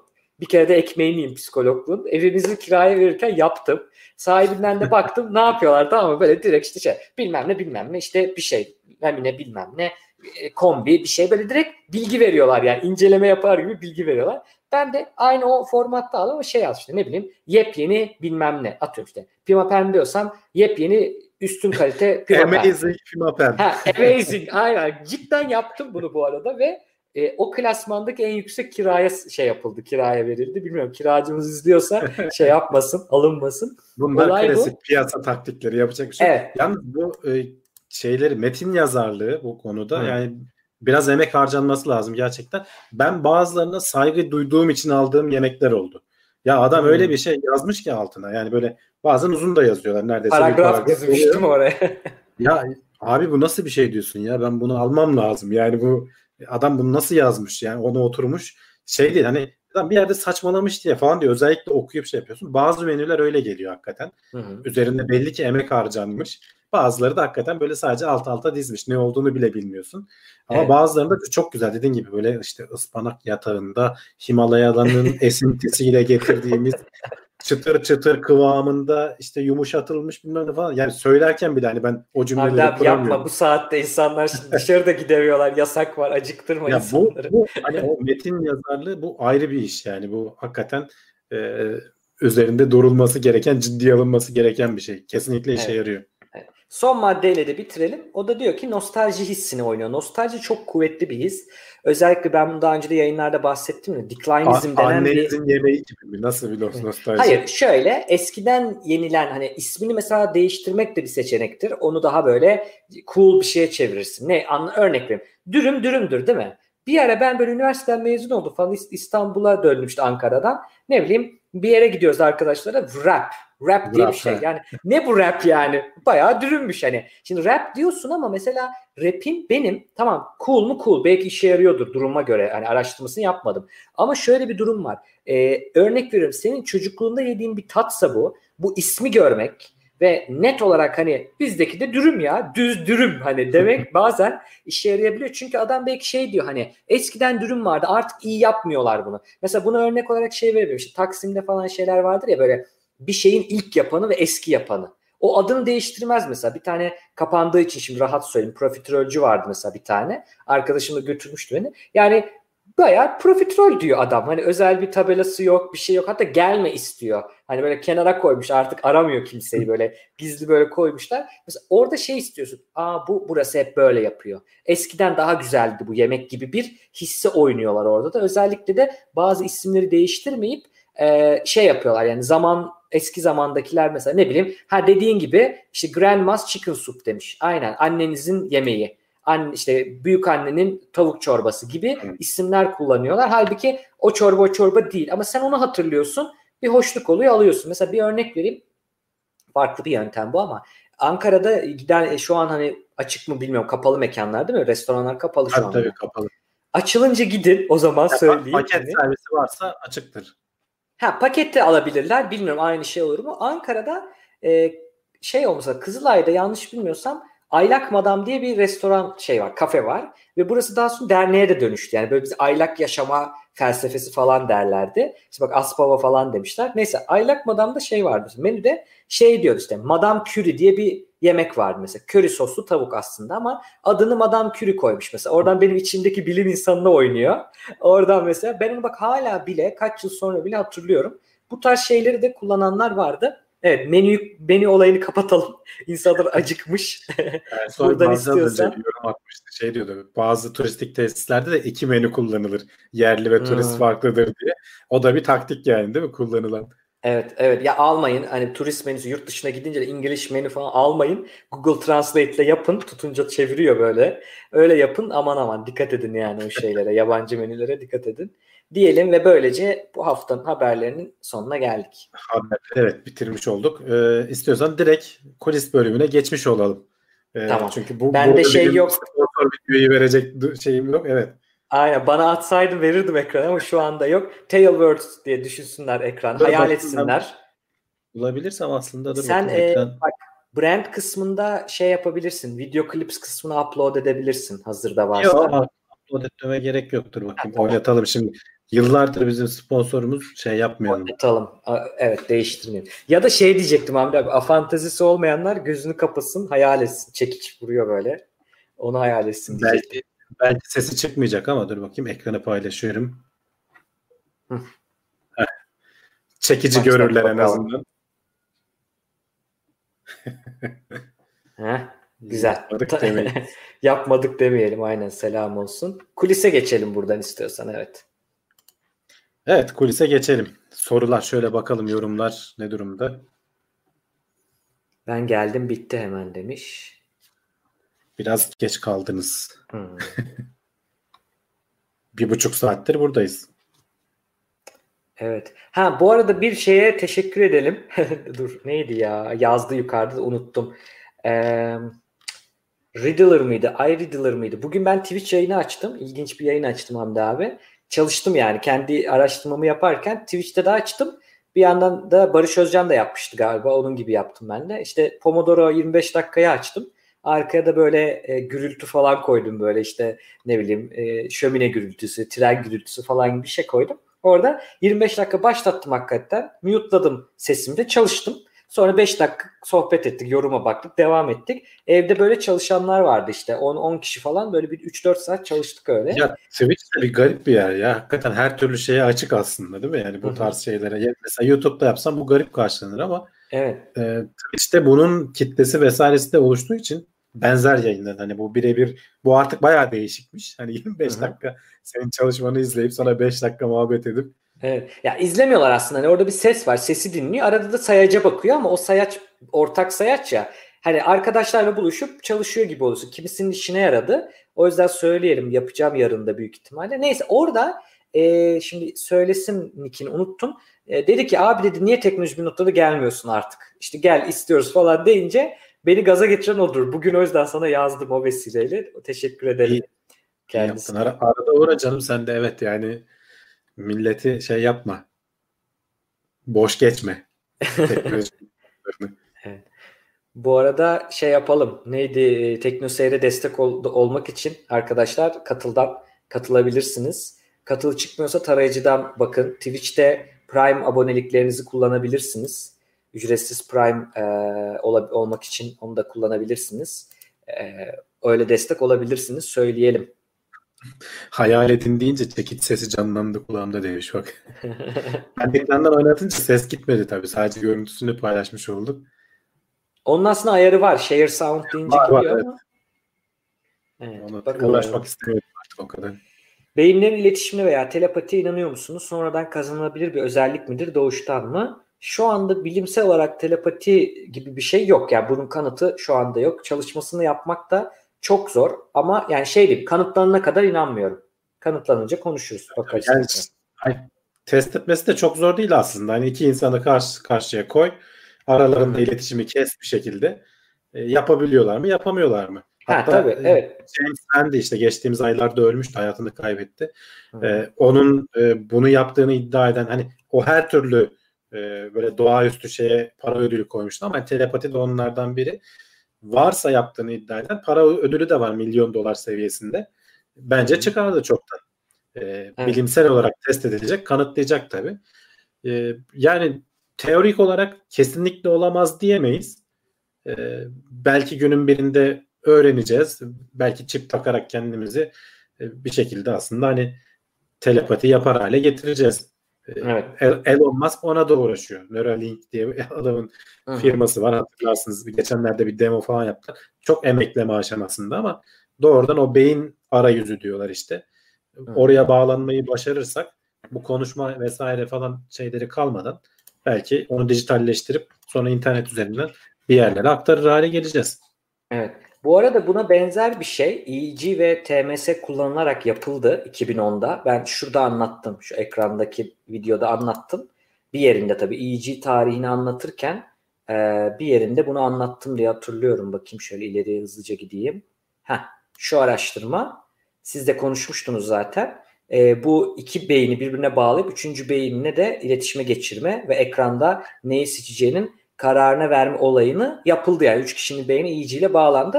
[SPEAKER 3] Bir kere de ekmeğini yiyeyim psikologluğun. Evimizi kiraya verirken yaptım. Sahibinden de baktım ne yapıyorlar, tamam mı? Böyle direkt işte şey bilmem ne bilmem ne işte bir şey ne bilmem ne e, kombi bir şey, böyle direkt bilgi veriyorlar yani inceleme yapar gibi bilgi veriyorlar. Ben de aynı o formatta aldım ama şey yaz işte ne bileyim yepyeni bilmem ne atıyorum işte Pimapen diyorsam yepyeni üstün kalite Pimapen.
[SPEAKER 2] Amazing Pimapen.
[SPEAKER 3] Ha, amazing aynen cidden yaptım bunu bu arada ve e, o klasmandaki en yüksek kiraya şey yapıldı, kiraya verildi. Bilmiyorum kiracımız izliyorsa şey yapmasın, alınmasın.
[SPEAKER 2] Bunlar
[SPEAKER 3] Olay
[SPEAKER 2] klasik
[SPEAKER 3] bu.
[SPEAKER 2] piyasa taktikleri, yapacak bir şey yok.
[SPEAKER 3] Evet.
[SPEAKER 2] Yalnız bu e, şeyleri metin yazarlığı bu konuda
[SPEAKER 3] Hı.
[SPEAKER 2] yani biraz emek harcanması lazım gerçekten. Ben bazılarına saygı duyduğum için aldığım yemekler oldu. Ya adam
[SPEAKER 3] Hı.
[SPEAKER 2] öyle bir şey yazmış ki altına. Yani böyle bazen uzun da yazıyorlar neredeyse.
[SPEAKER 3] Paragraf dizmiştim oraya.
[SPEAKER 2] Ya abi bu nasıl bir şey diyorsun ya, ben bunu almam lazım. Yani bu adam bunu nasıl yazmış yani, onu oturmuş şey değil hani bir yerde saçmalamış diye falan diye özellikle okuyup şey yapıyorsun. Bazı menüler öyle geliyor hakikaten.
[SPEAKER 3] Hı hı.
[SPEAKER 2] Üzerinde belli ki emek harcanmış. Bazıları da hakikaten böyle sadece alt alta dizmiş. Ne olduğunu bile bilmiyorsun. Ama
[SPEAKER 3] Evet.
[SPEAKER 2] bazılarında çok güzel dediğin gibi böyle işte ıspanak yatağında Himalayaların esintisiyle getirdiğimiz çıtır çıtır kıvamında işte yumuşatılmış bilmem ne falan. Yani söylerken bile hani ben o cümleleri
[SPEAKER 3] Abi, abi
[SPEAKER 2] kuramıyorum.
[SPEAKER 3] yapma, bu saatte insanlar şimdi dışarıda gidemiyorlar, yasak var, acıktırma
[SPEAKER 2] Ya bu,
[SPEAKER 3] insanları.
[SPEAKER 2] bu hani o metin yazarlığı bu ayrı bir iş yani, bu hakikaten e, üzerinde durulması gereken, ciddiye alınması gereken bir şey. Kesinlikle işe
[SPEAKER 3] Evet.
[SPEAKER 2] yarıyor.
[SPEAKER 3] Evet. Son maddeyle de bitirelim. O da diyor ki nostalji hissini oynuyor. Nostalji çok kuvvetli bir his. Özellikle ben bunu daha önce de yayınlarda bahsettim mi? Declinism
[SPEAKER 2] A-
[SPEAKER 3] denen bir...
[SPEAKER 2] Annenizin yemeği gibi mi? Nasıl bir nostalji?
[SPEAKER 3] Hayır, şöyle eskiden yenilen hani ismini mesela değiştirmek de bir seçenektir. Onu daha böyle cool bir şeye çevirirsin. Ne? Anla, örnek vereyim. Dürüm dürümdür değil mi? Bir ara ben böyle üniversiteden mezun oldum falan, İstanbul'a dönmüştü Ankara'dan. Ne bileyim bir yere gidiyoruz arkadaşlara, rap. Rap diye bir
[SPEAKER 2] Rap,
[SPEAKER 3] şey.
[SPEAKER 2] he.
[SPEAKER 3] Yani ne bu rap yani? Bayağı dürümmüş hani. Şimdi rap diyorsun ama mesela rap'in benim tamam cool mu cool, belki işe yarıyordur duruma göre. Hani araştırmasını yapmadım. Ama şöyle bir durum var. Ee, örnek veriyorum, senin çocukluğunda yediğin bir tatsa bu. Bu ismi görmek ve net olarak hani bizdeki de dürüm ya, düz dürüm hani demek bazen işe yarayabiliyor. Çünkü adam belki şey diyor, hani eskiden dürüm vardı artık iyi yapmıyorlar bunu. Mesela buna örnek olarak şey verebilirim. İşte Taksim'de falan şeyler vardır ya, böyle bir şeyin ilk yapanı ve eski yapanı. O adını değiştirmez mesela. Bir tane kapandığı için şimdi rahat söyleyeyim. Profiterolcü vardı mesela bir tane. Arkadaşım da götürmüştü beni. Yani bayağı profiterol diyor adam. Hani özel bir tabelası yok, bir şey yok. Hatta gelme istiyor. Hani böyle kenara koymuş, artık aramıyor kimseyi, böyle gizli böyle koymuşlar. Mesela orada şey istiyorsun. Aa bu burası hep böyle yapıyor. Eskiden daha güzeldi bu yemek gibi bir hisse oynuyorlar orada da. Özellikle de bazı isimleri değiştirmeyip e, şey yapıyorlar. Yani zaman eski zamandakiler mesela ne bileyim ha dediğin gibi işte Grandma's Chicken Soup demiş. Aynen annenizin yemeği. Anne, işte büyük annenin tavuk çorbası gibi isimler kullanıyorlar. Halbuki o çorba o çorba değil. Ama sen onu hatırlıyorsun. Bir hoşluk oluyor, alıyorsun. Mesela bir örnek vereyim. Farklı bir yöntem bu ama Ankara'da giden şu an hani açık mı bilmiyorum, kapalı mekanlar değil mi? Restoranlar kapalı şu
[SPEAKER 2] Tabii
[SPEAKER 3] anda.
[SPEAKER 2] tabii kapalı.
[SPEAKER 3] Açılınca gidin o zaman
[SPEAKER 2] Ya,
[SPEAKER 3] söyleyeyim.
[SPEAKER 2] paket
[SPEAKER 3] hani.
[SPEAKER 2] servisi varsa açıktır.
[SPEAKER 3] Ha pakette alabilirler. Bilmiyorum aynı şey olur mu? Ankara'da e, şey olmasa Kızılay'da yanlış bilmiyorsam Aylak Madam diye bir restoran şey var, kafe var ve burası daha sonra derneğe de dönüştü. Yani böyle biz aylak yaşama felsefesi falan derlerdi. İşte bak Aspava falan demişler. Neyse Aylak Madam'da şey vardı. Menüde şey diyordu işte Madame Curie diye bir yemek vardı mesela. Köri soslu tavuk aslında ama adını Madame Curie koymuş mesela. Oradan benim içimdeki bilim insanına oynuyor. Oradan mesela ben onu bak hala bile kaç yıl sonra bile hatırlıyorum. Bu tarz şeyleri de kullananlar vardı. Evet, menü menü olayını kapatalım. İnsanlar acıkmış.
[SPEAKER 2] Yani sonra
[SPEAKER 3] Buradan
[SPEAKER 2] Bazıları da
[SPEAKER 3] istiyorsan.
[SPEAKER 2] önce bir yorum atmıştı. Şey diyordu. Bazı turistik tesislerde de iki menü kullanılır. Yerli ve turist
[SPEAKER 3] Hmm.
[SPEAKER 2] farklıdır diye. O da bir taktik yani değil mi kullanılan?
[SPEAKER 3] Evet, evet. Ya almayın. Hani turist menüsü yurt dışına gidince de İngiliz menü falan almayın. Google Translate ile yapın. Tutunca çeviriyor böyle. Öyle yapın. Aman aman dikkat edin yani o şeylere. Yabancı menülere dikkat edin. Diyelim ve böylece bu haftanın haberlerinin sonuna geldik.
[SPEAKER 2] Haber. Evet bitirmiş olduk. Ee, istiyorsan direkt kulis bölümüne geçmiş olalım. Ee,
[SPEAKER 3] Tamam.
[SPEAKER 2] çünkü bu
[SPEAKER 3] Bende
[SPEAKER 2] burada
[SPEAKER 3] şey
[SPEAKER 2] benim
[SPEAKER 3] yok.
[SPEAKER 2] sponsor videoyu verecek du- şeyim yok. Evet.
[SPEAKER 3] Aynen, bana atsaydım verirdim ekrana ama şu anda yok. Tailwords diye düşünsünler ekran.
[SPEAKER 2] Dur
[SPEAKER 3] Hayal
[SPEAKER 2] bakayım ben
[SPEAKER 3] etsinler.
[SPEAKER 2] bulabilirsem aslında dur
[SPEAKER 3] Sen
[SPEAKER 2] bakayım
[SPEAKER 3] e,
[SPEAKER 2] ekran.
[SPEAKER 3] bak brand kısmında şey yapabilirsin. Video clips kısmına upload edebilirsin hazırda varsa.
[SPEAKER 2] Yok upload etmeme gerek yoktur
[SPEAKER 3] Ha,
[SPEAKER 2] bakayım.
[SPEAKER 3] tamam.
[SPEAKER 2] Oynatalım şimdi. Yıllardır bizim sponsorumuz şey yapmayalım.
[SPEAKER 3] Atalım. Evet, değiştirmeyelim. Ya da şey diyecektim Hamdi abi. Afantazisi olmayanlar gözünü kapasın, hayal etsin. Çekiç vuruyor böyle. Onu hayal etsin diyecektim.
[SPEAKER 2] Belki, belki sesi çıkmayacak ama dur bakayım, ekranı paylaşıyorum.
[SPEAKER 3] Hı.
[SPEAKER 2] Çekici
[SPEAKER 3] Bak,
[SPEAKER 2] görürler en
[SPEAKER 3] bakalım.
[SPEAKER 2] azından.
[SPEAKER 3] Heh, güzel.
[SPEAKER 2] Yapmadık demeyin.
[SPEAKER 3] Yapmadık demeyelim, aynen, selam olsun. Kulise geçelim buradan istiyorsan, evet.
[SPEAKER 2] Evet, kulise geçelim. Sorular şöyle bakalım, yorumlar ne durumda?
[SPEAKER 3] Ben geldim bitti hemen demiş.
[SPEAKER 2] Biraz geç kaldınız.
[SPEAKER 3] Hmm.
[SPEAKER 2] Bir buçuk saattir buradayız.
[SPEAKER 3] Evet. Ha, bu arada bir şeye teşekkür edelim. Dur, neydi ya? Yazdı yukarıda, unuttum. Ee, Riddler mıydı? iRiddler mıydı? Bugün ben Twitch yayını açtım. İlginç bir yayın açtım Hamdi abi. Çalıştım yani. Kendi araştırmamı yaparken Twitch'te de açtım. Bir yandan da Barış Özcan da yapmıştı galiba. Onun gibi yaptım ben de. İşte Pomodoro yirmi beş dakikaya açtım. Arkaya da böyle e, gürültü falan koydum, böyle işte ne bileyim e, şömine gürültüsü, tren gürültüsü falan gibi bir şey koydum. Orada yirmi beş dakika başlattım hakikaten. Mute'ladım sesimi de, çalıştım. Sonra beş dakika sohbet ettik, yoruma baktık, devam ettik. Evde böyle çalışanlar vardı işte. on on kişi falan, böyle bir üç dört saat çalıştık öyle.
[SPEAKER 2] Ya Twitch de bir garip bir yer ya. Hakikaten her türlü şeye açık aslında, değil mi? Yani bu
[SPEAKER 3] Hı hı.
[SPEAKER 2] tarz şeylere. Ya mesela YouTube'da yapsam bu garip karşılanır ama
[SPEAKER 3] Evet.
[SPEAKER 2] e, Twitch'te bunun kitlesi vesairesi de oluştuğu için benzer yayınlar. Hani bu birebir, bu artık bayağı değişikmiş. Hani yirmi beş
[SPEAKER 3] Hı hı.
[SPEAKER 2] dakika senin çalışmanı izleyip sonra beş dakika muhabbet edip.
[SPEAKER 3] Evet. Ya izlemiyorlar aslında. Hani orada bir ses var. Sesi dinliyor. Arada da sayaca bakıyor ama o sayaç ortak sayaç ya. Hani arkadaşlarla buluşup çalışıyor gibi oluyorsun. Kimisinin işine yaradı. O yüzden söyleyelim. Yapacağım yarın da büyük ihtimalle. Neyse, orada e, şimdi söylesin nickini unuttum. E, dedi ki abi, dedi, niye teknoloji bir noktada gelmiyorsun artık? İşte gel istiyoruz falan deyince beni gaza getiren odur. Bugün o yüzden sana yazdım o vesileyle. Teşekkür ederim.
[SPEAKER 2] İyi, iyi yaptın. Ara, arada uğra canım sen de, evet yani milleti şey yapma. Boş geçme. Teknoloji.
[SPEAKER 3] Evet. Bu arada şey yapalım. Neydi? E, TeknoSeyir'e destek ol- olmak için arkadaşlar katıldan katılabilirsiniz. Katıl çıkmıyorsa tarayıcıdan bakın. Twitch'te Prime aboneliklerinizi kullanabilirsiniz. Ücretsiz Prime e, ol- olmak için onu da kullanabilirsiniz. E, öyle destek olabilirsiniz. Söyleyelim.
[SPEAKER 2] Hayal edin deyince çekiç sesi canlandı kulağımda demiş bak. Ben ekrandan oynatınca ses gitmedi tabii. Sadece görüntüsünü paylaşmış olduk.
[SPEAKER 3] Onun aslında ayarı var. Share Sound deyince
[SPEAKER 2] Var, var,
[SPEAKER 3] gidiyor
[SPEAKER 2] evet.
[SPEAKER 3] ama. Evet,
[SPEAKER 2] Ona
[SPEAKER 3] bakalım.
[SPEAKER 2] uğraşmak istemiyorum artık o kadar.
[SPEAKER 3] Beyinlerin iletişimine veya telepatiye inanıyor musunuz? Sonradan kazanılabilir bir özellik midir, doğuştan mı? Şu anda bilimsel olarak telepati gibi bir şey yok. Yani bunun kanıtı şu anda yok. Çalışmasını yapmak da çok zor. Ama yani şey diyeyim, kanıtlanana kadar inanmıyorum. Kanıtlanınca konuşuruz. Bakarız.
[SPEAKER 2] Yani, ay, test etmesi de çok zor değil aslında. Hani iki insanı karşı karşıya koy. Aralarında
[SPEAKER 3] Hı-hı.
[SPEAKER 2] iletişimi kes bir şekilde. E, yapabiliyorlar mı, yapamıyorlar mı?
[SPEAKER 3] Ha,
[SPEAKER 2] Hatta
[SPEAKER 3] tabii,
[SPEAKER 2] e,
[SPEAKER 3] evet.
[SPEAKER 2] James Randi işte geçtiğimiz aylarda ölmüştü, hayatını kaybetti. E, onun e, bunu yaptığını iddia eden, hani o her türlü e, böyle doğaüstü şeye para ödülü koymuştu ama telepati de onlardan biri. Varsa yaptığını iddia eden, para ödülü de var milyon dolar seviyesinde. Bence
[SPEAKER 3] Hı-hı.
[SPEAKER 2] çıkardı çoktan. E,
[SPEAKER 3] Evet.
[SPEAKER 2] Bilimsel olarak test edilecek, kanıtlayacak tabii. E, yani teorik olarak kesinlikle olamaz diyemeyiz. E, belki günün birinde öğreneceğiz. Belki çip takarak kendimizi e, bir şekilde aslında hani telepati yapar hale getireceğiz. E,
[SPEAKER 3] Evet.
[SPEAKER 2] Elon Musk ona da uğraşıyor. Neuralink diye adamın
[SPEAKER 3] Hı-hı.
[SPEAKER 2] firması var, hatırlarsınız. Geçenlerde bir demo falan yaptık. Çok emekleme aşamasında ama doğrudan o beyin arayüzü diyorlar işte. Oraya bağlanmayı başarırsak bu konuşma vesaire falan şeyleri kalmadan belki onu dijitalleştirip sonra internet üzerinden bir yerlere aktarır hale geleceğiz.
[SPEAKER 3] Evet. Bu arada buna benzer bir şey E E G ve T M S kullanılarak yapıldı iki bin onda. Ben şurada anlattım. Şu ekrandaki videoda anlattım. Bir yerinde tabii E E G tarihini anlatırken e, bir yerinde bunu anlattım diye hatırlıyorum. Bakayım şöyle ileriye hızlıca gideyim. Heh, şu araştırma. Siz de konuşmuştunuz zaten. E, bu iki beyni birbirine bağlayıp üçüncü beyinle de iletişime geçirme ve ekranda neyi seçeceğinin kararını verme olayını yapıldı. Yani üç kişinin beyni E E G ile bağlandı.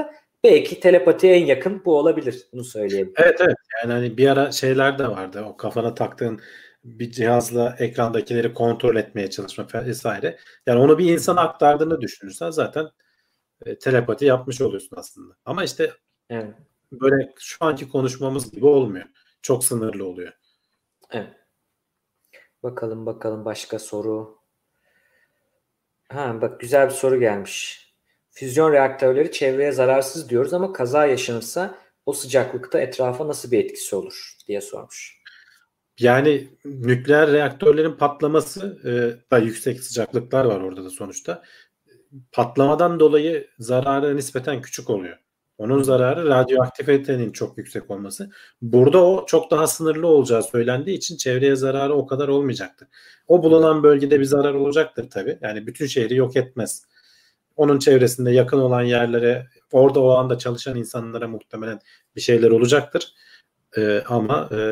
[SPEAKER 3] belki telepatiye en yakın bu olabilir. Bunu söyleyelim.
[SPEAKER 2] Evet evet. Yani hani bir ara şeyler de vardı. O kafana taktığın bir cihazla ekrandakileri kontrol etmeye çalışma vesaire. Yani onu bir insana aktardığını düşünürsen zaten e, telepati yapmış oluyorsun aslında. Ama işte
[SPEAKER 3] Evet.
[SPEAKER 2] böyle şu anki konuşmamız gibi olmuyor. Çok sınırlı oluyor.
[SPEAKER 3] Evet. Bakalım bakalım başka soru. Ha bak güzel bir soru gelmiş. Füzyon reaktörleri çevreye zararsız diyoruz ama kaza yaşanırsa o sıcaklıkta etrafa nasıl bir etkisi olur diye sormuş.
[SPEAKER 2] Yani nükleer reaktörlerin patlaması e, da yüksek sıcaklıklar var orada da sonuçta. Patlamadan dolayı zararı nispeten küçük oluyor. Onun zararı radyoaktivitenin çok yüksek olması. Burada o çok daha sınırlı olacağı söylendiği için çevreye zararı o kadar olmayacaktır. O bulunan bölgede bir zarar olacaktır tabii. Yani bütün şehri yok etmez. Onun çevresinde yakın olan yerlere, orada o anda çalışan insanlara muhtemelen bir şeyler olacaktır. Ee, ama e,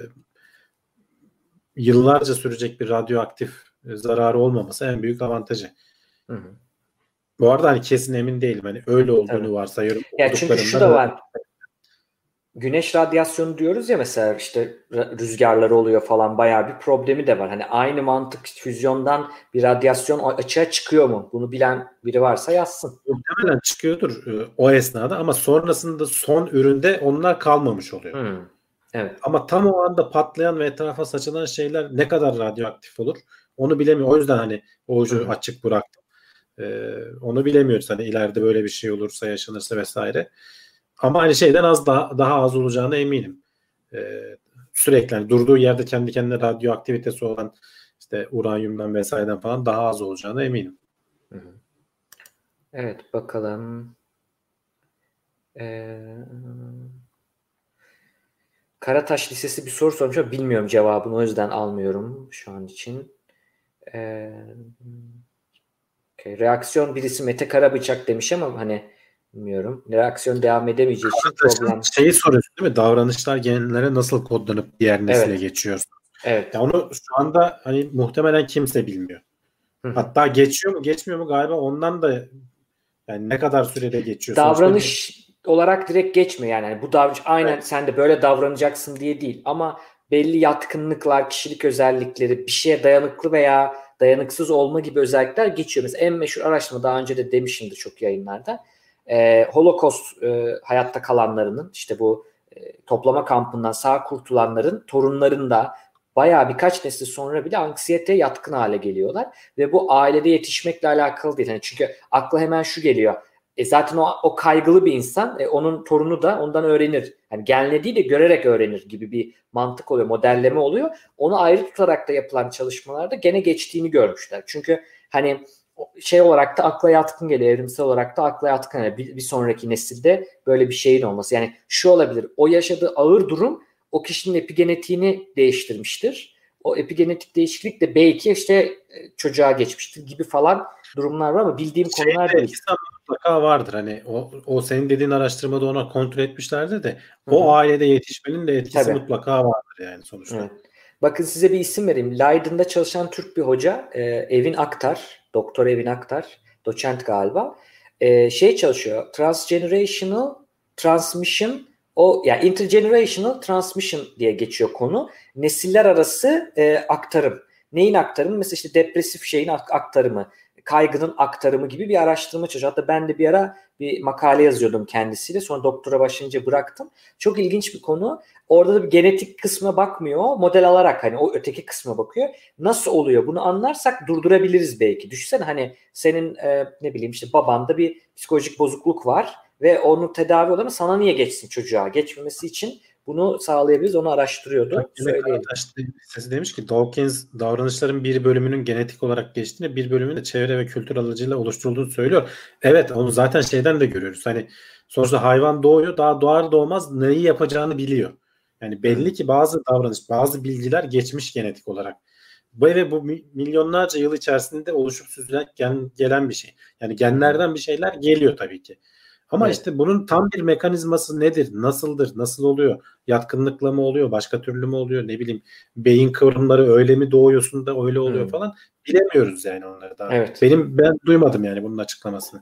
[SPEAKER 2] yıllarca sürecek bir radyoaktif zararı olmaması en büyük avantajı. Hı hı. Bu arada hani kesin emin değilim. Hani öyle olduğunu
[SPEAKER 3] Tabii.
[SPEAKER 2] varsayıyorum.
[SPEAKER 3] Ya çünkü şu da var. Güneş radyasyonu diyoruz ya mesela işte rüzgarları oluyor falan bayağı bir problemi de var. Hani aynı mantık füzyondan bir radyasyon açığa çıkıyor mu? Bunu bilen biri varsa yazsın.
[SPEAKER 2] Muhtemelen çıkıyordur o esnada ama sonrasında son üründe onlar kalmamış oluyor.
[SPEAKER 3] Hmm. Evet.
[SPEAKER 2] Ama tam o anda patlayan ve etrafa saçılan şeyler ne kadar radyoaktif olur onu bilemiyorum. O yüzden hani o ucu açık bıraktım. Ee, onu bilemiyoruz. Hani ileride böyle bir şey olursa, yaşanırsa vesaire. Ama hani şeyden az daha, daha az olacağına eminim. Ee, sürekli hani durduğu yerde kendi kendine radyoaktivitesi olan işte uranyumdan vesaireden falan daha az olacağına eminim.
[SPEAKER 3] Hı hı. Evet bakalım. Ee, Karataş Lisesi bir soru sormuş ama bilmiyorum cevabını, o yüzden almıyorum şu an için. Ee, okay. Reaksiyon birisi Mete Karabıçak demiş ama hani bilmiyorum. Reaksiyon devam edemeyeceği için problem.
[SPEAKER 2] Şeyi soruyorsun değil mi? Davranışlar genlere nasıl kodlanıp diğer nesile
[SPEAKER 3] Evet.
[SPEAKER 2] geçiyor?
[SPEAKER 3] Evet.
[SPEAKER 2] Ya onu şu anda hani muhtemelen kimse bilmiyor. Hı-hı. Hatta geçiyor mu geçmiyor mu galiba ondan da yani ne kadar sürede geçiyor.
[SPEAKER 3] Davranış
[SPEAKER 2] Sonuçta
[SPEAKER 3] olarak direkt geçmiyor yani. yani bu davranış aynen
[SPEAKER 2] evet.
[SPEAKER 3] sen de böyle davranacaksın diye değil ama belli yatkınlıklar, kişilik özellikleri, bir şeye dayanıklı veya dayanıksız olma gibi özellikler geçiyor. Mesela en meşhur araştırma, daha önce de demişimdir çok yayınlarda. E, Holocaust e, hayatta kalanlarının işte bu e, toplama kampından sağ kurtulanların torunlarında bayağı birkaç nesil sonra bile anksiyeteye yatkın hale geliyorlar ve bu ailede yetişmekle alakalı değil. Yani çünkü akla hemen şu geliyor. E zaten o, o kaygılı bir insan, e, onun torunu da ondan öğrenir. Yani genlediği de görerek öğrenir gibi bir mantık oluyor, modelleme oluyor. Onu ayrı tutarak da yapılan çalışmalarda gene geçtiğini görmüşler. Çünkü hani şey olarak da akla yatkın geliyor, evrimsel olarak da akla yatkın. Yani bir, bir sonraki nesilde böyle bir şeyin olması. Yani şu olabilir, o yaşadığı ağır durum o kişinin epigenetiğini değiştirmiştir. O epigenetik değişiklik de belki işte çocuğa geçmiştir gibi falan durumlar var ama bildiğim
[SPEAKER 2] şey
[SPEAKER 3] konular
[SPEAKER 2] de
[SPEAKER 3] değil.
[SPEAKER 2] Mutlaka vardır. Hani o, o senin dediğin araştırmada ona kontrol etmişlerdi de
[SPEAKER 3] Hı-hı.
[SPEAKER 2] o ailede yetişmenin de etkisi
[SPEAKER 3] Tabii.
[SPEAKER 2] mutlaka vardır yani sonuçta.
[SPEAKER 3] Evet. Bakın size bir isim vereyim. Leiden'da çalışan Türk bir hoca, e, Evin Aktar, Doktor Evin Aktar, doçent galiba. E, şey çalışıyor. Transgenerational Transmission, o yani intergenerational transmission diye geçiyor konu. Nesiller arası e, aktarım. Neyin aktarımı? Mesela işte depresif şeyin aktarımı, kaygının aktarımı gibi bir araştırma çalışıyor. Hatta ben de bir ara bir makale yazıyordum kendisiyle. Sonra doktora başlayınca bıraktım. Çok ilginç bir konu. Orada da bir genetik kısmına bakmıyor. Model alarak hani o öteki kısma bakıyor. Nasıl oluyor? Bunu anlarsak durdurabiliriz belki. Düşünsene hani senin e, ne bileyim işte babanda bir psikolojik bozukluk var ve onu tedavi olanı sana niye geçsin çocuğa? Geçmemesi için bunu sağlayabiliriz. Onu araştırıyordu. Söyleyelim.
[SPEAKER 2] Sesi demiş ki Dawkins davranışların bir bölümünün genetik olarak geçtiğini, bir bölümünün de çevre ve kültür aracılığıyla oluşturulduğunu söylüyor. Evet, onu zaten şeyden de görüyoruz. Hani sonuçta hayvan doğuyor, daha doğar doğmaz neyi yapacağını biliyor. Yani belli hmm. ki bazı davranış, bazı bilgiler geçmiş genetik olarak. Bu ve bu milyonlarca yıl içerisinde oluşup süzülerek gelen bir şey. Yani genlerden bir şeyler geliyor tabii ki. Ama evet. işte bunun tam bir mekanizması nedir? Nasıldır? Nasıl oluyor? Yatkınlıkla mı oluyor? Başka türlü mü oluyor? Ne bileyim beyin kıvrımları öyle mi doğuyorsun da öyle oluyor hmm. falan. Bilemiyoruz yani onları daha.
[SPEAKER 3] Evet.
[SPEAKER 2] Benim ben duymadım yani bunun açıklamasını.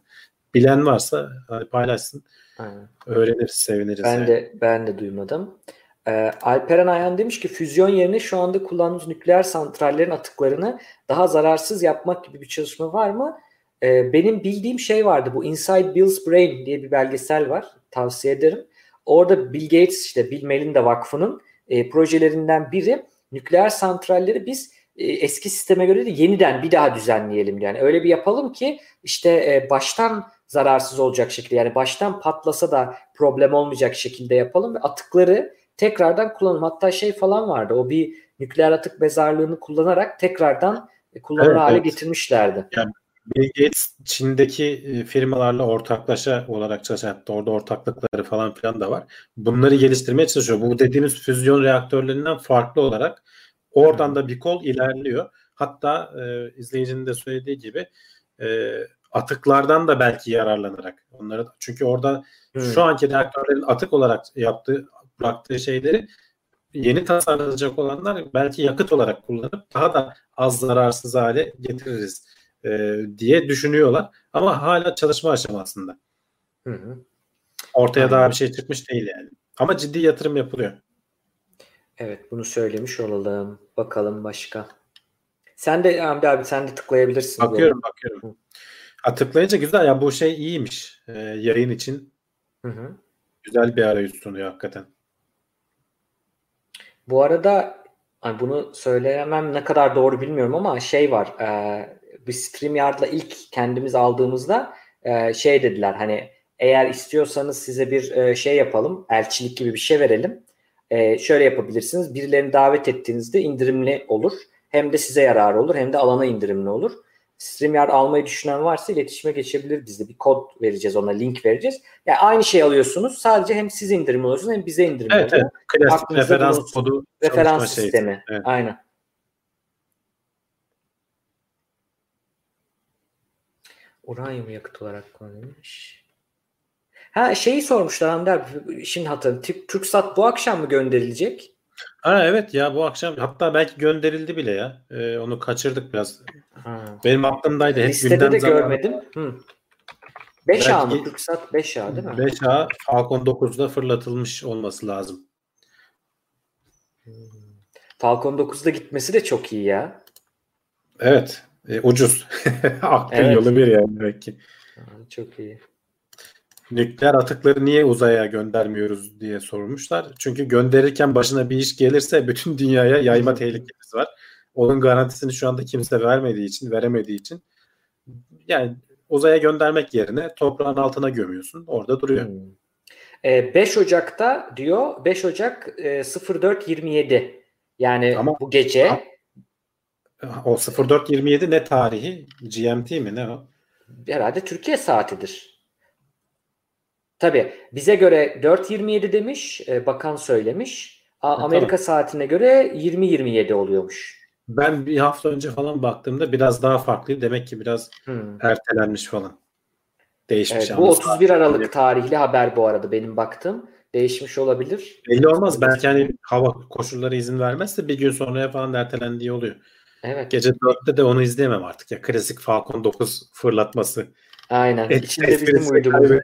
[SPEAKER 2] bilen varsa hadi paylaşsın.
[SPEAKER 3] Aynen.
[SPEAKER 2] Öğreniriz, seviniriz.
[SPEAKER 3] Ben
[SPEAKER 2] yani.
[SPEAKER 3] de ben de duymadım. Ee, Alperen Ayhan demiş ki füzyon yerine şu anda kullandığımız nükleer santrallerin atıklarını daha zararsız yapmak gibi bir çalışma var mı? Ee, benim bildiğim şey vardı. Bu Inside Bill's Brain diye bir belgesel var. Tavsiye ederim. Orada Bill Gates, işte Bill Melinda Vakfı'nın e, projelerinden biri, nükleer santralleri biz e, eski sisteme göre de yeniden bir daha düzenleyelim. Yani öyle bir yapalım ki işte e, baştan zararsız olacak şekilde, yani baştan patlasa da problem olmayacak şekilde yapalım ve atıkları tekrardan kullanalım. Hatta şey falan vardı. O bir nükleer atık mezarlığını kullanarak tekrardan kullanılır
[SPEAKER 2] Evet,
[SPEAKER 3] hale
[SPEAKER 2] evet.
[SPEAKER 3] getirmişlerdi.
[SPEAKER 2] Yani Bill Gates Çin'deki e, firmalarla ortaklaşa olarak çalışan, hatta orada ortaklıkları falan filan da var. Bunları geliştirmeye çalışıyor. Bu dediğimiz füzyon reaktörlerinden farklı olarak oradan da bir kol ilerliyor. Hatta e, izleyicinin de söylediği gibi e, atıklardan da belki yararlanarak onları, çünkü orada
[SPEAKER 3] Hmm.
[SPEAKER 2] şu anki reaktörlerin atık olarak yaptığı bıraktığı şeyleri yeni tasarlanacak olanlar belki yakıt olarak kullanıp daha da az zararsız hale getiririz e, diye düşünüyorlar. Ama hala çalışma aşamasında.
[SPEAKER 3] Hı hı.
[SPEAKER 2] Ortaya
[SPEAKER 3] Aynen.
[SPEAKER 2] daha bir şey çıkmış değil yani. Ama ciddi yatırım yapılıyor.
[SPEAKER 3] Evet, bunu söylemiş olalım. Bakalım başka. Sen de Hamdi abi, sen de tıklayabilirsin.
[SPEAKER 2] Bakıyorum
[SPEAKER 3] bu.
[SPEAKER 2] bakıyorum.
[SPEAKER 3] Hı.
[SPEAKER 2] Ha, tıklayınca güzel ya, bu şey iyiymiş. E, yayın için
[SPEAKER 3] Hı hı.
[SPEAKER 2] güzel bir arayüz sunuyor hakikaten.
[SPEAKER 3] Bu arada hani bunu söyleyemem ne kadar doğru bilmiyorum ama şey var. E, bir StreamYard'la ilk kendimiz aldığımızda e, şey dediler, hani eğer istiyorsanız size bir e, şey yapalım, elçilik gibi bir şey verelim. E, şöyle yapabilirsiniz. Birilerini davet ettiğinizde indirimli olur. Hem de size yararı olur, hem de alana indirimli olur. StreamYard almayı düşünen varsa iletişime geçebilir bizle. Bir kod vereceğiz, ona link vereceğiz. Yani aynı şey alıyorsunuz. Sadece hem siz indirimli oluyorsunuz hem bize indirimli
[SPEAKER 2] Evet,
[SPEAKER 3] oluyor.
[SPEAKER 2] evet. Klasik
[SPEAKER 3] Aklınızda
[SPEAKER 2] referans
[SPEAKER 3] bulunsun.
[SPEAKER 2] kodu çalışma
[SPEAKER 3] Referans
[SPEAKER 2] şeysi.
[SPEAKER 3] sistemi.
[SPEAKER 2] Evet.
[SPEAKER 3] Aynen. Uranyum yakıt olarak kullanılmış. Ha, şeyi sormuşlar Hamdi abi. Şimdi hatırladım. Türk- TürkSat bu akşam mı gönderilecek?
[SPEAKER 2] Ha, evet ya, bu akşam hatta belki gönderildi bile ya. E, onu kaçırdık biraz.
[SPEAKER 3] Ha.
[SPEAKER 2] Benim aklımdaydı. Hep
[SPEAKER 3] Listede
[SPEAKER 2] gündem
[SPEAKER 3] de
[SPEAKER 2] zamanı.
[SPEAKER 3] görmedim. Hı. beş A mı?
[SPEAKER 2] Belki
[SPEAKER 3] TürkSat beş A değil mi?
[SPEAKER 2] beş A Falcon dokuzda fırlatılmış olması lazım.
[SPEAKER 3] Hmm. Falcon dokuzda gitmesi de çok iyi ya.
[SPEAKER 2] Evet. E, ucuz. Aklın
[SPEAKER 3] Evet.
[SPEAKER 2] yolu bir yani demek ki.
[SPEAKER 3] Ha, çok iyi.
[SPEAKER 2] Nükleer atıkları niye uzaya göndermiyoruz diye sormuşlar. Çünkü gönderirken başına bir iş gelirse bütün dünyaya yayma tehlikemiz var. Onun garantisini şu anda kimse vermediği için, veremediği için, yani uzaya göndermek yerine toprağın altına gömüyorsun. Orada duruyor.
[SPEAKER 3] Hmm. E, beş Ocak'ta diyor. beş Ocak e, sıfır dört yirmi yedi. Yani
[SPEAKER 2] Ama
[SPEAKER 3] bu gece.
[SPEAKER 2] o sıfır dört yirmi yedi ne tarihi? G M T mi ne o?
[SPEAKER 3] Herhalde Türkiye saatidir. Tabii bize göre dört yirmi yedi demiş, e, bakan söylemiş. A-
[SPEAKER 2] Ha,
[SPEAKER 3] Amerika
[SPEAKER 2] tamam.
[SPEAKER 3] saatine göre yirmi yirmi yedi oluyormuş.
[SPEAKER 2] Ben bir hafta önce falan baktığımda biraz daha farklıydı. Demek ki biraz
[SPEAKER 3] Hmm.
[SPEAKER 2] ertelenmiş falan. Değişmiş
[SPEAKER 3] Evet, bu
[SPEAKER 2] ama
[SPEAKER 3] otuz bir Aralık
[SPEAKER 2] saat.
[SPEAKER 3] tarihli haber bu arada, benim baktığım. Değişmiş olabilir.
[SPEAKER 2] Belli olmaz.
[SPEAKER 3] Onu da
[SPEAKER 2] Belki hani
[SPEAKER 3] söyleyeyim.
[SPEAKER 2] hava koşulları izin vermezse bir gün sonraya falan ertelendiği oluyor.
[SPEAKER 3] Evet.
[SPEAKER 2] Gece dörtte de onu izleyemem artık ya. Klasik Falcon dokuz fırlatması.
[SPEAKER 3] Aynen.
[SPEAKER 2] Et,
[SPEAKER 3] İçinde bizim
[SPEAKER 2] esprisi
[SPEAKER 3] uydurumuz.
[SPEAKER 2] kaybı.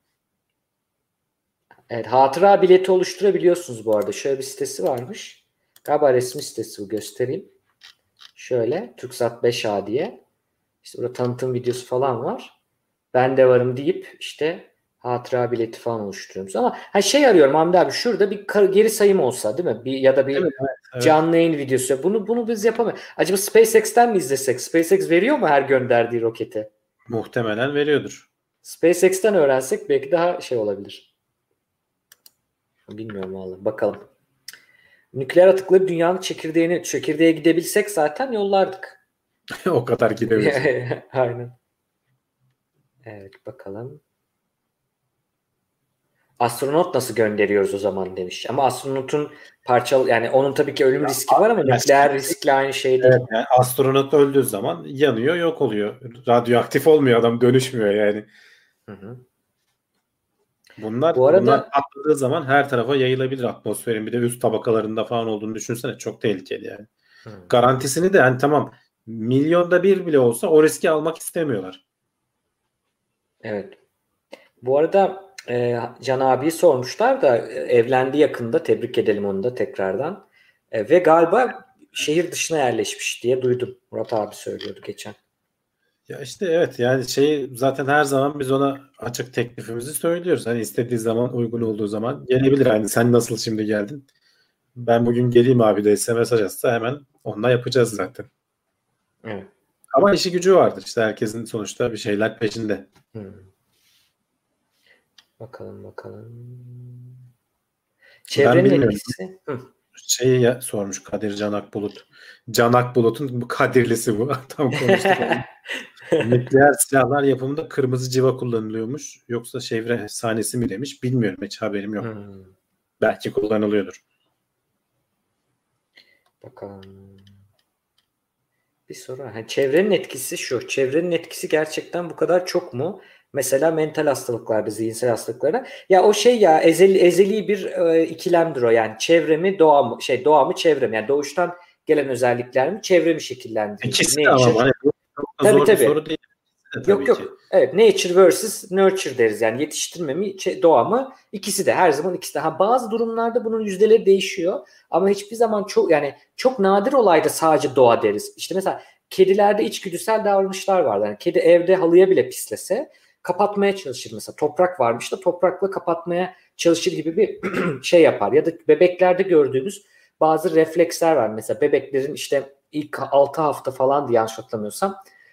[SPEAKER 3] Evet, hatıra bileti oluşturabiliyorsunuz bu arada. Şöyle bir sitesi varmış. Galiba resmi sitesi, bu, göstereyim. Şöyle TürkSat beş A diye. İşte burada tanıtım videosu falan var. Ben de varım deyip işte hatıra bileti falan oluşturuyoruz. Ama ha, şey arıyorum Hamdi abi, şurada bir kar- geri sayım olsa değil mi? Bir, ya da bir
[SPEAKER 2] Değil mi? Evet, evet.
[SPEAKER 3] canlı yayın videosu. Bunu bunu biz yapamıyoruz. Acaba SpaceX'ten mi izlesek? SpaceX veriyor mu her gönderdiği roketi?
[SPEAKER 2] Muhtemelen veriyordur.
[SPEAKER 3] SpaceX'ten öğrensek belki daha şey olabilir. Bilmiyorum vallahi. Bakalım. Nükleer atıkları dünyanın çekirdeğine, çekirdeğe gidebilsek zaten yollardık.
[SPEAKER 2] O kadar gidebiliriz.
[SPEAKER 3] Aynen. Evet, bakalım. Astronot nasıl gönderiyoruz o zaman demiş. Ama astronotun parçalı, yani onun tabii ki ölüm riski var ama
[SPEAKER 2] ya
[SPEAKER 3] nükleer
[SPEAKER 2] şimdi-
[SPEAKER 3] riskle aynı şey değil.
[SPEAKER 2] Evet, yani astronot öldüğü zaman yanıyor, yok oluyor. Radyoaktif olmuyor, adam dönüşmüyor yani.
[SPEAKER 3] Hı hı.
[SPEAKER 2] Bunlar
[SPEAKER 3] Bu
[SPEAKER 2] bunlar
[SPEAKER 3] arada
[SPEAKER 2] patladığı zaman her tarafa yayılabilir atmosferin. Bir de üst tabakalarında falan olduğunu düşünsene. Çok tehlikeli yani.
[SPEAKER 3] hı.
[SPEAKER 2] Garantisini de hani tamam, milyonda bir bile olsa o riski almak istemiyorlar.
[SPEAKER 3] Evet. Bu arada e, Can abiyi sormuşlar da e, evlendi yakında. Tebrik edelim onu da tekrardan. E, ve galiba şehir dışına yerleşmiş diye duydum. Murat abi söylüyordu geçen.
[SPEAKER 2] Ya işte evet yani şey zaten her zaman biz ona açık teklifimizi söylüyoruz. Hani istediği zaman uygun olduğu zaman gelebilir. Hani sen nasıl şimdi geldin? Ben bugün geleyim abi de ise mesaj atsa hemen onunla yapacağız zaten.
[SPEAKER 3] Evet.
[SPEAKER 2] Ama işi gücü vardır. İşte herkesin sonuçta bir şeyler peşinde.
[SPEAKER 3] Hmm. Bakalım bakalım. Çevrenin
[SPEAKER 2] bilmiyorum.
[SPEAKER 3] etkisi. Hı.
[SPEAKER 2] Şeyi ya- sormuş Kadir Canak Bulut. Canak Bulut'un bu Kadirlisi bu. Tam konuştuk. Nükleer silahlar yapımında kırmızı civa kullanılıyormuş. Yoksa çevre efsanesi mi demiş. Bilmiyorum. Hiç haberim yok.
[SPEAKER 3] Hmm.
[SPEAKER 2] Belki kullanılıyordur.
[SPEAKER 3] Bakalım. Bir soru. Ha, çevrenin etkisi şu. Çevrenin etkisi gerçekten bu kadar çok mu? Mesela mental hastalıklarda, zihinsel hastalıklarda. Ya o şey ya ezeli, ezeli bir e, ikilemdir o. Yani çevre mi, doğa mı? Şey doğa mı, çevre mi? Yani doğuştan gelen özellikler mi, çevre mi şekillendiriyor?
[SPEAKER 2] İkisi de
[SPEAKER 3] Nature.
[SPEAKER 2] ama hani bu çok da
[SPEAKER 3] Tabii
[SPEAKER 2] zor bir
[SPEAKER 3] tabii.
[SPEAKER 2] soru değil. De, tabii
[SPEAKER 3] Yok
[SPEAKER 2] ki.
[SPEAKER 3] yok. Evet, nature versus nurture deriz. Yani yetiştirme mi, doğa mı? İkisi de her zaman ikisi de. Ha, bazı durumlarda bunun yüzdeleri değişiyor. Ama hiçbir zaman çok yani çok nadir olayda sadece doğa deriz. İşte mesela kedilerde içgüdüsel davranışlar var. Yani kedi evde halıya bile pislese kapatmaya çalışır mesela. Toprak varmış da toprakla kapatmaya çalışır gibi bir şey yapar. Ya da bebeklerde gördüğümüz bazı refleksler var. Mesela bebeklerin işte ilk altı hafta falan diye yanlış hatırlamıyorsam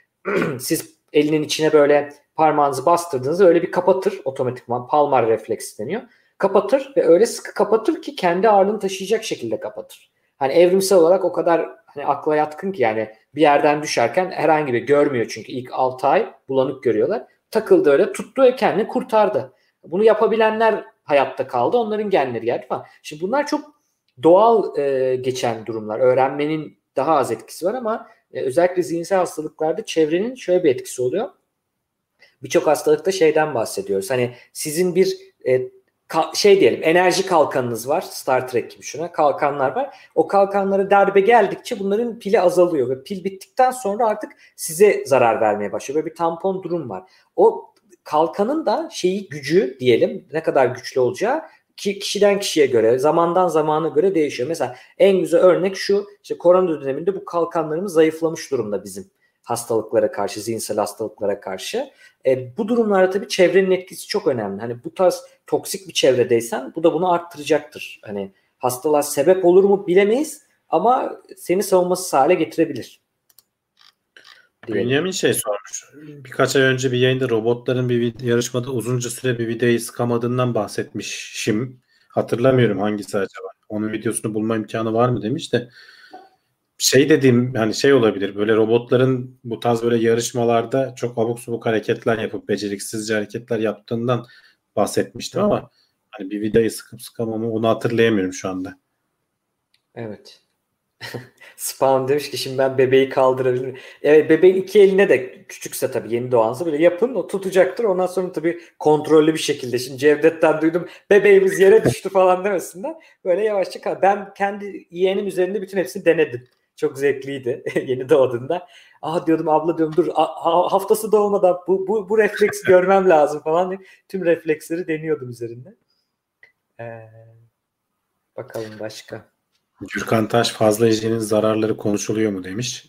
[SPEAKER 3] siz elinin içine böyle parmağınızı bastırdığınızda öyle bir kapatır otomatikman. Palmar refleks deniyor. Kapatır ve öyle sıkı kapatır ki kendi ağırlığını taşıyacak şekilde kapatır. Hani evrimsel olarak o kadar hani akla yatkın ki yani bir yerden düşerken herhangi bir görmüyor çünkü ilk altı ay bulanık görüyorlar. Takıldı öyle tuttu ve kendini kurtardı. Bunu yapabilenler hayatta kaldı. Onların genleri geldi falan. Şimdi bunlar çok doğal e, geçen durumlar. Öğrenmenin daha az etkisi var ama e, özellikle zihinsel hastalıklarda çevrenin şöyle bir etkisi oluyor. Birçok hastalıkta şeyden bahsediyoruz. Hani sizin bir e, ka- şey diyelim enerji kalkanınız var. Star Trek gibi şuna kalkanlar var. O kalkanlara darbe geldikçe bunların pili azalıyor ve pil bittikten sonra artık size zarar vermeye başlıyor. Böyle bir tampon durum var. O kalkanın da şeyi gücü diyelim ne kadar güçlü olacağı ki kişiden kişiye göre, zamandan zamana göre değişiyor. Mesela en güzel örnek şu, işte korona döneminde bu kalkanlarımız zayıflamış durumda bizim hastalıklara karşı, zihinsel hastalıklara karşı. E, bu durumlarda tabii çevrenin etkisi çok önemli. Hani bu tarz toksik bir çevredeysen bu da bunu arttıracaktır. Hani hastalığa sebep olur mu bilemeyiz ama seni savunmasız hale getirebilir. Diyelim.
[SPEAKER 2] Bünyamin şey sormuş. Birkaç ay önce bir yayında robotların bir vid- yarışmada uzunca süre bir videoyu sıkamadığından bahsetmişim. Hatırlamıyorum hangisi acaba. Onun videosunu bulma imkanı var mı demiş de. Şey dediğim hani şey olabilir. Böyle robotların bu tarz böyle yarışmalarda çok abuk subuk hareketler yapıp beceriksizce hareketler yaptığından bahsetmiştim ama hani bir videoyu sıkıp sıkamamı onu hatırlayamıyorum şu anda.
[SPEAKER 3] Evet. Spawn demiş ki şimdi ben bebeği kaldırabilirim. Evet bebeğin iki eline de küçükse tabii yeni doğansa böyle yapın o tutacaktır. Ondan sonra tabii kontrollü bir şekilde. Şimdi Cevdet'ten duydum bebeğimiz yere düştü falan demesinler. Böyle yavaşça kal. Ben kendi yeğenim üzerinde bütün hepsini denedim. Çok zevkliydi yeni doğduğunda. Ah diyordum abla diyorum dur a- haftası doğmadan bu, bu, bu refleksi görmem lazım falan diye. Tüm refleksleri deniyordum üzerinde. Ee, bakalım başka.
[SPEAKER 2] Gürkan Taş fazla hijyenin zararları konuşuluyor mu demiş.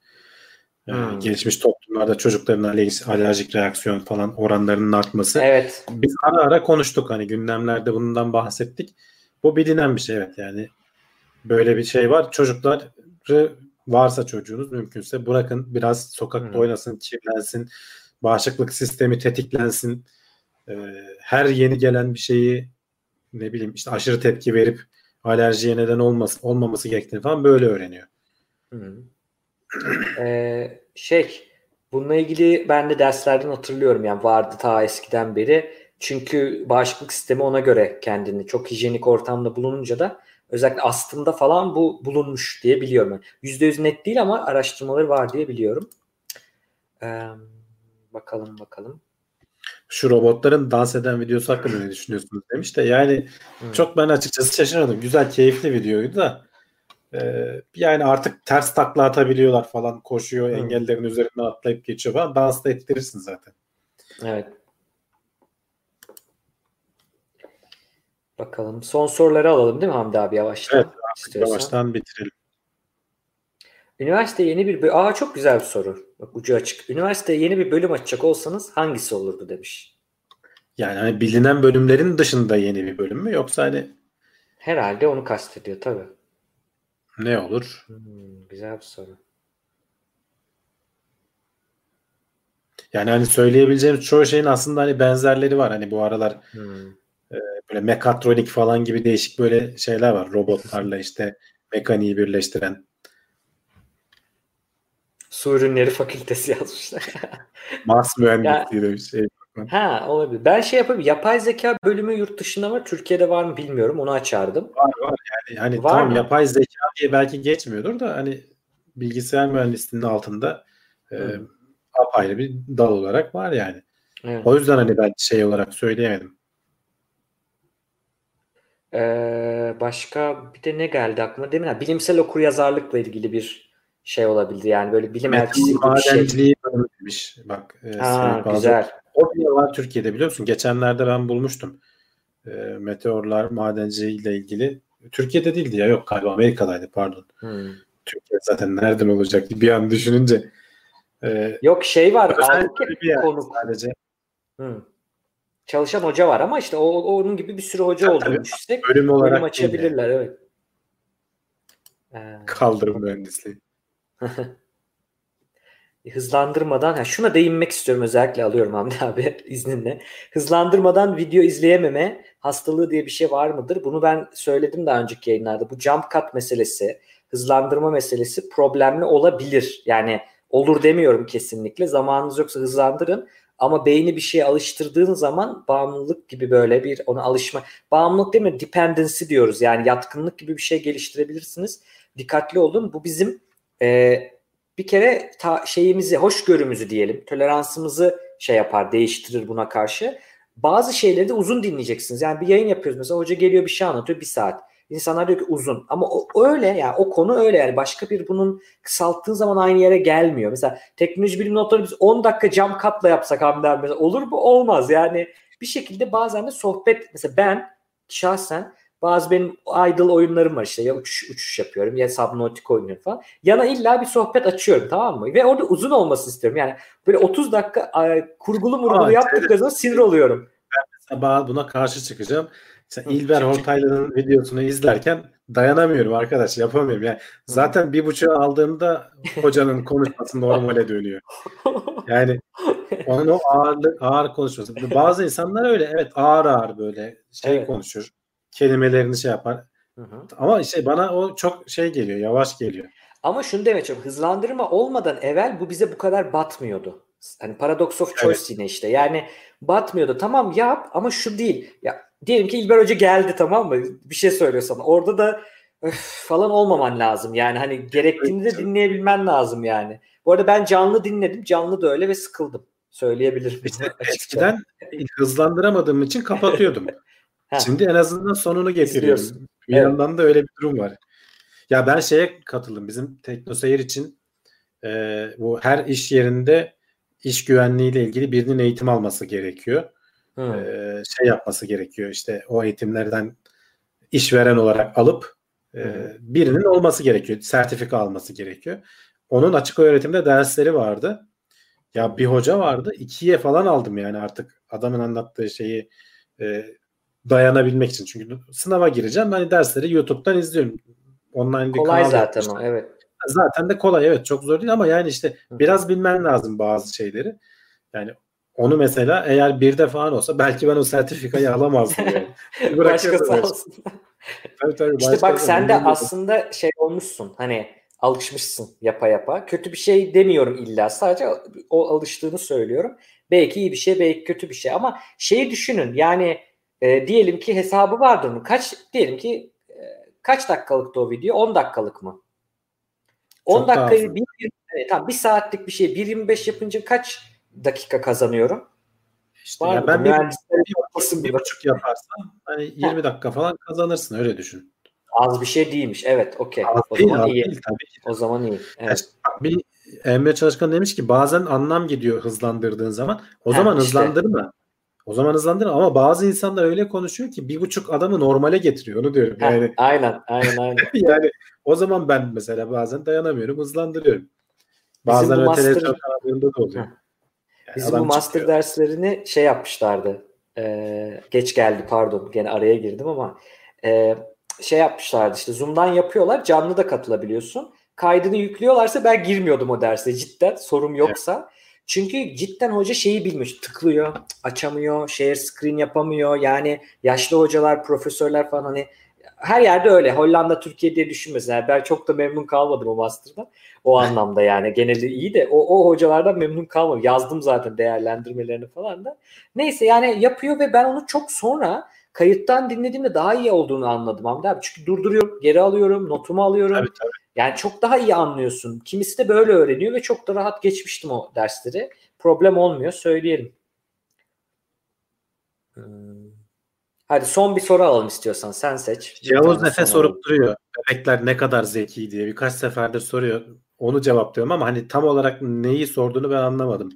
[SPEAKER 2] Ee,
[SPEAKER 3] Hmm.
[SPEAKER 2] gelişmiş toplumlarda çocukların alerjik, alerjik reaksiyon falan oranlarının artması.
[SPEAKER 3] Evet.
[SPEAKER 2] Biz ara ara konuştuk hani gündemlerde bundan bahsettik. Bu bilinen bir şey evet yani böyle bir şey var. Çocukları varsa çocuğunuz mümkünse bırakın biraz sokakta
[SPEAKER 3] Hmm.
[SPEAKER 2] oynasın, kirlensin, bağışıklık sistemi tetiklensin. Ee, her yeni gelen bir şeyi ne bileyim işte aşırı tepki verip alerjiye neden olması, olmaması gerektiğini falan böyle öğreniyor.
[SPEAKER 3] Hmm. Ee, şey bununla ilgili ben de derslerden hatırlıyorum yani vardı ta eskiden beri. Çünkü bağışıklık sistemi ona göre kendini çok hijyenik ortamda bulununca da özellikle astımda falan bu bulunmuş diye biliyorum. Yani yüzde yüz net değil ama araştırmaları var diye biliyorum. Ee, bakalım bakalım.
[SPEAKER 2] Şu robotların dans eden videosu hakkında ne düşünüyorsunuz demiş de yani
[SPEAKER 3] Hmm.
[SPEAKER 2] çok ben açıkçası şaşırmadım. Güzel, keyifli videoydu da e, yani artık ters takla atabiliyorlar falan, koşuyor,
[SPEAKER 3] Hmm.
[SPEAKER 2] engellerin üzerinden atlayıp geçiyor falan. Dans da ettirirsin zaten.
[SPEAKER 3] Evet. Bakalım. Son soruları alalım değil mi Hamdi abi yavaştan?
[SPEAKER 2] Evet,
[SPEAKER 3] İstiyorsan.
[SPEAKER 2] yavaştan bitirelim.
[SPEAKER 3] Üniversite yeni bir bölüm... Aa çok güzel bir soru. Bak ucu açık. Üniversiteye yeni bir bölüm açacak olsanız hangisi olurdu demiş.
[SPEAKER 2] Yani hani bilinen bölümlerin dışında yeni bir bölüm mü yoksa hani
[SPEAKER 3] Herhalde onu kastediyor tabii.
[SPEAKER 2] ne olur?
[SPEAKER 3] Hmm, güzel bir soru.
[SPEAKER 2] Yani hani söyleyebileceğimiz çoğu şeyin aslında hani benzerleri var. Hani bu aralar
[SPEAKER 3] Hmm.
[SPEAKER 2] e, böyle mekatronik falan gibi değişik böyle şeyler var. Robotlarla işte mekaniği birleştiren.
[SPEAKER 3] Su ürünleri fakültesi yazmışlar.
[SPEAKER 2] Mars
[SPEAKER 3] Ya,
[SPEAKER 2] mühendisliği de bir şey.
[SPEAKER 3] ha olabilir. Ben şey yapayım. Yapay zeka bölümü yurt dışında var. Türkiye'de var mı bilmiyorum. Onu açardım.
[SPEAKER 2] Var var yani hani
[SPEAKER 3] Var
[SPEAKER 2] tamam
[SPEAKER 3] mı?
[SPEAKER 2] yapay zeka diye belki geçmiyordur da hani bilgisayar mühendisliğinin altında e,
[SPEAKER 3] Hmm.
[SPEAKER 2] apayrı bir dal olarak var yani.
[SPEAKER 3] Evet.
[SPEAKER 2] O yüzden hani ben şey olarak söyleyemedim.
[SPEAKER 3] Ee, başka bir de ne geldi aklıma? Demin ha, bilimsel okuryazarlıkla ilgili bir şey olabilir. Yani böyle bilim elçisi
[SPEAKER 2] Meteor
[SPEAKER 3] gibi bir şey.
[SPEAKER 2] madenciliği bölümü demiş. Bak e,
[SPEAKER 3] Ha
[SPEAKER 2] Semih Bazı.
[SPEAKER 3] güzel.
[SPEAKER 2] O bile var Türkiye'de biliyor musun? Geçenlerde ben bulmuştum. E, meteorlar madenciliği ile ilgili. Türkiye'de değildi ya yok galiba Amerika'daydı pardon.
[SPEAKER 3] Hmm.
[SPEAKER 2] Türkiye zaten nereden olacak bir an düşününce. E,
[SPEAKER 3] Yok şey var.
[SPEAKER 2] özel
[SPEAKER 3] Aldık ya
[SPEAKER 2] bir yer
[SPEAKER 3] konuk.
[SPEAKER 2] sadece.
[SPEAKER 3] Hmm. Çalışan hoca var ama işte o, onun gibi bir sürü hoca
[SPEAKER 2] Tabii,
[SPEAKER 3] olduğunu
[SPEAKER 2] tabii.
[SPEAKER 3] düşünsek
[SPEAKER 2] Bölüm
[SPEAKER 3] bölüm
[SPEAKER 2] olarak değil yani.
[SPEAKER 3] açabilirler. Evet. Ee,
[SPEAKER 2] Kaldırım mühendisliği.
[SPEAKER 3] Hızlandırmadan, ha şuna değinmek istiyorum özellikle alıyorum Hamdi abi izninle. Hızlandırmadan video izleyememe hastalığı diye bir şey var mıdır? Bunu ben söyledim daha önceki yayınlarda. Bu jump cut meselesi, hızlandırma meselesi problemli olabilir. Yani olur demiyorum kesinlikle. Zamanınız yoksa hızlandırın. Ama beyni bir şeye alıştırdığın zaman bağımlılık gibi böyle bir ona alışma. Bağımlılık değil mi? Dependency diyoruz. Yani yatkınlık gibi bir şey geliştirebilirsiniz. Dikkatli olun. Bu bizim e, bir kere ta, şeyimizi, hoşgörümüzü diyelim, toleransımızı şey yapar, değiştirir buna karşı. Bazı şeyleri de uzun dinleyeceksiniz. Yani bir yayın yapıyoruz mesela, hoca geliyor bir şey anlatıyor bir saat. İnsanlar diyor ki uzun. Ama o öyle yani, o konu öyle yani. Başka bir bunun kısalttığın zaman aynı yere gelmiyor. Mesela teknoloji bilim notları biz on dakika cam katla yapsak Hamdi abi mesela, olur mu? Olmaz. Yani bir şekilde bazen de sohbet, mesela ben şahsen bazı benim idle oyunlarım var işte, ya uçuş, uçuş yapıyorum ya Subnautica oynuyorum falan. Yana illa bir sohbet açıyorum, tamam mı? Ve orada uzun olmasını istiyorum. Yani böyle otuz dakika ay, kurgulu murgulu
[SPEAKER 2] Aa,
[SPEAKER 3] yaptıkları zaman sinir oluyorum.
[SPEAKER 2] Sabah buna karşı çıkacağım. Mesela
[SPEAKER 3] Hı,
[SPEAKER 2] İlber
[SPEAKER 3] çık çık.
[SPEAKER 2] Ortaylı'nın videosunu izlerken dayanamıyorum arkadaş yapamıyorum. Yani
[SPEAKER 3] Hı.
[SPEAKER 2] zaten bir buçuğu aldığımda hocanın konuşması normale dönüyor. Yani onun o ağırlık, ağır konuşması. Bazı insanlar öyle evet ağır ağır böyle şey
[SPEAKER 3] Evet.
[SPEAKER 2] konuşur. Kelimelerini şey yapar.
[SPEAKER 3] Hı hı.
[SPEAKER 2] Ama işte bana o çok şey geliyor, yavaş geliyor.
[SPEAKER 3] Ama şunu demek istiyorum. Hızlandırma olmadan evvel bu bize bu kadar batmıyordu. Hani paradox of choice
[SPEAKER 2] Evet.
[SPEAKER 3] yine işte. Yani batmıyordu. Tamam yap ama şu değil. Ya diyelim ki İlber Hoca geldi, tamam mı? Bir şey söylüyor sana. Orada da öf falan olmaman lazım. Yani hani gerektiğini de dinleyebilmen lazım yani. Bu arada ben canlı dinledim. Canlı da öyle ve sıkıldım. Söyleyebilirim
[SPEAKER 2] İşte
[SPEAKER 3] bunu açıkça.
[SPEAKER 2] eskiden hızlandıramadığım için kapatıyordum.
[SPEAKER 3] Ha,
[SPEAKER 2] Şimdi en azından sonunu
[SPEAKER 3] izliyorsun.
[SPEAKER 2] getiriyorum. Bir
[SPEAKER 3] Evet.
[SPEAKER 2] yandan da öyle bir durum var. Ya ben şeye katıldım. Bizim TeknoSeyir için e, bu her iş yerinde iş güvenliği ile ilgili birinin eğitim alması gerekiyor. E,
[SPEAKER 3] Hmm.
[SPEAKER 2] şey yapması gerekiyor. İşte o eğitimlerden işveren olarak alıp e,
[SPEAKER 3] Hı hı.
[SPEAKER 2] birinin olması gerekiyor. Sertifika alması gerekiyor. Onun açık öğretimde dersleri vardı. Ya bir hoca vardı. ikiye falan aldım yani artık adamın anlattığı şeyi e, dayanabilmek için. Çünkü sınava gireceğim. Ben dersleri YouTube'dan izliyorum. Online bir
[SPEAKER 3] Kolay
[SPEAKER 2] kanal
[SPEAKER 3] zaten o.
[SPEAKER 2] yapmışlar.
[SPEAKER 3] Evet.
[SPEAKER 2] Zaten de kolay evet çok zor değil ama yani işte
[SPEAKER 3] Hı hı.
[SPEAKER 2] biraz bilmen lazım bazı şeyleri. Yani onu mesela eğer birde falan olsa belki ben o sertifikayı alamazdım yani. Bırakırdım
[SPEAKER 3] Başkası
[SPEAKER 2] her şeyi.
[SPEAKER 3] alsın.
[SPEAKER 2] Tabii tabii
[SPEAKER 3] İşte bak
[SPEAKER 2] başkası
[SPEAKER 3] sen de
[SPEAKER 2] dinlemiyordum.
[SPEAKER 3] aslında şey olmuşsun, hani alışmışsın yapa yapa. Kötü bir şey demiyorum illa, sadece o alıştığını söylüyorum. Belki iyi bir şey, belki kötü bir şey, ama şeyi düşünün yani, e, diyelim ki hesabı vardır mı? Kaç diyelim ki e, kaç dakikalıktı o video? on dakikalık mı? on
[SPEAKER 2] Çok daha
[SPEAKER 3] dakikayı
[SPEAKER 2] fazla.
[SPEAKER 3] bir, evet, tamam, bir saatlik bir şey bir yirmi beş yapınca kaç dakika kazanıyorum?
[SPEAKER 2] İşte
[SPEAKER 3] Var
[SPEAKER 2] ya
[SPEAKER 3] mıdır?
[SPEAKER 2] ben bir,
[SPEAKER 3] Mühendisler
[SPEAKER 2] bir buçuk,
[SPEAKER 3] yapmasın
[SPEAKER 2] bir
[SPEAKER 3] bunu.
[SPEAKER 2] buçuk yaparsam hani
[SPEAKER 3] Heh,
[SPEAKER 2] yirmi dakika falan kazanırsın öyle düşün.
[SPEAKER 3] az bir şey değilmiş. Evet, okey.
[SPEAKER 2] Az
[SPEAKER 3] O
[SPEAKER 2] değil
[SPEAKER 3] zaman
[SPEAKER 2] az
[SPEAKER 3] iyi.
[SPEAKER 2] değil tabii ki.
[SPEAKER 3] O zaman iyi.
[SPEAKER 2] Ya
[SPEAKER 3] Evet.
[SPEAKER 2] işte bak bir Emre Çalışkan demiş ki bazen anlam gidiyor hızlandırdığın zaman. O
[SPEAKER 3] Heh,
[SPEAKER 2] zaman
[SPEAKER 3] işte.
[SPEAKER 2] hızlandırma. O zaman hızlandırır ama bazı insanlar öyle konuşuyor ki bir buçuk adamı normale getiriyor. Onu diyorum.
[SPEAKER 3] Heh,
[SPEAKER 2] Yani
[SPEAKER 3] aynen, aynen, aynen.
[SPEAKER 2] yani o zaman ben mesela bazen dayanamıyorum, hızlandırıyorum.
[SPEAKER 3] Bizim
[SPEAKER 2] Bazen
[SPEAKER 3] bu
[SPEAKER 2] öyle
[SPEAKER 3] master
[SPEAKER 2] televizyon kanallarında da
[SPEAKER 3] Heh,
[SPEAKER 2] oluyor. Yani
[SPEAKER 3] bizim bu
[SPEAKER 2] adam
[SPEAKER 3] master
[SPEAKER 2] çıkıyor.
[SPEAKER 3] derslerini şey yapmışlardı. Ee, geç geldi pardon. Gene araya girdim ama e, şey yapmışlardı işte Zoom'dan yapıyorlar. Canlı da katılabiliyorsun. Kaydını yüklüyorlarsa ben girmiyordum o derse cidden sorum
[SPEAKER 2] Evet.
[SPEAKER 3] yoksa. Çünkü cidden hoca şeyi bilmiş. Tıklıyor, açamıyor, share screen yapamıyor. Yani yaşlı hocalar, profesörler falan hani her yerde öyle. Hollanda, Türkiye diye düşünmesin. Yani ben çok da memnun kalmadım o master'dan. O anlamda yani geneli iyi de o, o hocalardan memnun kalmadım. Yazdım zaten değerlendirmelerini falan da. Neyse yani yapıyor ve ben onu çok sonra kayıttan dinlediğimde daha iyi olduğunu anladım Hamdi abi. Çünkü durduruyorum, geri alıyorum, notumu
[SPEAKER 2] Tabii
[SPEAKER 3] alıyorum.
[SPEAKER 2] tabii.
[SPEAKER 3] Yani çok daha iyi anlıyorsun. Kimisi de böyle öğreniyor ve çok da rahat geçmiştim o dersleri. Problem olmuyor söyleyelim. Hmm. Hadi son bir soru alalım istiyorsan. Sen seç. Bir
[SPEAKER 2] Yavuz
[SPEAKER 3] tane
[SPEAKER 2] Efe
[SPEAKER 3] son alalım.
[SPEAKER 2] sorup duruyor. Bebekler ne kadar zeki diye birkaç seferdir soruyor. Onu cevaplıyorum ama hani tam olarak neyi sorduğunu ben anlamadım.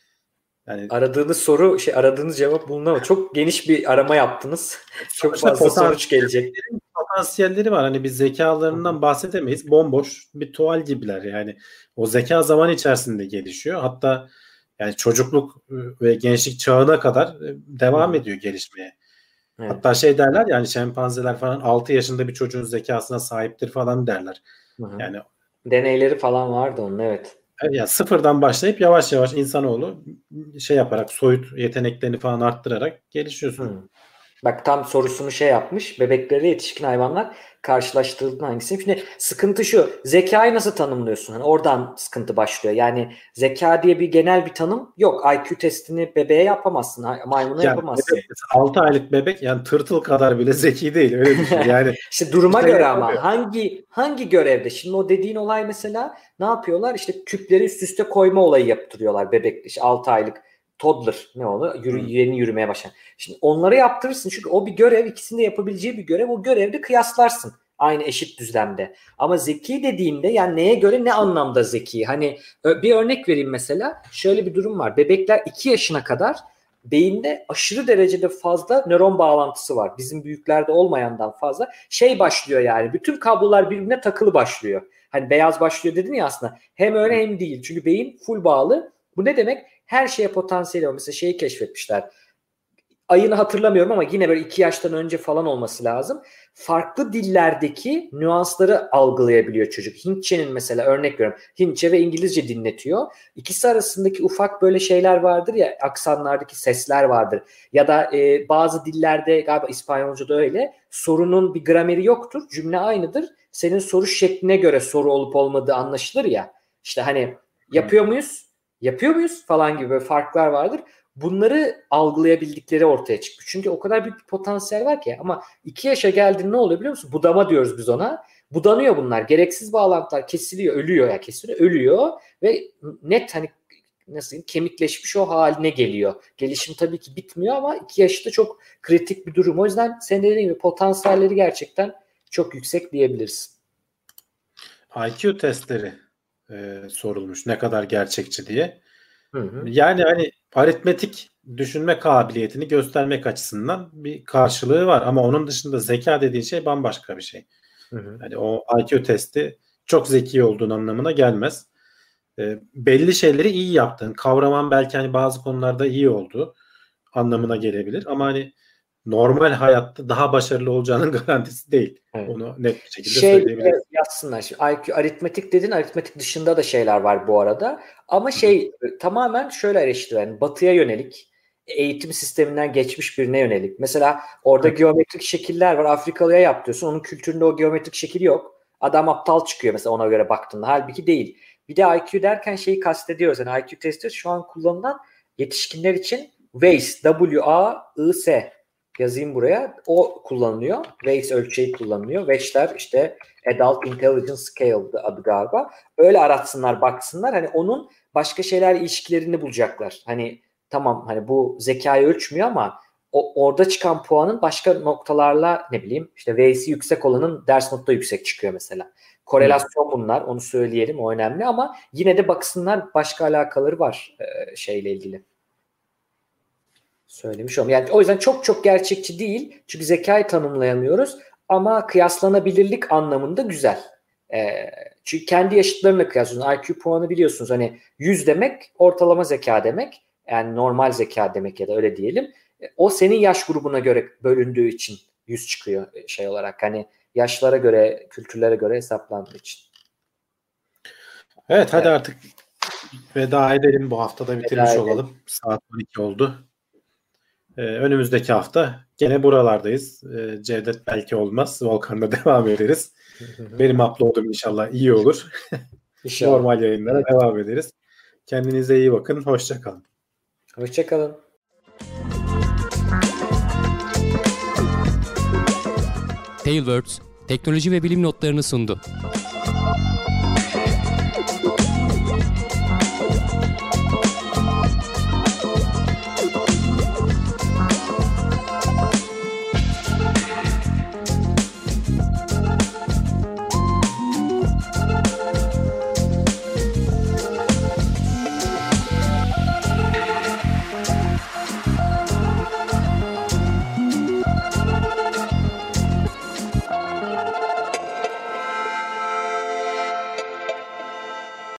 [SPEAKER 2] Yani
[SPEAKER 3] Aradığınız soru, şey aradığınız cevap bulunamadı. Çok geniş bir arama yaptınız. Çok
[SPEAKER 2] sonuçta
[SPEAKER 3] fazla sonuç gelecek.
[SPEAKER 2] potansiyellerin potansiyelleri var. Hani biz
[SPEAKER 3] Hı hı.
[SPEAKER 2] zekalarından bahsedemeyiz. Bomboş bir tuval gibiler. Yani o zeka zaman içerisinde gelişiyor. Hatta yani çocukluk ıı, ve gençlik çağına kadar ıı,
[SPEAKER 3] Hı
[SPEAKER 2] devam
[SPEAKER 3] hı.
[SPEAKER 2] ediyor gelişmeye.
[SPEAKER 3] Evet.
[SPEAKER 2] Hatta şey derler yani şempanzeler falan altı yaşında bir çocuğun zekasına sahiptir falan derler.
[SPEAKER 3] Hı hı.
[SPEAKER 2] Yani
[SPEAKER 3] Deneyleri falan vardı onun, evet.
[SPEAKER 2] ya sıfırdan başlayıp yavaş yavaş insanoğlu şey yaparak soyut yeteneklerini falan arttırarak gelişiyorsun.
[SPEAKER 3] Hı. Bak tam sorusunu şey yapmış. Bebekleri yetişkin hayvanlar karşılaştırıldığında hangisini? Şimdi sıkıntı şu. Zekayı nasıl tanımlıyorsun? Hani oradan sıkıntı başlıyor. Yani zeka diye bir genel bir tanım yok. I Q testini bebeğe yapamazsın. Maymuna
[SPEAKER 2] Yani
[SPEAKER 3] yapamazsın.
[SPEAKER 2] bebek altı aylık bebek yani tırtıl kadar bile zeki değil öyle düşün. Yani
[SPEAKER 3] İşte duruma
[SPEAKER 2] bir şey
[SPEAKER 3] göre
[SPEAKER 2] yapamıyor.
[SPEAKER 3] ama hangi hangi görevde? Şimdi o dediğin olay mesela ne yapıyorlar? İşte küpleri üst üste koyma olayı yaptırıyorlar bebek işte altı aylık toddler ne olur? Yürü,
[SPEAKER 2] Hı.
[SPEAKER 3] yeni yürümeye başlayan. Şimdi onları yaptırırsın çünkü o bir görev, ikisini de yapabileceği bir görev. O görevde kıyaslarsın aynı eşit düzlemde. Ama zeki dediğimde yani neye göre ne anlamda zeki? Hani bir örnek vereyim mesela. Şöyle bir durum var. Bebekler iki yaşına kadar beyinde aşırı derecede fazla nöron bağlantısı var. Bizim büyüklerde olmayandan fazla. Şey başlıyor yani bütün kablolar birbirine takılı başlıyor. Hani beyaz başlıyor dedin ya aslında. Hem öyle hem değil. Çünkü beyin full bağlı. Bu ne demek? Her şeye potansiyeli var. Mesela şeyi keşfetmişler. Ayını hatırlamıyorum ama yine böyle iki yaştan önce falan olması lazım. Farklı dillerdeki nüansları algılayabiliyor çocuk. Hintçenin mesela örnek veriyorum. Hintçe ve İngilizce dinletiyor. İkisi arasındaki ufak böyle şeyler vardır ya, aksanlardaki sesler vardır. Ya da e, bazı dillerde galiba İspanyolca'da öyle. Sorunun bir grameri yoktur. Cümle aynıdır. Senin soru şekline göre soru olup olmadığı anlaşılır ya. İşte hani yapıyor muyuz? Yapıyor muyuz? Falan gibi böyle farklar vardır. Bunları algılayabildikleri ortaya çıkmış. Çünkü o kadar büyük bir potansiyel var ki. Ama iki yaşa geldiğinde ne oluyor biliyor musun? Budama diyoruz biz ona. Budanıyor bunlar. Gereksiz bağlantılar kesiliyor, ölüyor ya kesiliyor, ölüyor ve net hani nasıl diyeyim kemikleşmiş o haline geliyor. Gelişim tabii ki bitmiyor ama iki yaşta çok kritik bir durum. O yüzden senin dediğin gibi potansiyelleri gerçekten çok yüksek diyebiliriz.
[SPEAKER 2] I Q testleri e, sorulmuş ne kadar gerçekçi diye.
[SPEAKER 3] Hı hı.
[SPEAKER 2] Yani hani aritmetik düşünme kabiliyetini göstermek açısından bir karşılığı var ama onun dışında zeka dediğin şey bambaşka bir şey.
[SPEAKER 3] Hı hı.
[SPEAKER 2] Yani o I Q testi çok zeki olduğun anlamına gelmez. E, belli şeyleri iyi yaptığın, kavraman belki hani bazı konularda iyi olduğu
[SPEAKER 3] Hı
[SPEAKER 2] anlamına
[SPEAKER 3] hı.
[SPEAKER 2] gelebilir ama hani normal hayatta daha başarılı olacağının garantisi değil.
[SPEAKER 3] Evet.
[SPEAKER 2] Onu net bir şekilde
[SPEAKER 3] Şey
[SPEAKER 2] söyleyebiliriz.
[SPEAKER 3] yazsınlar. Şimdi I Q aritmetik dedin. Aritmetik dışında da şeyler var bu arada. Ama
[SPEAKER 2] Hı hı.
[SPEAKER 3] şey tamamen şöyle eleştiren. Batıya yönelik eğitim sisteminden geçmiş birine yönelik. Mesela orada
[SPEAKER 2] Evet.
[SPEAKER 3] geometrik şekiller var. Afrikalıya yap diyorsun. Onun kültüründe o geometrik şekil yok. Adam aptal çıkıyor mesela ona göre baktığında. Halbuki değil. Bir de I Q derken şeyi kastediyoruz. Yani I Q testi şu an kullanılan yetişkinler için WAIS, W A I S yazayım buraya. O kullanılıyor. WAIS ölçeği kullanılıyor. WAIS'ler işte Adult Intelligence Scale adı galiba. Öyle aratsınlar, baksınlar. Hani onun başka şeyler ilişkilerini bulacaklar. Hani tamam hani bu zekayı ölçmüyor ama o, orada çıkan puanın başka noktalarla ne bileyim işte V'si yüksek olanın ders notu da yüksek çıkıyor mesela.
[SPEAKER 2] Hı.
[SPEAKER 3] Korelasyon bunlar. Onu söyleyelim. O önemli ama yine de baksınlar başka alakaları var e, şeyle ilgili. söylemiş oldum. Yani o yüzden çok çok gerçekçi değil. Çünkü zekayı tanımlayamıyoruz. Ama kıyaslanabilirlik anlamında güzel. Ee, çünkü kendi yaşıtlarına kıyaslıyorsunuz. I Q puanı biliyorsunuz. Hani yüz demek ortalama zeka demek. Yani normal zeka demek ya da öyle diyelim. O senin yaş grubuna göre bölündüğü için yüz çıkıyor şey olarak. Hani yaşlara göre, kültürlere göre hesaplandığı için.
[SPEAKER 2] Evet hadi
[SPEAKER 3] Evet.
[SPEAKER 2] artık veda edelim. Bu haftada bitirmiş
[SPEAKER 3] Veda
[SPEAKER 2] olalım. Saat on iki oldu. Ee, önümüzdeki hafta gene buralardayız. Ee, Cevdet belki olmaz. Volkan'la devam ederiz. Benim upload'um inşallah iyi olur.
[SPEAKER 3] İnşallah.
[SPEAKER 2] Normal yayınlara devam ederiz. Kendinize iyi bakın. Hoşça kalın.
[SPEAKER 3] Hoşçakalın.
[SPEAKER 1] Tailwords, teknoloji ve bilim notlarını sundu.